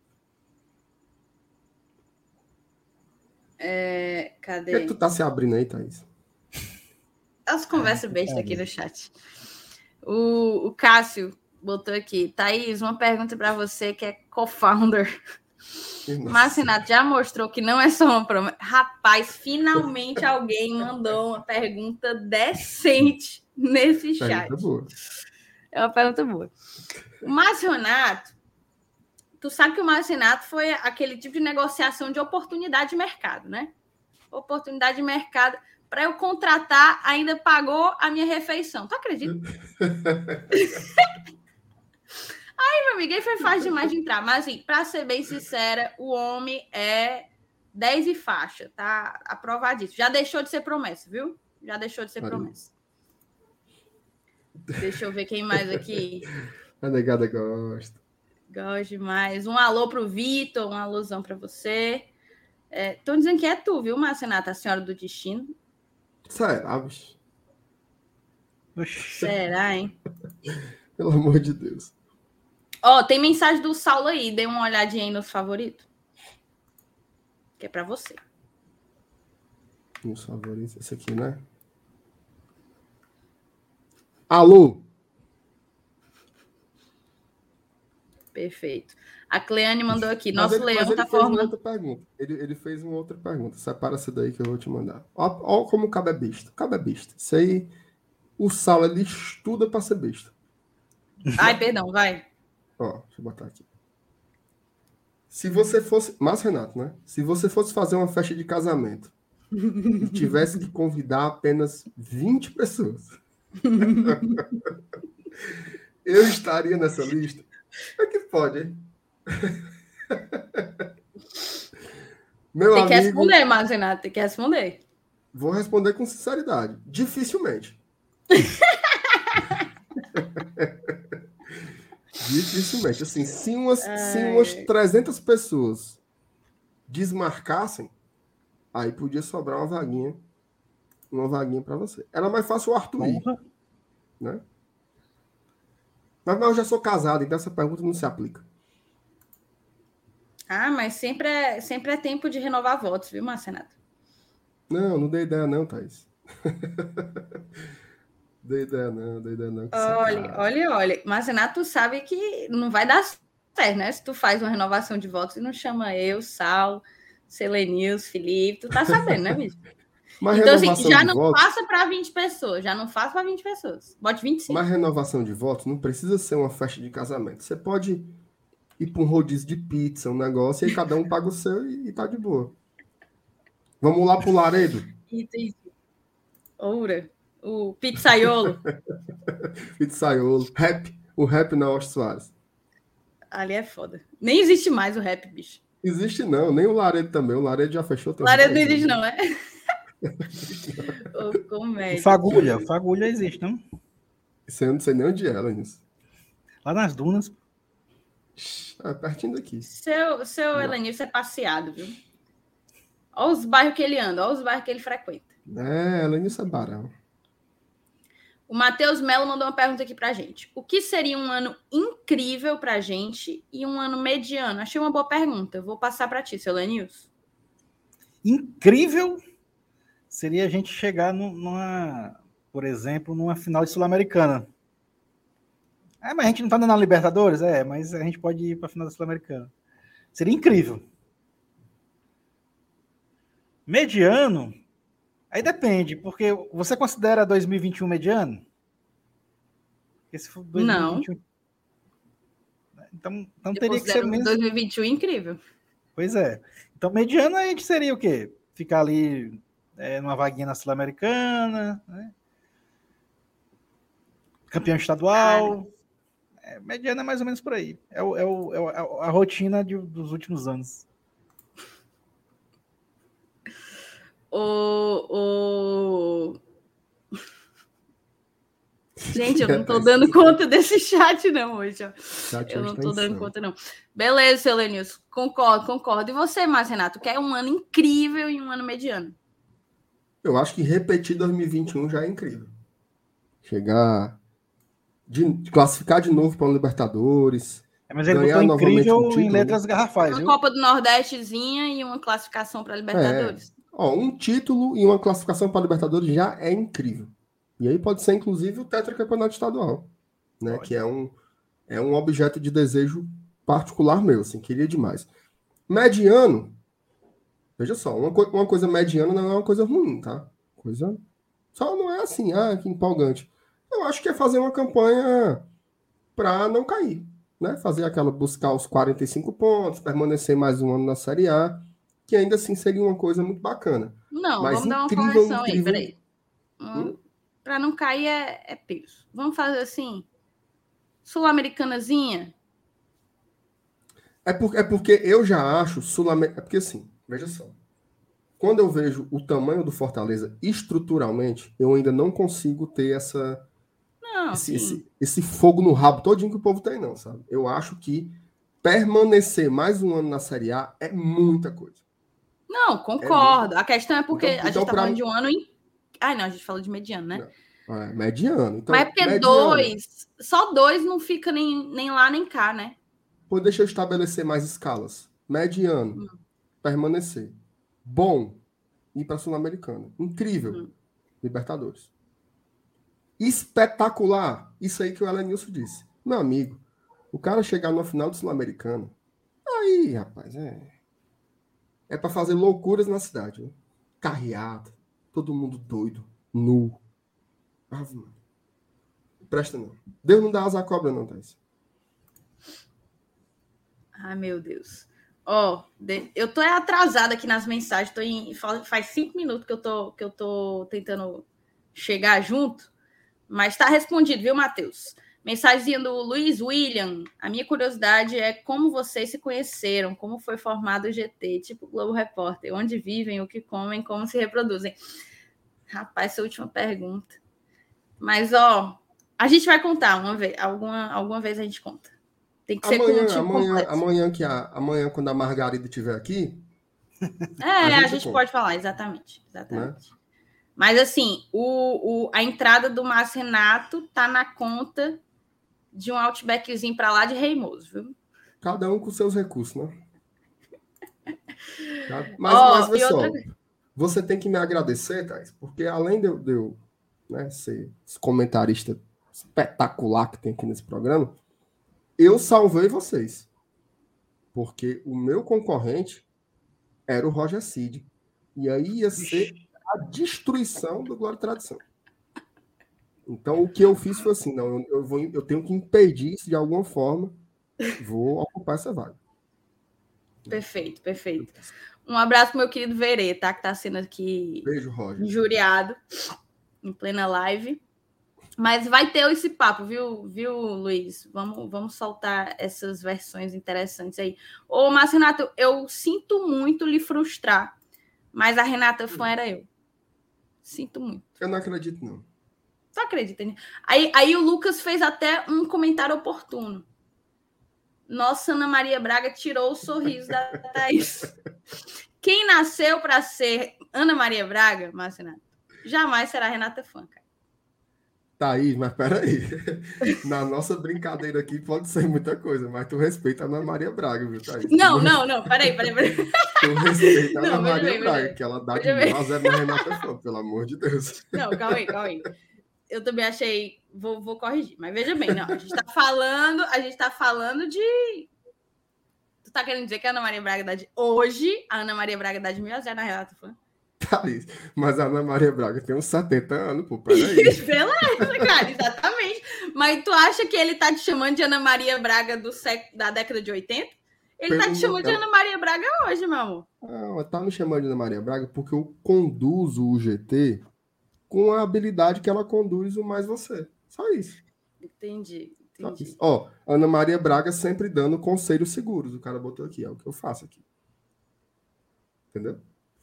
S1: Cadê?
S2: Por que tu tá se abrindo aí, Thaís?
S1: As conversas bestas aqui no chat. O Cássio botou aqui. Thaís, uma pergunta para você que é co-founder. Mas, Renato, já mostrou que não é só uma promessa. Rapaz, finalmente alguém mandou uma pergunta decente nesse chat.
S2: Boa.
S1: É uma pergunta boa. O Márcio Renato, tu sabe que o Márcio Renato foi aquele tipo de negociação de oportunidade de mercado, né? Oportunidade de mercado. Para eu contratar, ainda pagou a minha refeição. Tu acredita? Aí, meu amigo, aí foi fácil demais de entrar. Mas, assim, para ser bem sincera, o homem é 10 e faixa, tá? Aprovadíssimo. Já deixou de ser promessa, viu? Já deixou de ser promessa. Deixa eu ver quem mais aqui.
S2: A negada gosta.
S1: Gosto demais. Um alô pro Vitor, uma alusão para você. Estão dizendo que é tu, viu, Marcenata, a senhora do destino?
S2: Será, bicho?
S1: Será, hein?
S2: Pelo amor de Deus.
S1: Tem mensagem do Saulo aí. Dê uma olhadinha aí nos favoritos. Que é para você.
S2: Nos favoritos. Esse aqui, né? Alô?
S1: Perfeito. A Cleane mandou aqui. Nosso leão tá formando.
S2: Ele fez uma outra pergunta. Separa-se daí que eu vou te mandar. Ó como o cabo é besta. O cabo é besta. Isso aí, o Saulo, ele estuda para ser besta.
S1: Ai, perdão, vai.
S2: Ó, deixa eu botar aqui. Se você fosse... Mas, Renato, né? Se você fosse fazer uma festa de casamento e tivesse que convidar apenas 20 pessoas, eu estaria nessa lista? É que pode, hein? Meu
S1: Tem que
S2: amigo...
S1: responder, Márcio Renato, tem que responder.
S2: Vou responder com sinceridade. Dificilmente. Dificilmente. Assim, se umas 300 pessoas desmarcassem, aí podia sobrar uma vaguinha para você. Era mais fácil o Arthur ir, né? Mas eu já sou casado, então essa pergunta não se aplica.
S1: Ah, mas sempre é tempo de renovar votos, viu, Márcio Renato?
S2: Não dei ideia não, Thaís. Dei ideia não.
S1: Olha. Márcio Renato sabe que não vai dar certo, né? Se tu faz uma renovação de votos e não chama eu, Sal, Selenils, Felipe, tu tá sabendo, né, bicho?
S2: Mas
S1: então, assim, já não
S2: votos,
S1: faça para 20 pessoas. Já não faça para 20 pessoas. Bote 25.
S2: Mas renovação de votos não precisa ser uma festa de casamento. Você pode ir para um rodízio de pizza, um negócio, e aí cada um paga o seu e tá de boa. Vamos lá pro Laredo.
S1: Oura. O pizzaiolo.
S2: Pizzaiolo. O rap na Austin Soares.
S1: Ali é foda. Nem existe mais o rap, bicho.
S2: Existe não, nem o Laredo também. O Laredo já fechou.
S1: O Laredo não existe não, é?
S3: O Fagulha existe, não?
S2: Isso eu não sei nem onde é, Elanis.
S3: Lá nas dunas.
S2: É pertinho daqui.
S1: Seu Elanis é passeado, viu? Olha os bairros que ele anda, olha os bairros que ele frequenta.
S2: Elanis é barão.
S1: O Matheus Melo mandou uma pergunta aqui pra gente. O que seria um ano incrível pra gente e um ano mediano? Achei uma boa pergunta. Vou passar pra ti, seu Lenils.
S3: Incrível seria a gente chegar por exemplo, numa final de Sul-Americana. Mas a gente não tá na Libertadores? Mas a gente pode ir pra final da Sul-Americana. Seria incrível. Mediano, aí depende, porque você considera 2021 mediano?
S1: Porque se for 2021...
S3: Não. Então teria que ser mesmo.
S1: 2021 incrível.
S3: Pois é. Então, mediano a gente seria o quê? Ficar ali numa vaguinha na Sul-Americana, né? Campeão estadual. Mediano é mais ou menos por aí. É a rotina dos últimos anos.
S1: Gente, eu não tô dando conta desse chat, não, hoje. Eu não tô dando conta, não. Beleza, seu Lenils. Concordo. E você, Márcio Renato, quer um ano incrível e um ano mediano?
S2: Eu acho que repetir 2021 já é incrível. Chegar... De classificar de novo para o Libertadores.
S3: Mas ele botou incrível em letras garrafais.
S1: Uma Copa do Nordestezinha e uma classificação para a Libertadores.
S2: Um título e uma classificação para a Libertadores já é incrível. E aí pode ser, inclusive, o tetracampeonato estadual, né? Que é um objeto de desejo particular meu, assim, queria demais. Mediano, veja só, uma coisa mediana não é uma coisa ruim, tá? Só não é assim, que empolgante. Eu acho que é fazer uma campanha para não cair, né? Buscar os 45 pontos, permanecer mais um ano na Série A, que ainda assim seria uma coisa muito bacana.
S1: Não,
S2: mas
S1: vamos dar uma correção aí, peraí. Para não cair é peso. Vamos fazer assim, Sul-Americanazinha?
S2: É porque eu já acho Sul-Americana... É porque assim, veja só. Quando eu vejo o tamanho do Fortaleza estruturalmente, eu ainda não consigo ter esse fogo no rabo todinho que o povo tem, não, sabe? Eu acho que permanecer mais um ano na Série A é muita coisa.
S1: Não, concordo. A questão é porque a gente tá falando de um ano em... não, a gente falou de mediano, né?
S2: Mediano. Então,
S1: mas é porque só dois não fica nem lá nem cá, né?
S2: Pô, deixa eu estabelecer mais escalas. Mediano, permanecer. Bom, ir para a Sul-Americana. Incrível, Libertadores. Espetacular, isso aí que o Elenilson disse. Meu amigo, o cara chegar no final do Sul-Americano, aí, rapaz, é para fazer loucuras na cidade, né? Carreata, todo mundo doido, nu. Presta não. Deus não dá asa à cobra, não, Thaís.
S1: Ai, meu Deus. Eu tô atrasada aqui nas mensagens. Faz 5 minutos que eu tô tentando chegar junto. Mas tá respondido, viu, Matheus? Mensagem do Luiz William. A minha curiosidade é como vocês se conheceram, como foi formado o GT, tipo Globo Repórter, onde vivem, o que comem, como se reproduzem. Rapaz, essa última pergunta. Mas, a gente vai contar uma vez. Alguma vez a gente conta. Tem que ser
S2: amanhã, quando a Margarida estiver aqui.
S1: A gente pode falar, exatamente. Né? Mas, assim, a entrada do Márcio Renato tá na conta de um Outbackzinho para lá de Reimoso, viu?
S2: Cada um com seus recursos, né? Mas vê só, você tem que me agradecer, Thais, porque além de eu ser esse comentarista espetacular que tem aqui nesse programa, eu salvei vocês. Porque o meu concorrente era o Roger Cid. E aí ia ser a destruição do Glória e Tradição. Então, o que eu fiz foi assim, eu tenho que impedir isso de alguma forma, vou ocupar essa vaga.
S1: Perfeito. Um abraço pro meu querido Verê, tá? Que tá sendo aqui injuriado em plena live. Mas vai ter esse papo, viu, Luiz? Vamos soltar essas versões interessantes aí. Ô, Márcio Renato, eu sinto muito lhe frustrar, mas a Renata fã era eu. Sinto muito.
S2: Eu não acredito, não.
S1: Tu acredita, né? Aí o Lucas fez até um comentário oportuno. Nossa, Ana Maria Braga tirou o sorriso da Thaís. Quem nasceu para ser Ana Maria Braga, Márcio Renato, jamais será Renata fã, cara.
S2: Thaís, mas peraí. Na nossa brincadeira aqui pode ser muita coisa, mas tu respeita a Ana Maria Braga, viu, Thaís?
S1: Não, peraí.
S2: Tu respeita a Ana Maria Braga, que ela dá de 1 a 0 na Renata fã, pelo amor de Deus.
S1: Não, calma aí. Eu também achei... Vou corrigir, mas veja bem, não. A gente tá falando de... Tu tá querendo dizer que a Ana Maria Braga dá de... Hoje, a Ana Maria Braga dá de 1 a 0 na Renata fã?
S2: Thaís, mas a Ana Maria Braga tem uns 70 anos, pô, peraí.
S1: Beleza, cara, exatamente. Mas tu acha que ele tá te chamando de Ana Maria Braga da década de 80? Ele tá te chamando de Ana Maria Braga hoje, meu amor.
S2: Não, tá me chamando de Ana Maria Braga porque eu conduzo o GT com a habilidade que ela conduz o Mais Você. Só isso.
S1: Entendi.
S2: Ana Maria Braga sempre dando conselhos seguros. O cara botou aqui, é o que eu faço aqui. Entendeu?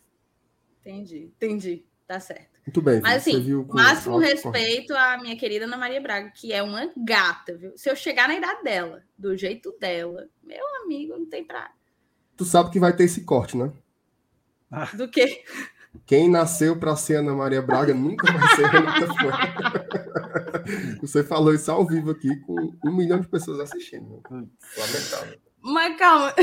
S1: Entendi. Tá certo.
S2: Muito bem.
S1: Mas assim, máximo respeito à minha querida Ana Maria Braga, que é uma gata, viu? Se eu chegar na idade dela, do jeito dela, meu amigo, não tem pra...
S2: Tu sabe que vai ter esse corte, né?
S1: Do quê?
S2: Quem nasceu para ser Ana Maria Braga nunca vai ser Renata Fã. Você falou isso ao vivo aqui com 1 milhão de pessoas assistindo. Lamentável.
S1: Mas calma.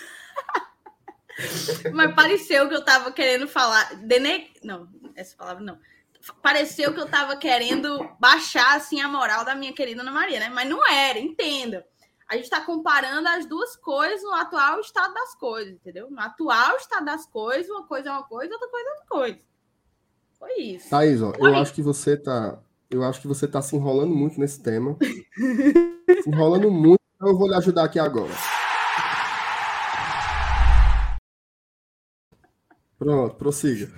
S1: Mas pareceu que eu tava querendo falar... Não, essa palavra não. Pareceu que eu tava querendo baixar assim, a moral da minha querida Ana Maria, né? Mas não era, entenda. A gente tá comparando as duas coisas no atual estado das coisas, entendeu? No atual estado das coisas, uma coisa é uma coisa, outra coisa é outra coisa. Foi isso.
S2: Thaís, eu acho que você tá se enrolando muito nesse tema. Se enrolando muito, então eu vou lhe ajudar aqui agora. Pronto, prossiga.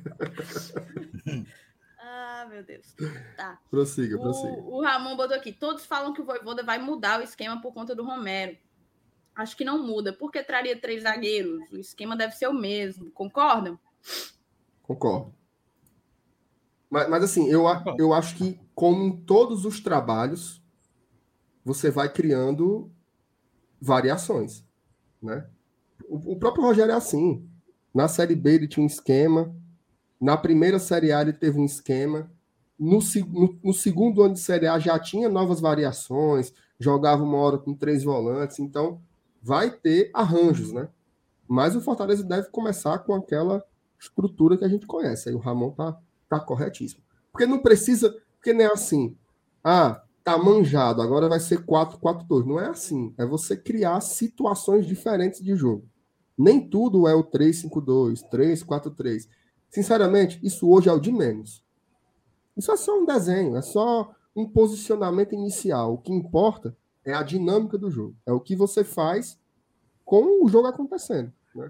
S1: Meu Deus. Tá.
S2: Prossiga.
S1: O Ramon botou aqui. Todos falam que o Vojvoda vai mudar o esquema por conta do Romero. Acho que não muda. Porque traria 3 zagueiros. O esquema deve ser o mesmo. Concordam?
S2: Concordo. Mas assim, eu acho que, como em todos os trabalhos, você vai criando variações, né? O próprio Rogério é assim. Na Série B ele tinha um esquema. Na primeira Série A ele teve um esquema. No segundo ano de Série A já tinha novas variações. Jogava uma hora com 3 volantes. Então, vai ter arranjos, né? Mas o Fortaleza deve começar com aquela estrutura que a gente conhece. Aí o Ramon tá corretíssimo. Porque não precisa... Porque não é assim. Tá manjado, agora vai ser 4-4-2. Não é assim. É você criar situações diferentes de jogo. Nem tudo é o 3-5-2, 3-4-3. Sinceramente, isso hoje é o de menos. Isso é só um desenho, é só um posicionamento inicial. O que importa é a dinâmica do jogo. É o que você faz com o jogo acontecendo, né?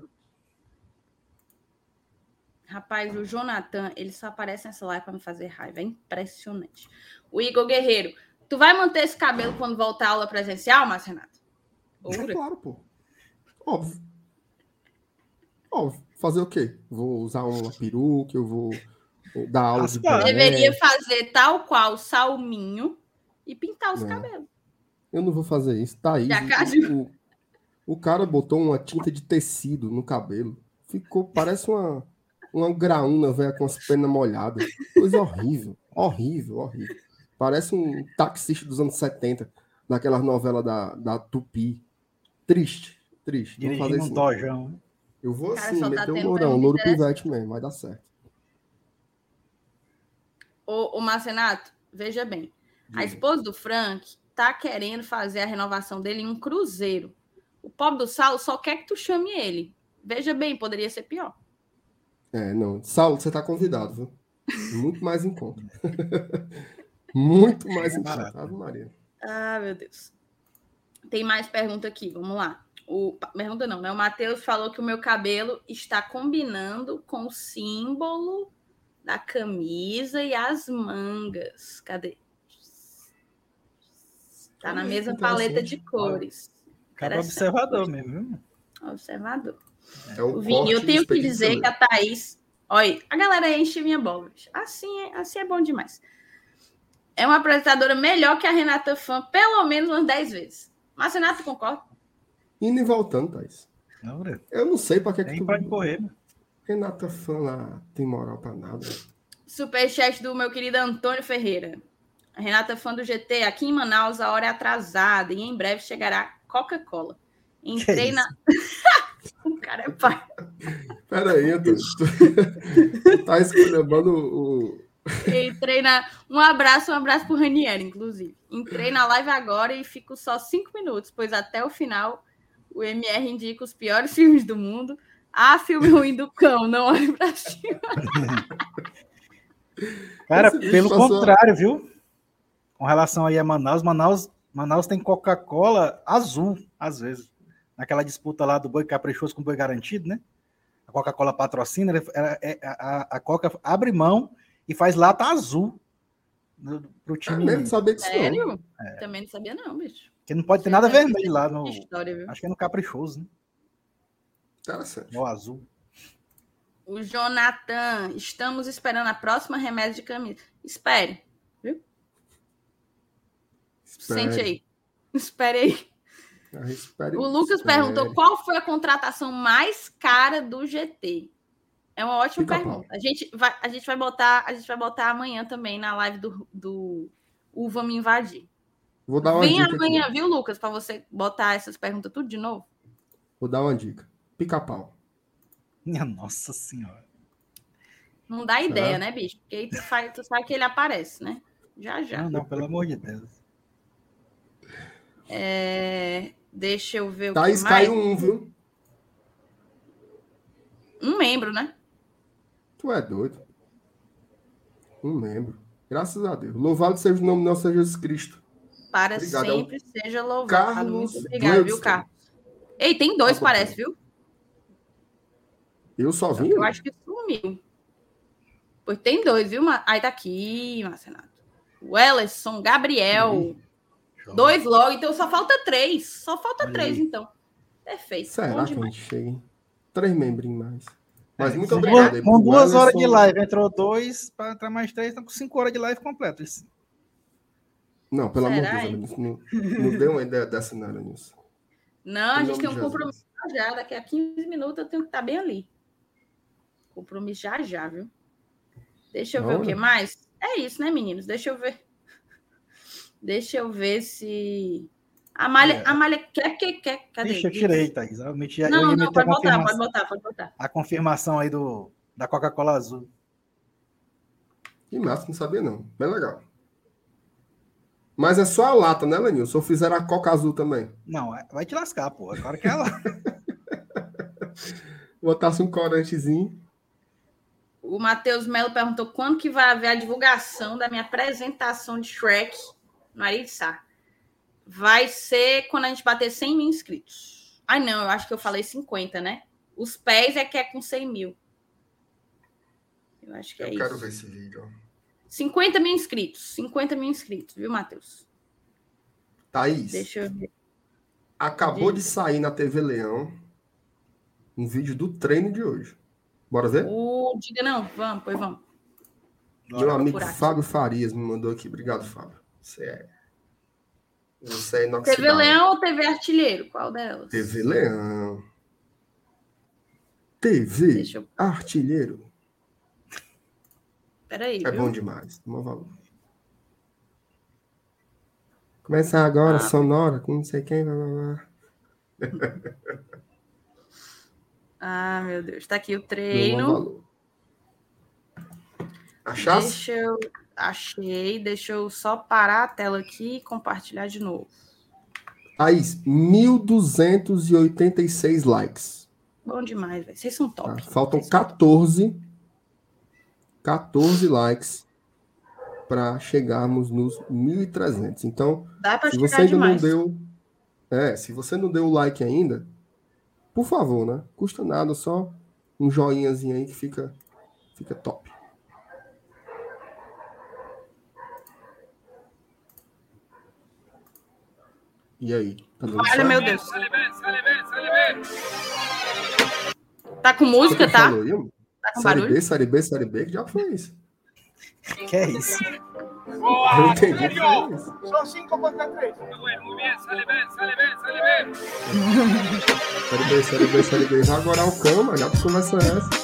S1: Rapaz, o Jonathan, ele só aparece nessa live para me fazer raiva. É impressionante. O Igor Guerreiro, tu vai manter esse cabelo quando voltar a aula presencial, Márcio Renato?
S2: É claro, pô. Óbvio. Fazer o quê? Vou usar uma peruca, eu vou dar aula de boné.
S1: Deveria fazer tal qual o Salminho e pintar os cabelos.
S2: Eu não vou fazer isso. Thaís, o cara botou uma tinta de tecido no cabelo. Ficou, parece uma graúna, velho, com as penas molhadas. Coisa horrível. Horrível. Parece um taxista dos anos 70, daquelas novelas da Tupi. Triste.
S3: Dirigindo fazer isso, um dojão.
S2: Eu vou assim, meter o lourão, louro pivete mesmo, vai dar certo.
S1: Ô Marcenato, veja bem. A esposa do Frank tá querendo fazer a renovação dele em um cruzeiro. O pobre do Saulo só quer que tu chame ele. Veja bem, poderia ser pior.
S2: Não. Saulo, você tá convidado, viu? Muito mais em conta. Muito mais em conta. Ave Maria.
S1: Ah, meu Deus. Tem mais pergunta aqui, vamos lá. Pergunta não, né? O Matheus falou que o meu cabelo está combinando com o símbolo da camisa e as mangas. Cadê? Tá na mesma paleta de cores.
S3: Cara, observador mesmo, viu?
S1: Observador.
S2: O
S1: Vini, eu tenho que dizer que a Thaís... Olha, a galera enche minha bola. Assim é bom demais. É uma apresentadora melhor que a Renata Fã, pelo menos umas 10 vezes. Mas Renato, concorda?
S2: Indo e voltando, Thaís. Eu não sei para que
S3: tu... pode correr, né?
S2: Renata Fã lá tem moral para nada.
S1: Superchat do meu querido Antônio Ferreira. A Renata Fã do GT, aqui em Manaus, a hora é atrasada e em breve chegará Coca-Cola. Entrei na... O cara é pai.
S2: Peraí, Antônio. Tu tá esculhambando o...
S1: Entrei na... Um abraço pro Ranieri, inclusive. Entrei na live agora e fico só 5 minutos, pois até o final o MR indica os piores filmes do mundo. Filme ruim do cão, não olhe pra cima.
S3: Cara, pelo contrário, viu? Com relação aí a Manaus tem Coca-Cola azul, às vezes. Naquela disputa lá do boi caprichoso com boi garantido, né? A Coca-Cola patrocina, a Coca abre mão e faz lata azul pro time.
S2: Mesmo saber que
S1: sério? Também não sabia não, bicho.
S3: Porque não pode ter nada vermelho lá no...
S1: História,
S3: acho que é no caprichoso, né?
S2: Interessante.
S3: No azul.
S1: O Jonathan, estamos esperando a próxima remessa de camisa. Espere, viu? Sente aí. Espere aí. O Lucas perguntou qual foi a contratação mais cara do GT. É uma ótima pergunta. A gente vai botar amanhã também na live do Uva Me Invadir.
S2: Vou dar uma dica
S1: amanhã,
S2: aqui.
S1: Viu, Lucas, para você botar essas perguntas tudo de novo.
S2: Vou dar uma dica. Pica-pau.
S3: Minha Nossa Senhora.
S1: Não dá ideia, né, bicho? Porque aí tu sabe que ele aparece, né? Já.
S3: Não, pelo amor de Deus.
S1: Deixa eu ver o
S2: Thaís
S1: que mais.
S2: Caiu viu?
S1: Um membro, né?
S2: Tu é doido. Um membro. Graças a Deus. Louvado seja o nome do nosso Senhor Jesus Cristo.
S1: Para
S2: obrigado,
S1: sempre seja louvado.
S2: Carlos
S1: Muito obrigado, viu, Carlos? Ei, tem 2, parece, viu?
S2: Eu só vi?
S1: Eu acho que sumiu. Pois tem 2, viu? Aí tá aqui, Marcenato. O Ellerson, Gabriel. 2 logo, então só falta 3. Só falta 3, então. Perfeito.
S2: Será que a gente chega? 3 membrinhos mais. Mas muito
S3: com
S2: obrigado.
S3: Com 2 horas de live, entrou 2, para entrar mais 3, estão com 5 horas de live completas.
S2: Não, pelo amor de Deus, não deu uma ideia dessa, não, Nilson.
S1: Não, a gente tem um compromisso já. Daqui a 15 minutos eu tenho que estar bem ali. Compromisso já, viu? Deixa eu ver o que mais. É isso, né, meninos? Deixa eu ver se... A Malha quer. Cadê?
S3: Deixa eu tirei, Thaís.
S1: Não, pode botar.
S3: A confirmação aí da Coca-Cola azul.
S2: Que massa, não sabia não. Bem legal. Mas é só a lata, né, Lenilson? Ou fizeram a Coca azul também?
S3: Não, vai te lascar, pô. Agora que é a lata.
S2: Botasse um corantezinho.
S1: O Matheus Melo perguntou quando que vai haver a divulgação da minha apresentação de Shrek no Ariçá. Vai ser quando a gente bater 100 mil inscritos. Ai, não, eu acho que eu falei 50, né? Os pés é que é com 100 mil. Eu acho que é isso.
S2: Eu quero ver esse vídeo.
S1: 50 mil inscritos. 50 mil inscritos, viu, Matheus?
S2: Thaís.
S1: Deixa eu ver.
S2: Acabou de sair na TV Leão um vídeo do treino de hoje. Bora ver?
S1: Diga não. Vamos, pois vamos.
S2: Meu amigo Fábio Farias me mandou aqui. Obrigado, Fábio. Você é inoxidável.
S1: TV Leão ou TV Artilheiro? Qual delas?
S2: TV Leão. TV Artilheiro.
S1: Peraí,
S2: É bom demais. Toma valor. Começa agora, sonora, com não sei quem.
S1: Ah, meu Deus. Tá aqui o treino.
S2: Achaste?
S1: Achei. Deixa eu só parar a tela aqui e compartilhar de novo.
S2: Thaís, 1.286 likes.
S1: Bom demais, velho. Vocês são top.
S2: Faltam 14 likes para chegarmos nos 1.300. Então, se você ainda não deu, se você não deu o like ainda, por favor, né? Custa nada, só um joinhazinho aí que fica top. E aí? Tá dando certo?
S1: Meu Deus. Tá com música, tá?
S2: Falou,
S1: tá com
S2: série
S1: barulho?
S2: Série B, que diabo foi isso?
S3: Que é isso?
S2: Eu não entendi o que foi isso.
S4: Só 5 contra 3.
S2: Série B. Vai agora o cama, já que conversa é essa?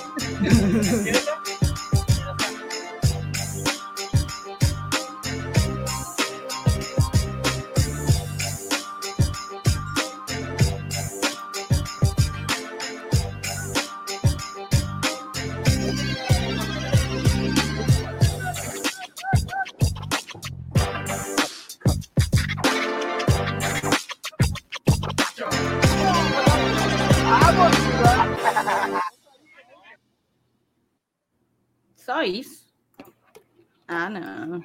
S1: Só isso? Ah, não.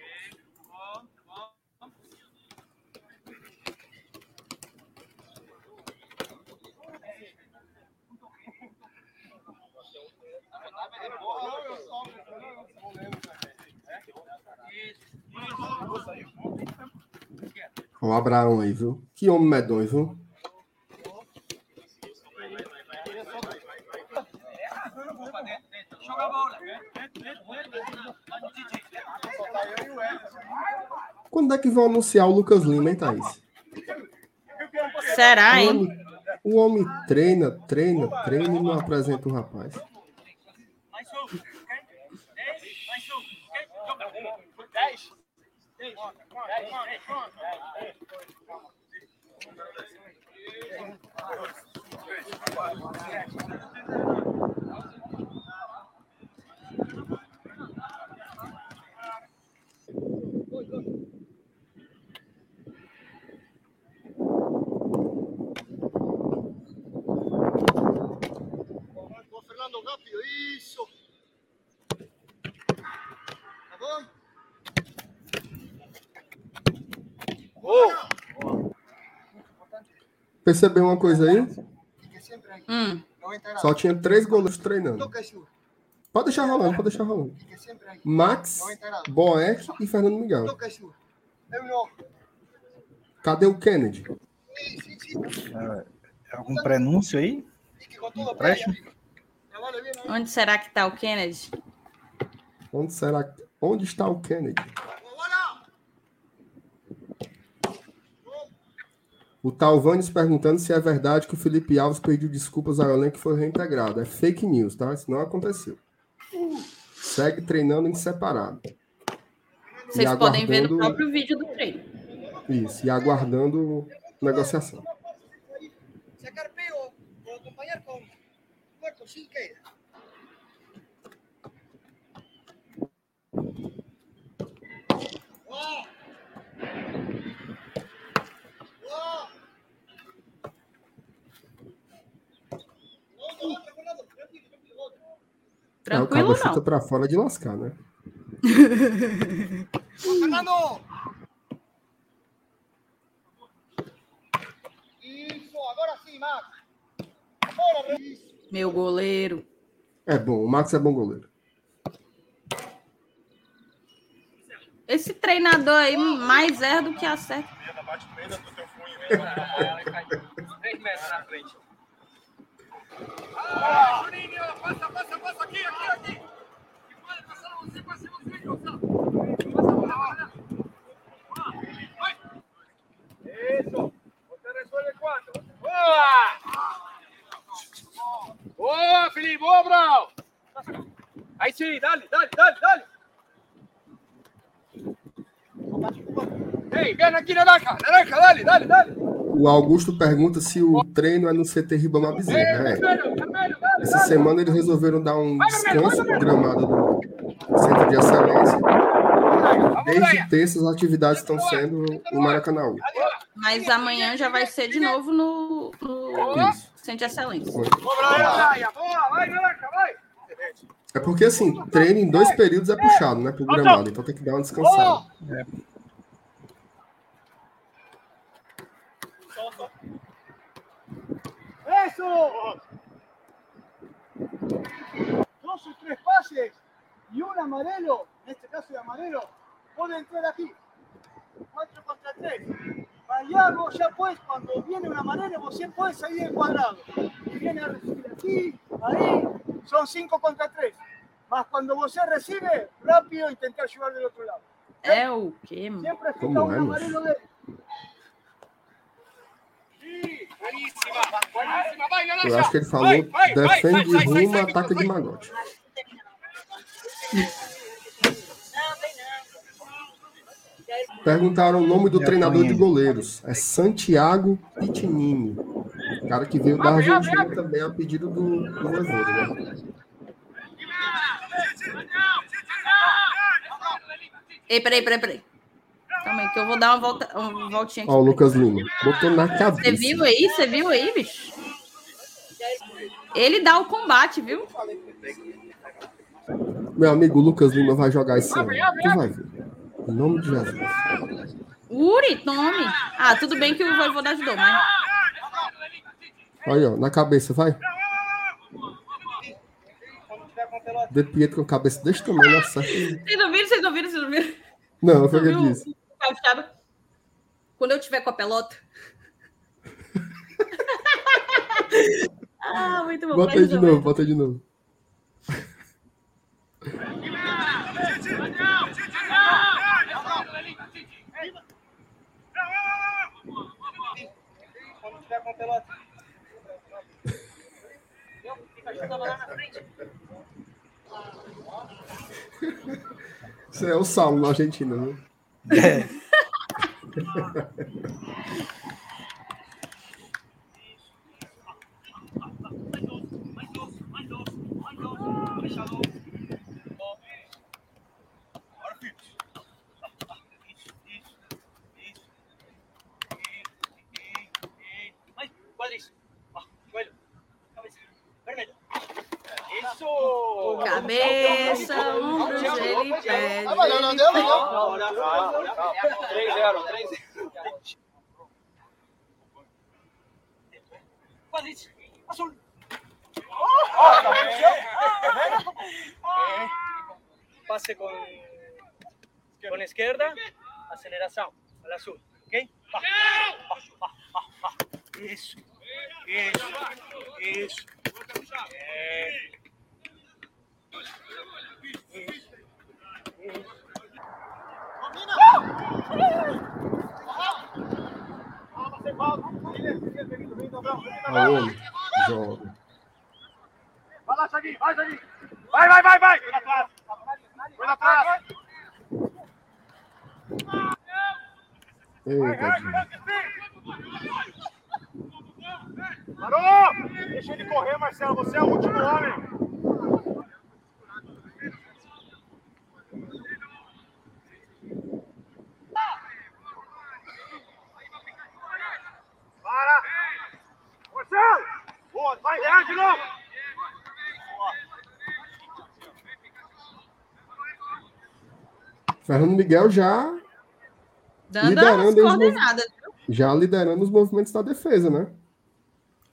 S2: O Abraão aí, viu? Que homem medonho, viu? Quando é que vão anunciar o Lucas Lima, hein, Thaís?
S1: Será, hein?
S2: O homem treina e não apresenta o rapaz.
S4: Fernando, rápido, isso. Tá bom?
S2: Percebeu uma coisa aí?
S4: Só
S2: tinha 3 goleiros treinando. Pode deixar rolando. Max, Boeck e Fernando Miguel. Cadê o Kennedy?
S3: Algum prenúncio aí?
S1: Onde será que tá o Kennedy?
S2: Onde está o Kennedy? O Talvanes perguntando se é verdade que o Felipe Alves pediu desculpas ao elenco e foi reintegrado. É fake news, tá? Isso não aconteceu. Segue treinando em separado.
S1: Vocês podem ver no próprio vídeo do treino.
S2: Isso, e aguardando negociação.
S4: Se carpeo ou acompanhar com Marco Silqueira.
S1: Tranquilo,
S2: o cara chuta pra fora de lascar, né?
S4: Fernando! Isso, agora sim.
S1: Meu goleiro.
S2: É bom, o Max é bom goleiro.
S1: Esse treinador aí mais erra do que acerta.
S5: 3 metros na frente. Juninho, passa aqui. Pode passar você, Isso. Você resuelve 4. Boa, Felipe. Boa, Brau. Aí sim, dale. Ei, vem aqui, naranja, dale.
S2: O Augusto pergunta se o treino é no CT Ribamar Bezerra. Essa semana eles resolveram dar um descanso no gramado do Centro de Excelência. Desde terça as atividades estão sendo no Maracanã.
S1: Mas amanhã já vai ser de novo no Centro de Excelência.
S2: É porque, assim, treino em 2 períodos é puxado, né, pro gramado. Então tem que dar uma descansada.
S4: ¡Eso! 2 o 3 pases y un amarelo, en este caso de amarelo, puede entrar aquí. 4 contra 3. Allá vos ya puedes, cuando viene un amarelo, vos ya puedes salir del cuadrado. Y viene a recibir aquí, ahí, son 5 contra 3. Más cuando vos ya recibe, rápido intentar llevar del otro lado.
S1: É o quê, mano?
S4: Siempre fica un amarelo de...
S2: Eu acho que ele falou defende de rumo, ataca de magote. Perguntaram o nome do treinador de goleiros. É Santiago Pitinini. O cara que veio da Argentina também a pedido do Voivoda, né?
S1: Ei, peraí. Calma aí, que eu vou dar uma voltinha aqui.
S2: Ó, o Lucas Lima. Botou na cabeça.
S1: Você viu aí, bicho? Ele dá o combate, viu?
S2: Meu amigo, o Lucas Lima vai jogar esse ano. Tu vai ver. Em nome de Jesus.
S1: Uri, tome. Ah, tudo bem que o Voivoda ajudou, mas...
S2: Olha, ó, na cabeça, vai. Dedo Pietro com a cabeça desse tamanho, não acerta.
S1: Vocês não viram?
S2: Não, foi o que eu disse.
S1: Quando eu tiver com a pelota. Muito bom.
S2: Bota aí de novo.
S4: Quando tiver com a pelota.
S2: Isso é o Saulo na Argentina, né?
S1: Cabeça, ombros, ele pede.
S4: Não deu.
S5: 3-0. Azul. Pase con izquierda, aceleración al azul, ¿ok? Va. Eso.
S2: Aô, joga.
S4: Vai lá, Saguinho. Vai. Foi na atrás.
S2: Eita,
S4: Parou! Deixa ele correr, Marcelo. Você é o último homem. Para! Marcelo! Boa, vai ganhar de novo!
S2: Fernando Miguel já
S1: dando as coordenadas.
S2: Já liderando os movimentos da defesa, né?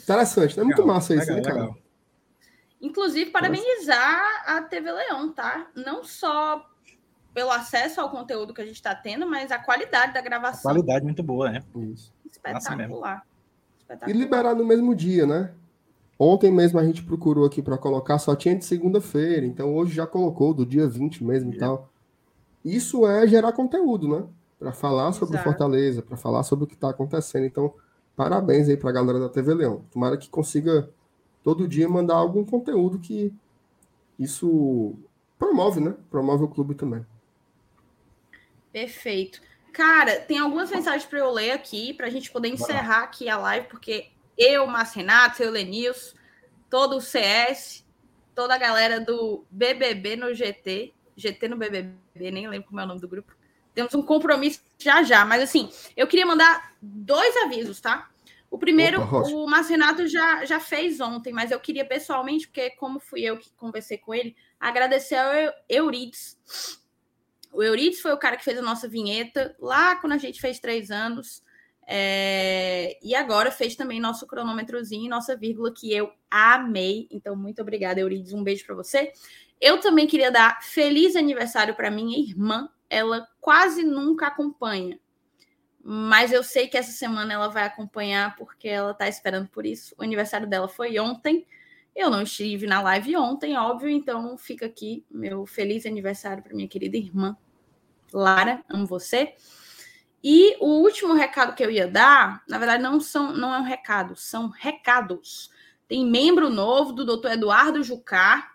S2: Interessante, né? Muito massa isso, né, cara?
S3: Legal.
S1: Inclusive, parabenizar a TV Leão, tá? Não só pelo acesso ao conteúdo que a gente está tendo, mas a qualidade da gravação.
S3: A qualidade muito boa, né?
S2: Isso.
S1: Espetacular.
S2: E liberar no mesmo dia, né? Ontem mesmo a gente procurou aqui para colocar, só tinha de segunda-feira, então hoje já colocou do dia 20 mesmo e tal. Isso é gerar conteúdo, né? Para falar sobre o Fortaleza, para falar sobre o que está acontecendo. Então, parabéns aí para a galera da TV Leão. Tomara que consiga todo dia mandar algum conteúdo que isso promove, né? Promove o clube também.
S1: Perfeito. Cara, tem algumas mensagens para eu ler aqui, para a gente poder encerrar aqui a live, porque eu, Márcio Renato, eu, Lenilson, todo o CS, toda a galera do BBB no GT no BBB, nem lembro como é o nome do grupo, temos um compromisso já, mas assim, eu queria mandar 2 avisos, tá? O primeiro, o Márcio Renato já fez ontem, mas eu queria pessoalmente, porque como fui eu que conversei com ele, agradecer ao Eurides. O Eurides foi o cara que fez a nossa vinheta lá quando a gente fez 3 anos. E agora fez também nosso cronômetrozinho, nossa vírgula, que eu amei. Então, muito obrigada, Eurides. Um beijo para você. Eu também queria dar feliz aniversário para minha irmã. Ela quase nunca acompanha, mas eu sei que essa semana ela vai acompanhar porque ela está esperando por isso. O aniversário dela foi ontem. Eu não estive na live ontem, óbvio, então fica aqui meu feliz aniversário para minha querida irmã Lara, amo você. E o último recado que eu ia dar, na verdade, não é um recado, são recados. Tem membro novo do Dr. Eduardo Jucá.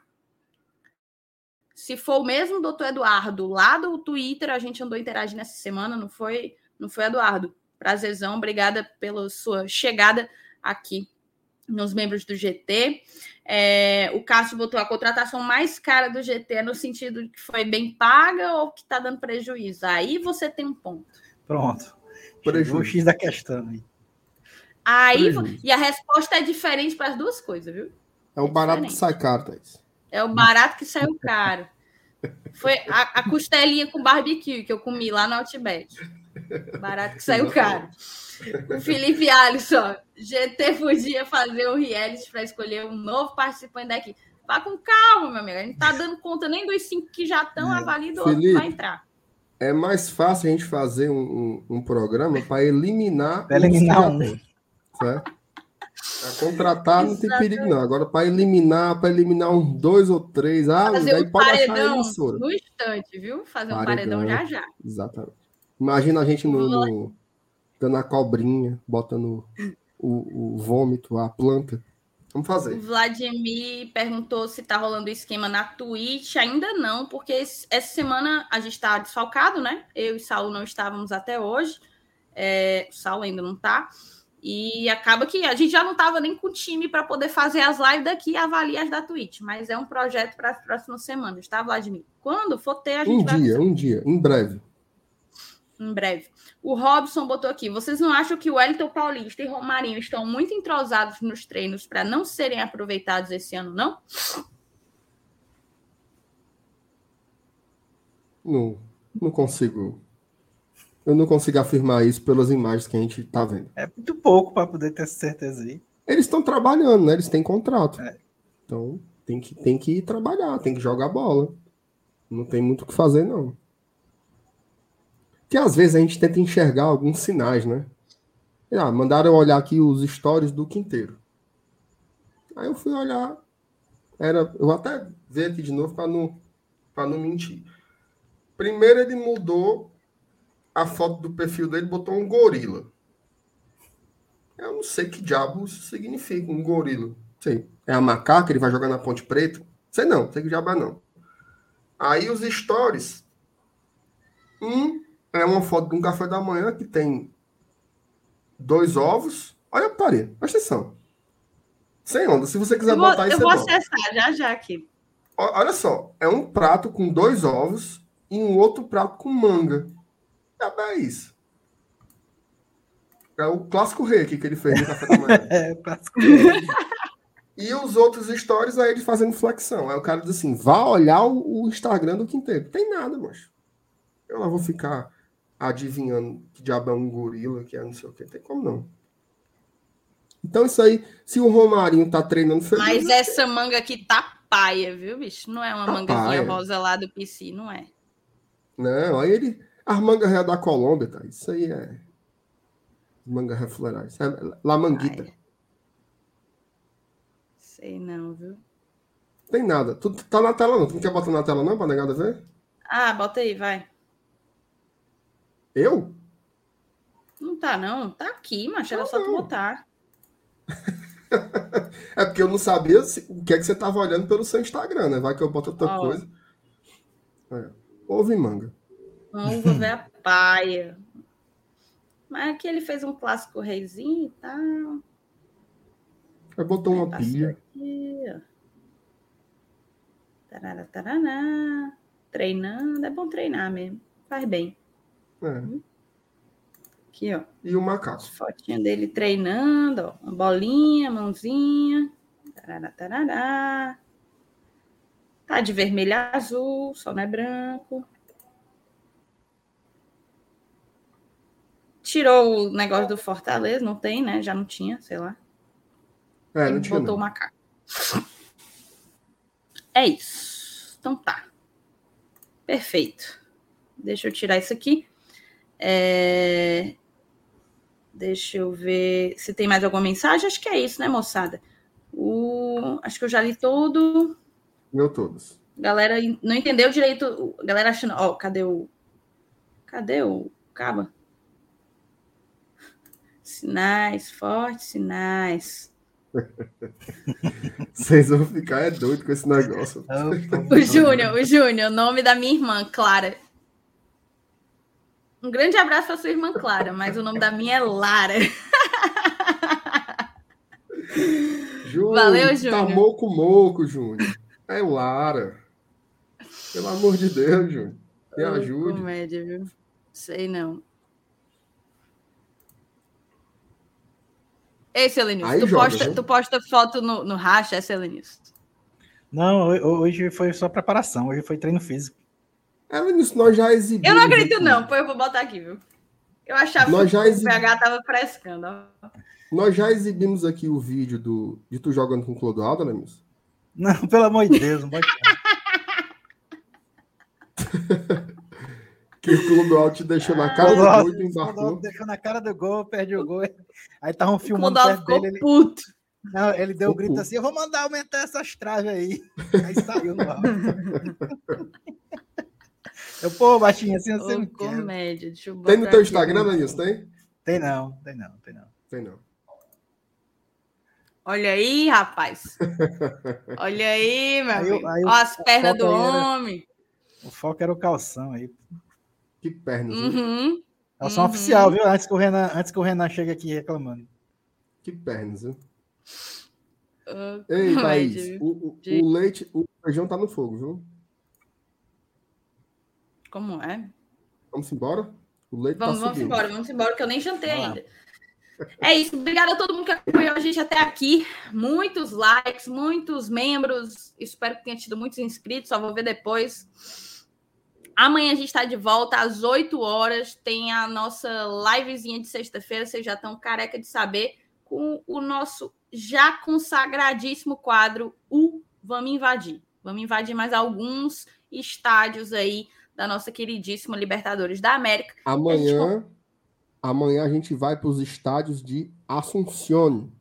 S1: Se for o mesmo Dr. Eduardo lá do Twitter, a gente andou interagindo essa semana, não foi, Eduardo? Prazerzão, obrigada pela sua chegada aqui nos membros do GT. O Cássio botou a contratação mais cara do GT no sentido de que foi bem paga ou que está dando prejuízo. Aí você tem um ponto.
S3: Pronto. Chegou o X da questão
S1: aí. E a resposta é diferente para as duas coisas, viu?
S2: É o barato que sai caro, Thaís.
S1: É o barato que saiu caro. Foi a costelinha com barbecue que eu comi lá no Outback. Barato que saiu caro. O Felipe Alisson, GT podia fazer um reality para escolher um novo participante daqui. Vá com calma, meu amigo. A gente não tá dando conta nem dos 5 que já estão avaliando, outro que vai entrar.
S2: É mais fácil a gente fazer um programa para eliminar
S3: um.
S2: Certo? Para contratar não tem perigo, não. Agora, para eliminar uns 2 ou 3.
S1: Fazer
S2: aí
S1: um
S2: pode
S1: paredão no instante, viu? Fazer um paredão já.
S2: Exatamente. Imagina a gente dando a cobrinha, botando o vômito, a planta. Vamos fazer.
S1: O Vladimir perguntou se tá rolando esquema na Twitch. Ainda não, porque essa semana a gente está desfalcado, né? Eu e Saulo não estávamos até hoje. O Saulo ainda não tá. E acaba que a gente já não estava nem com o time para poder fazer as lives daqui e avaliar as da Twitch. Mas é um projeto para as próximas semanas, tá, Vladimir? Quando for ter, a gente vai...
S2: Um dia, em breve.
S1: Em breve. O Robson botou aqui. Vocês não acham que o Wellington Paulista e Romarinho estão muito entrosados nos treinos para não serem aproveitados esse ano, não?
S2: Não consigo. Eu não consigo afirmar isso pelas imagens que a gente está vendo.
S3: É muito pouco para poder ter certeza aí.
S2: Eles estão trabalhando, né? Eles têm contrato. Então, tem que ir trabalhar, tem que jogar bola. Não tem muito o que fazer, não. Porque às vezes a gente tenta enxergar alguns sinais, né? Mandaram eu olhar aqui os stories do Quinteiro. Aí eu fui olhar. Eu vou até ver aqui de novo para não mentir. Primeiro ele mudou a foto do perfil dele, botou um gorila. Eu não sei que diabo isso significa, um gorila. Sei. É a macaca, ele vai jogar na Ponte Preta? Sei que diabo é não. Aí os stories. É uma foto de um café da manhã que tem 2 ovos. Olha a putaria, presta atenção. Sem onda, se você quiser botar isso.
S1: Eu vou acessar já aqui.
S2: Olha só, é um prato com 2 ovos e um outro prato com manga. É isso. É o clássico rei aqui que ele fez no café da manhã.
S3: O clássico rei.
S2: E os outros stories aí ele fazendo flexão. Aí o cara diz assim, vá olhar o Instagram do Quinteiro. Tem nada, macho. Eu não vou ficar adivinhando que diabo é um gorila, que é não sei o que. Tem como não. Então, isso aí, se o Romarinho tá treinando...
S1: Mas essa manga aqui tá paia, viu, bicho? Não é uma mangazinha
S2: paia.
S1: rosa lá do PC, não é?
S2: Não, aí ele... As mangas reais da Colômbia, tá? Isso aí é... Manga reflorais. É La Manguita.
S1: Paia. Sei não, viu?
S2: Tem nada. Tu tá na tela, não? Tu não quer botar na tela, não, pra negada ver?
S1: Ah, bota aí, vai.
S2: Eu?
S1: Não tá, não. Tá aqui, macho. Era só tu botar.
S2: É porque eu não sabia o que é que você tava olhando pelo seu Instagram, né? Vai que eu boto outra coisa. Ouve manga.
S1: Vamos ver a paia. Mas aqui ele fez um clássico reizinho e tal.
S2: Aí botou uma pilha.
S1: Aqui, ó. Tarará, tarará. Treinando. É bom treinar mesmo. Faz bem. Aqui, ó.
S2: E o macaco.
S1: Fotinha dele treinando, ó. Uma bolinha, mãozinha. Tarará, tarará. Tá de vermelho a azul, só não é branco. Tirou o negócio do Fortaleza, não tem, né? Já não tinha, sei lá.
S2: Não tinha,
S1: botou o macaco. É isso. Então tá. Perfeito. Deixa eu tirar isso aqui. Deixa eu ver se tem mais alguma mensagem. Acho que é isso, né, moçada? Acho que eu já li tudo.
S2: Leu todos.
S1: Galera não entendeu direito. Galera achando... Ó, cadê o Caba? Sinais, fortes sinais.
S2: Vocês vão ficar doido com esse negócio.
S1: O Júnior, o nome da minha irmã, Clara. Um grande abraço para sua irmã Clara, mas o nome da minha é Lara.
S2: Júnior,
S1: valeu, Júnior.
S2: Tá moco, Júnior. É Lara. Pelo amor de Deus, Júnior. Me ajude.
S1: Comédia, viu? Sei não. Ei, Selenilson, tu posta foto no racha, é, Selenilson?
S3: Não, hoje foi só preparação, hoje foi treino físico.
S2: Selenilson, nós já exibimos.
S1: Eu não acredito, aqui. Não, pois eu vou botar aqui, viu? Eu achava que o PH tava frescando. Ó.
S2: Nós já exibimos aqui o vídeo de tu jogando com o Clodoaldo, Selenilson?
S3: Não, pelo amor de Deus, não pode.
S2: Que o Clodoaldo te deixou na cara do gol e tu embarcou. O Clodoaldo
S3: deixou na cara do gol, perde o gol. Aí estavam filmando
S1: perto dele. Ele... puto.
S3: Não, ele deu um grito assim, eu vou mandar aumentar essas traves aí. Aí saiu no ar. Pô, baixinho, assim você não
S1: comédia. Deixa eu
S2: tem no teu Instagram, Lenilson, tem?
S3: Tem não.
S2: Tem não.
S1: Olha aí, rapaz. Olha aí, meu amigo. Olha as pernas do homem.
S3: O foco era o calção aí.
S2: Que pernas,
S1: hein?
S3: Calção oficial, viu? Antes que o Renan chegue aqui reclamando.
S2: Que pernas, viu? Ei, Thaís, o leite, o feijão tá no fogo, viu?
S1: Como é?
S2: Vamos embora? O leite
S1: vamos embora, que eu nem jantei ainda. É isso, obrigada a todo mundo que acompanhou a gente até aqui. Muitos likes, muitos membros. Espero que tenha tido muitos inscritos, só vou ver depois. Amanhã a gente está de volta às 8 horas. Tem a nossa livezinha de sexta-feira, vocês já estão careca de saber, com o nosso já consagradíssimo quadro, o Vamos Invadir. Vamos invadir mais alguns estádios aí da nossa queridíssima Libertadores da América.
S2: Amanhã a gente vai para os estádios de Assunción.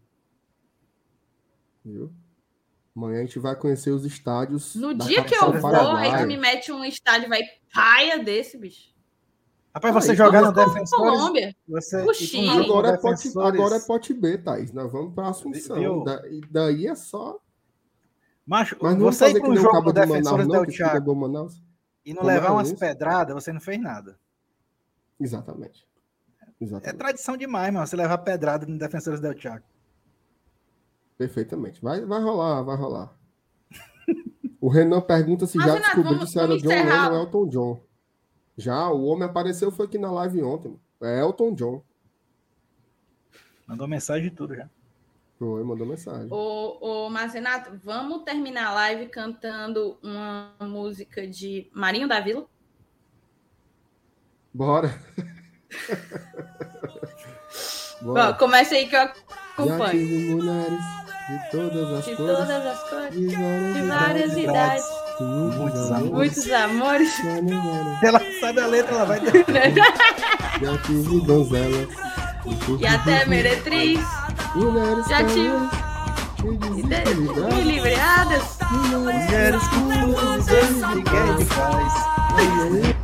S2: Viu? Amanhã a gente vai conhecer os estádios.
S1: No dia que eu vou, aí tu me mete um estádio, vai paia desse, bicho.
S3: Rapaz, você jogar no Defensores...
S1: Colômbia,
S3: o
S1: Chile.
S2: Agora é pote B, Thaís. Nós vamos para Assunção. E daí é só...
S3: Macho,
S2: mas não
S3: você ir para um jogo do
S2: Defensores
S3: del Chaco e não levar umas pedradas, você não fez nada.
S2: Exatamente.
S3: É tradição demais, mano, você levar pedrada no Defensores del Chaco.
S2: Perfeitamente. Vai rolar. O Renan pergunta se já descobriu se era John Lennon ou Elton John. Já, o homem apareceu, foi aqui na live ontem. É Elton John.
S3: Mandou mensagem e tudo já.
S2: Foi, mandou mensagem.
S1: Mas, Renato, vamos terminar a live cantando uma música de Marinho da Vila?
S2: Bora.
S1: Bom, comece aí que eu Acompanhe.
S2: Já tive mulheres de todas as cores.
S1: De várias idades. Muitos amores.
S3: Ela sabe a letra, ela vai...
S2: Já tive donzela.
S1: E até meretriz. Já tive equilibradas.
S3: Mulheres com de paz.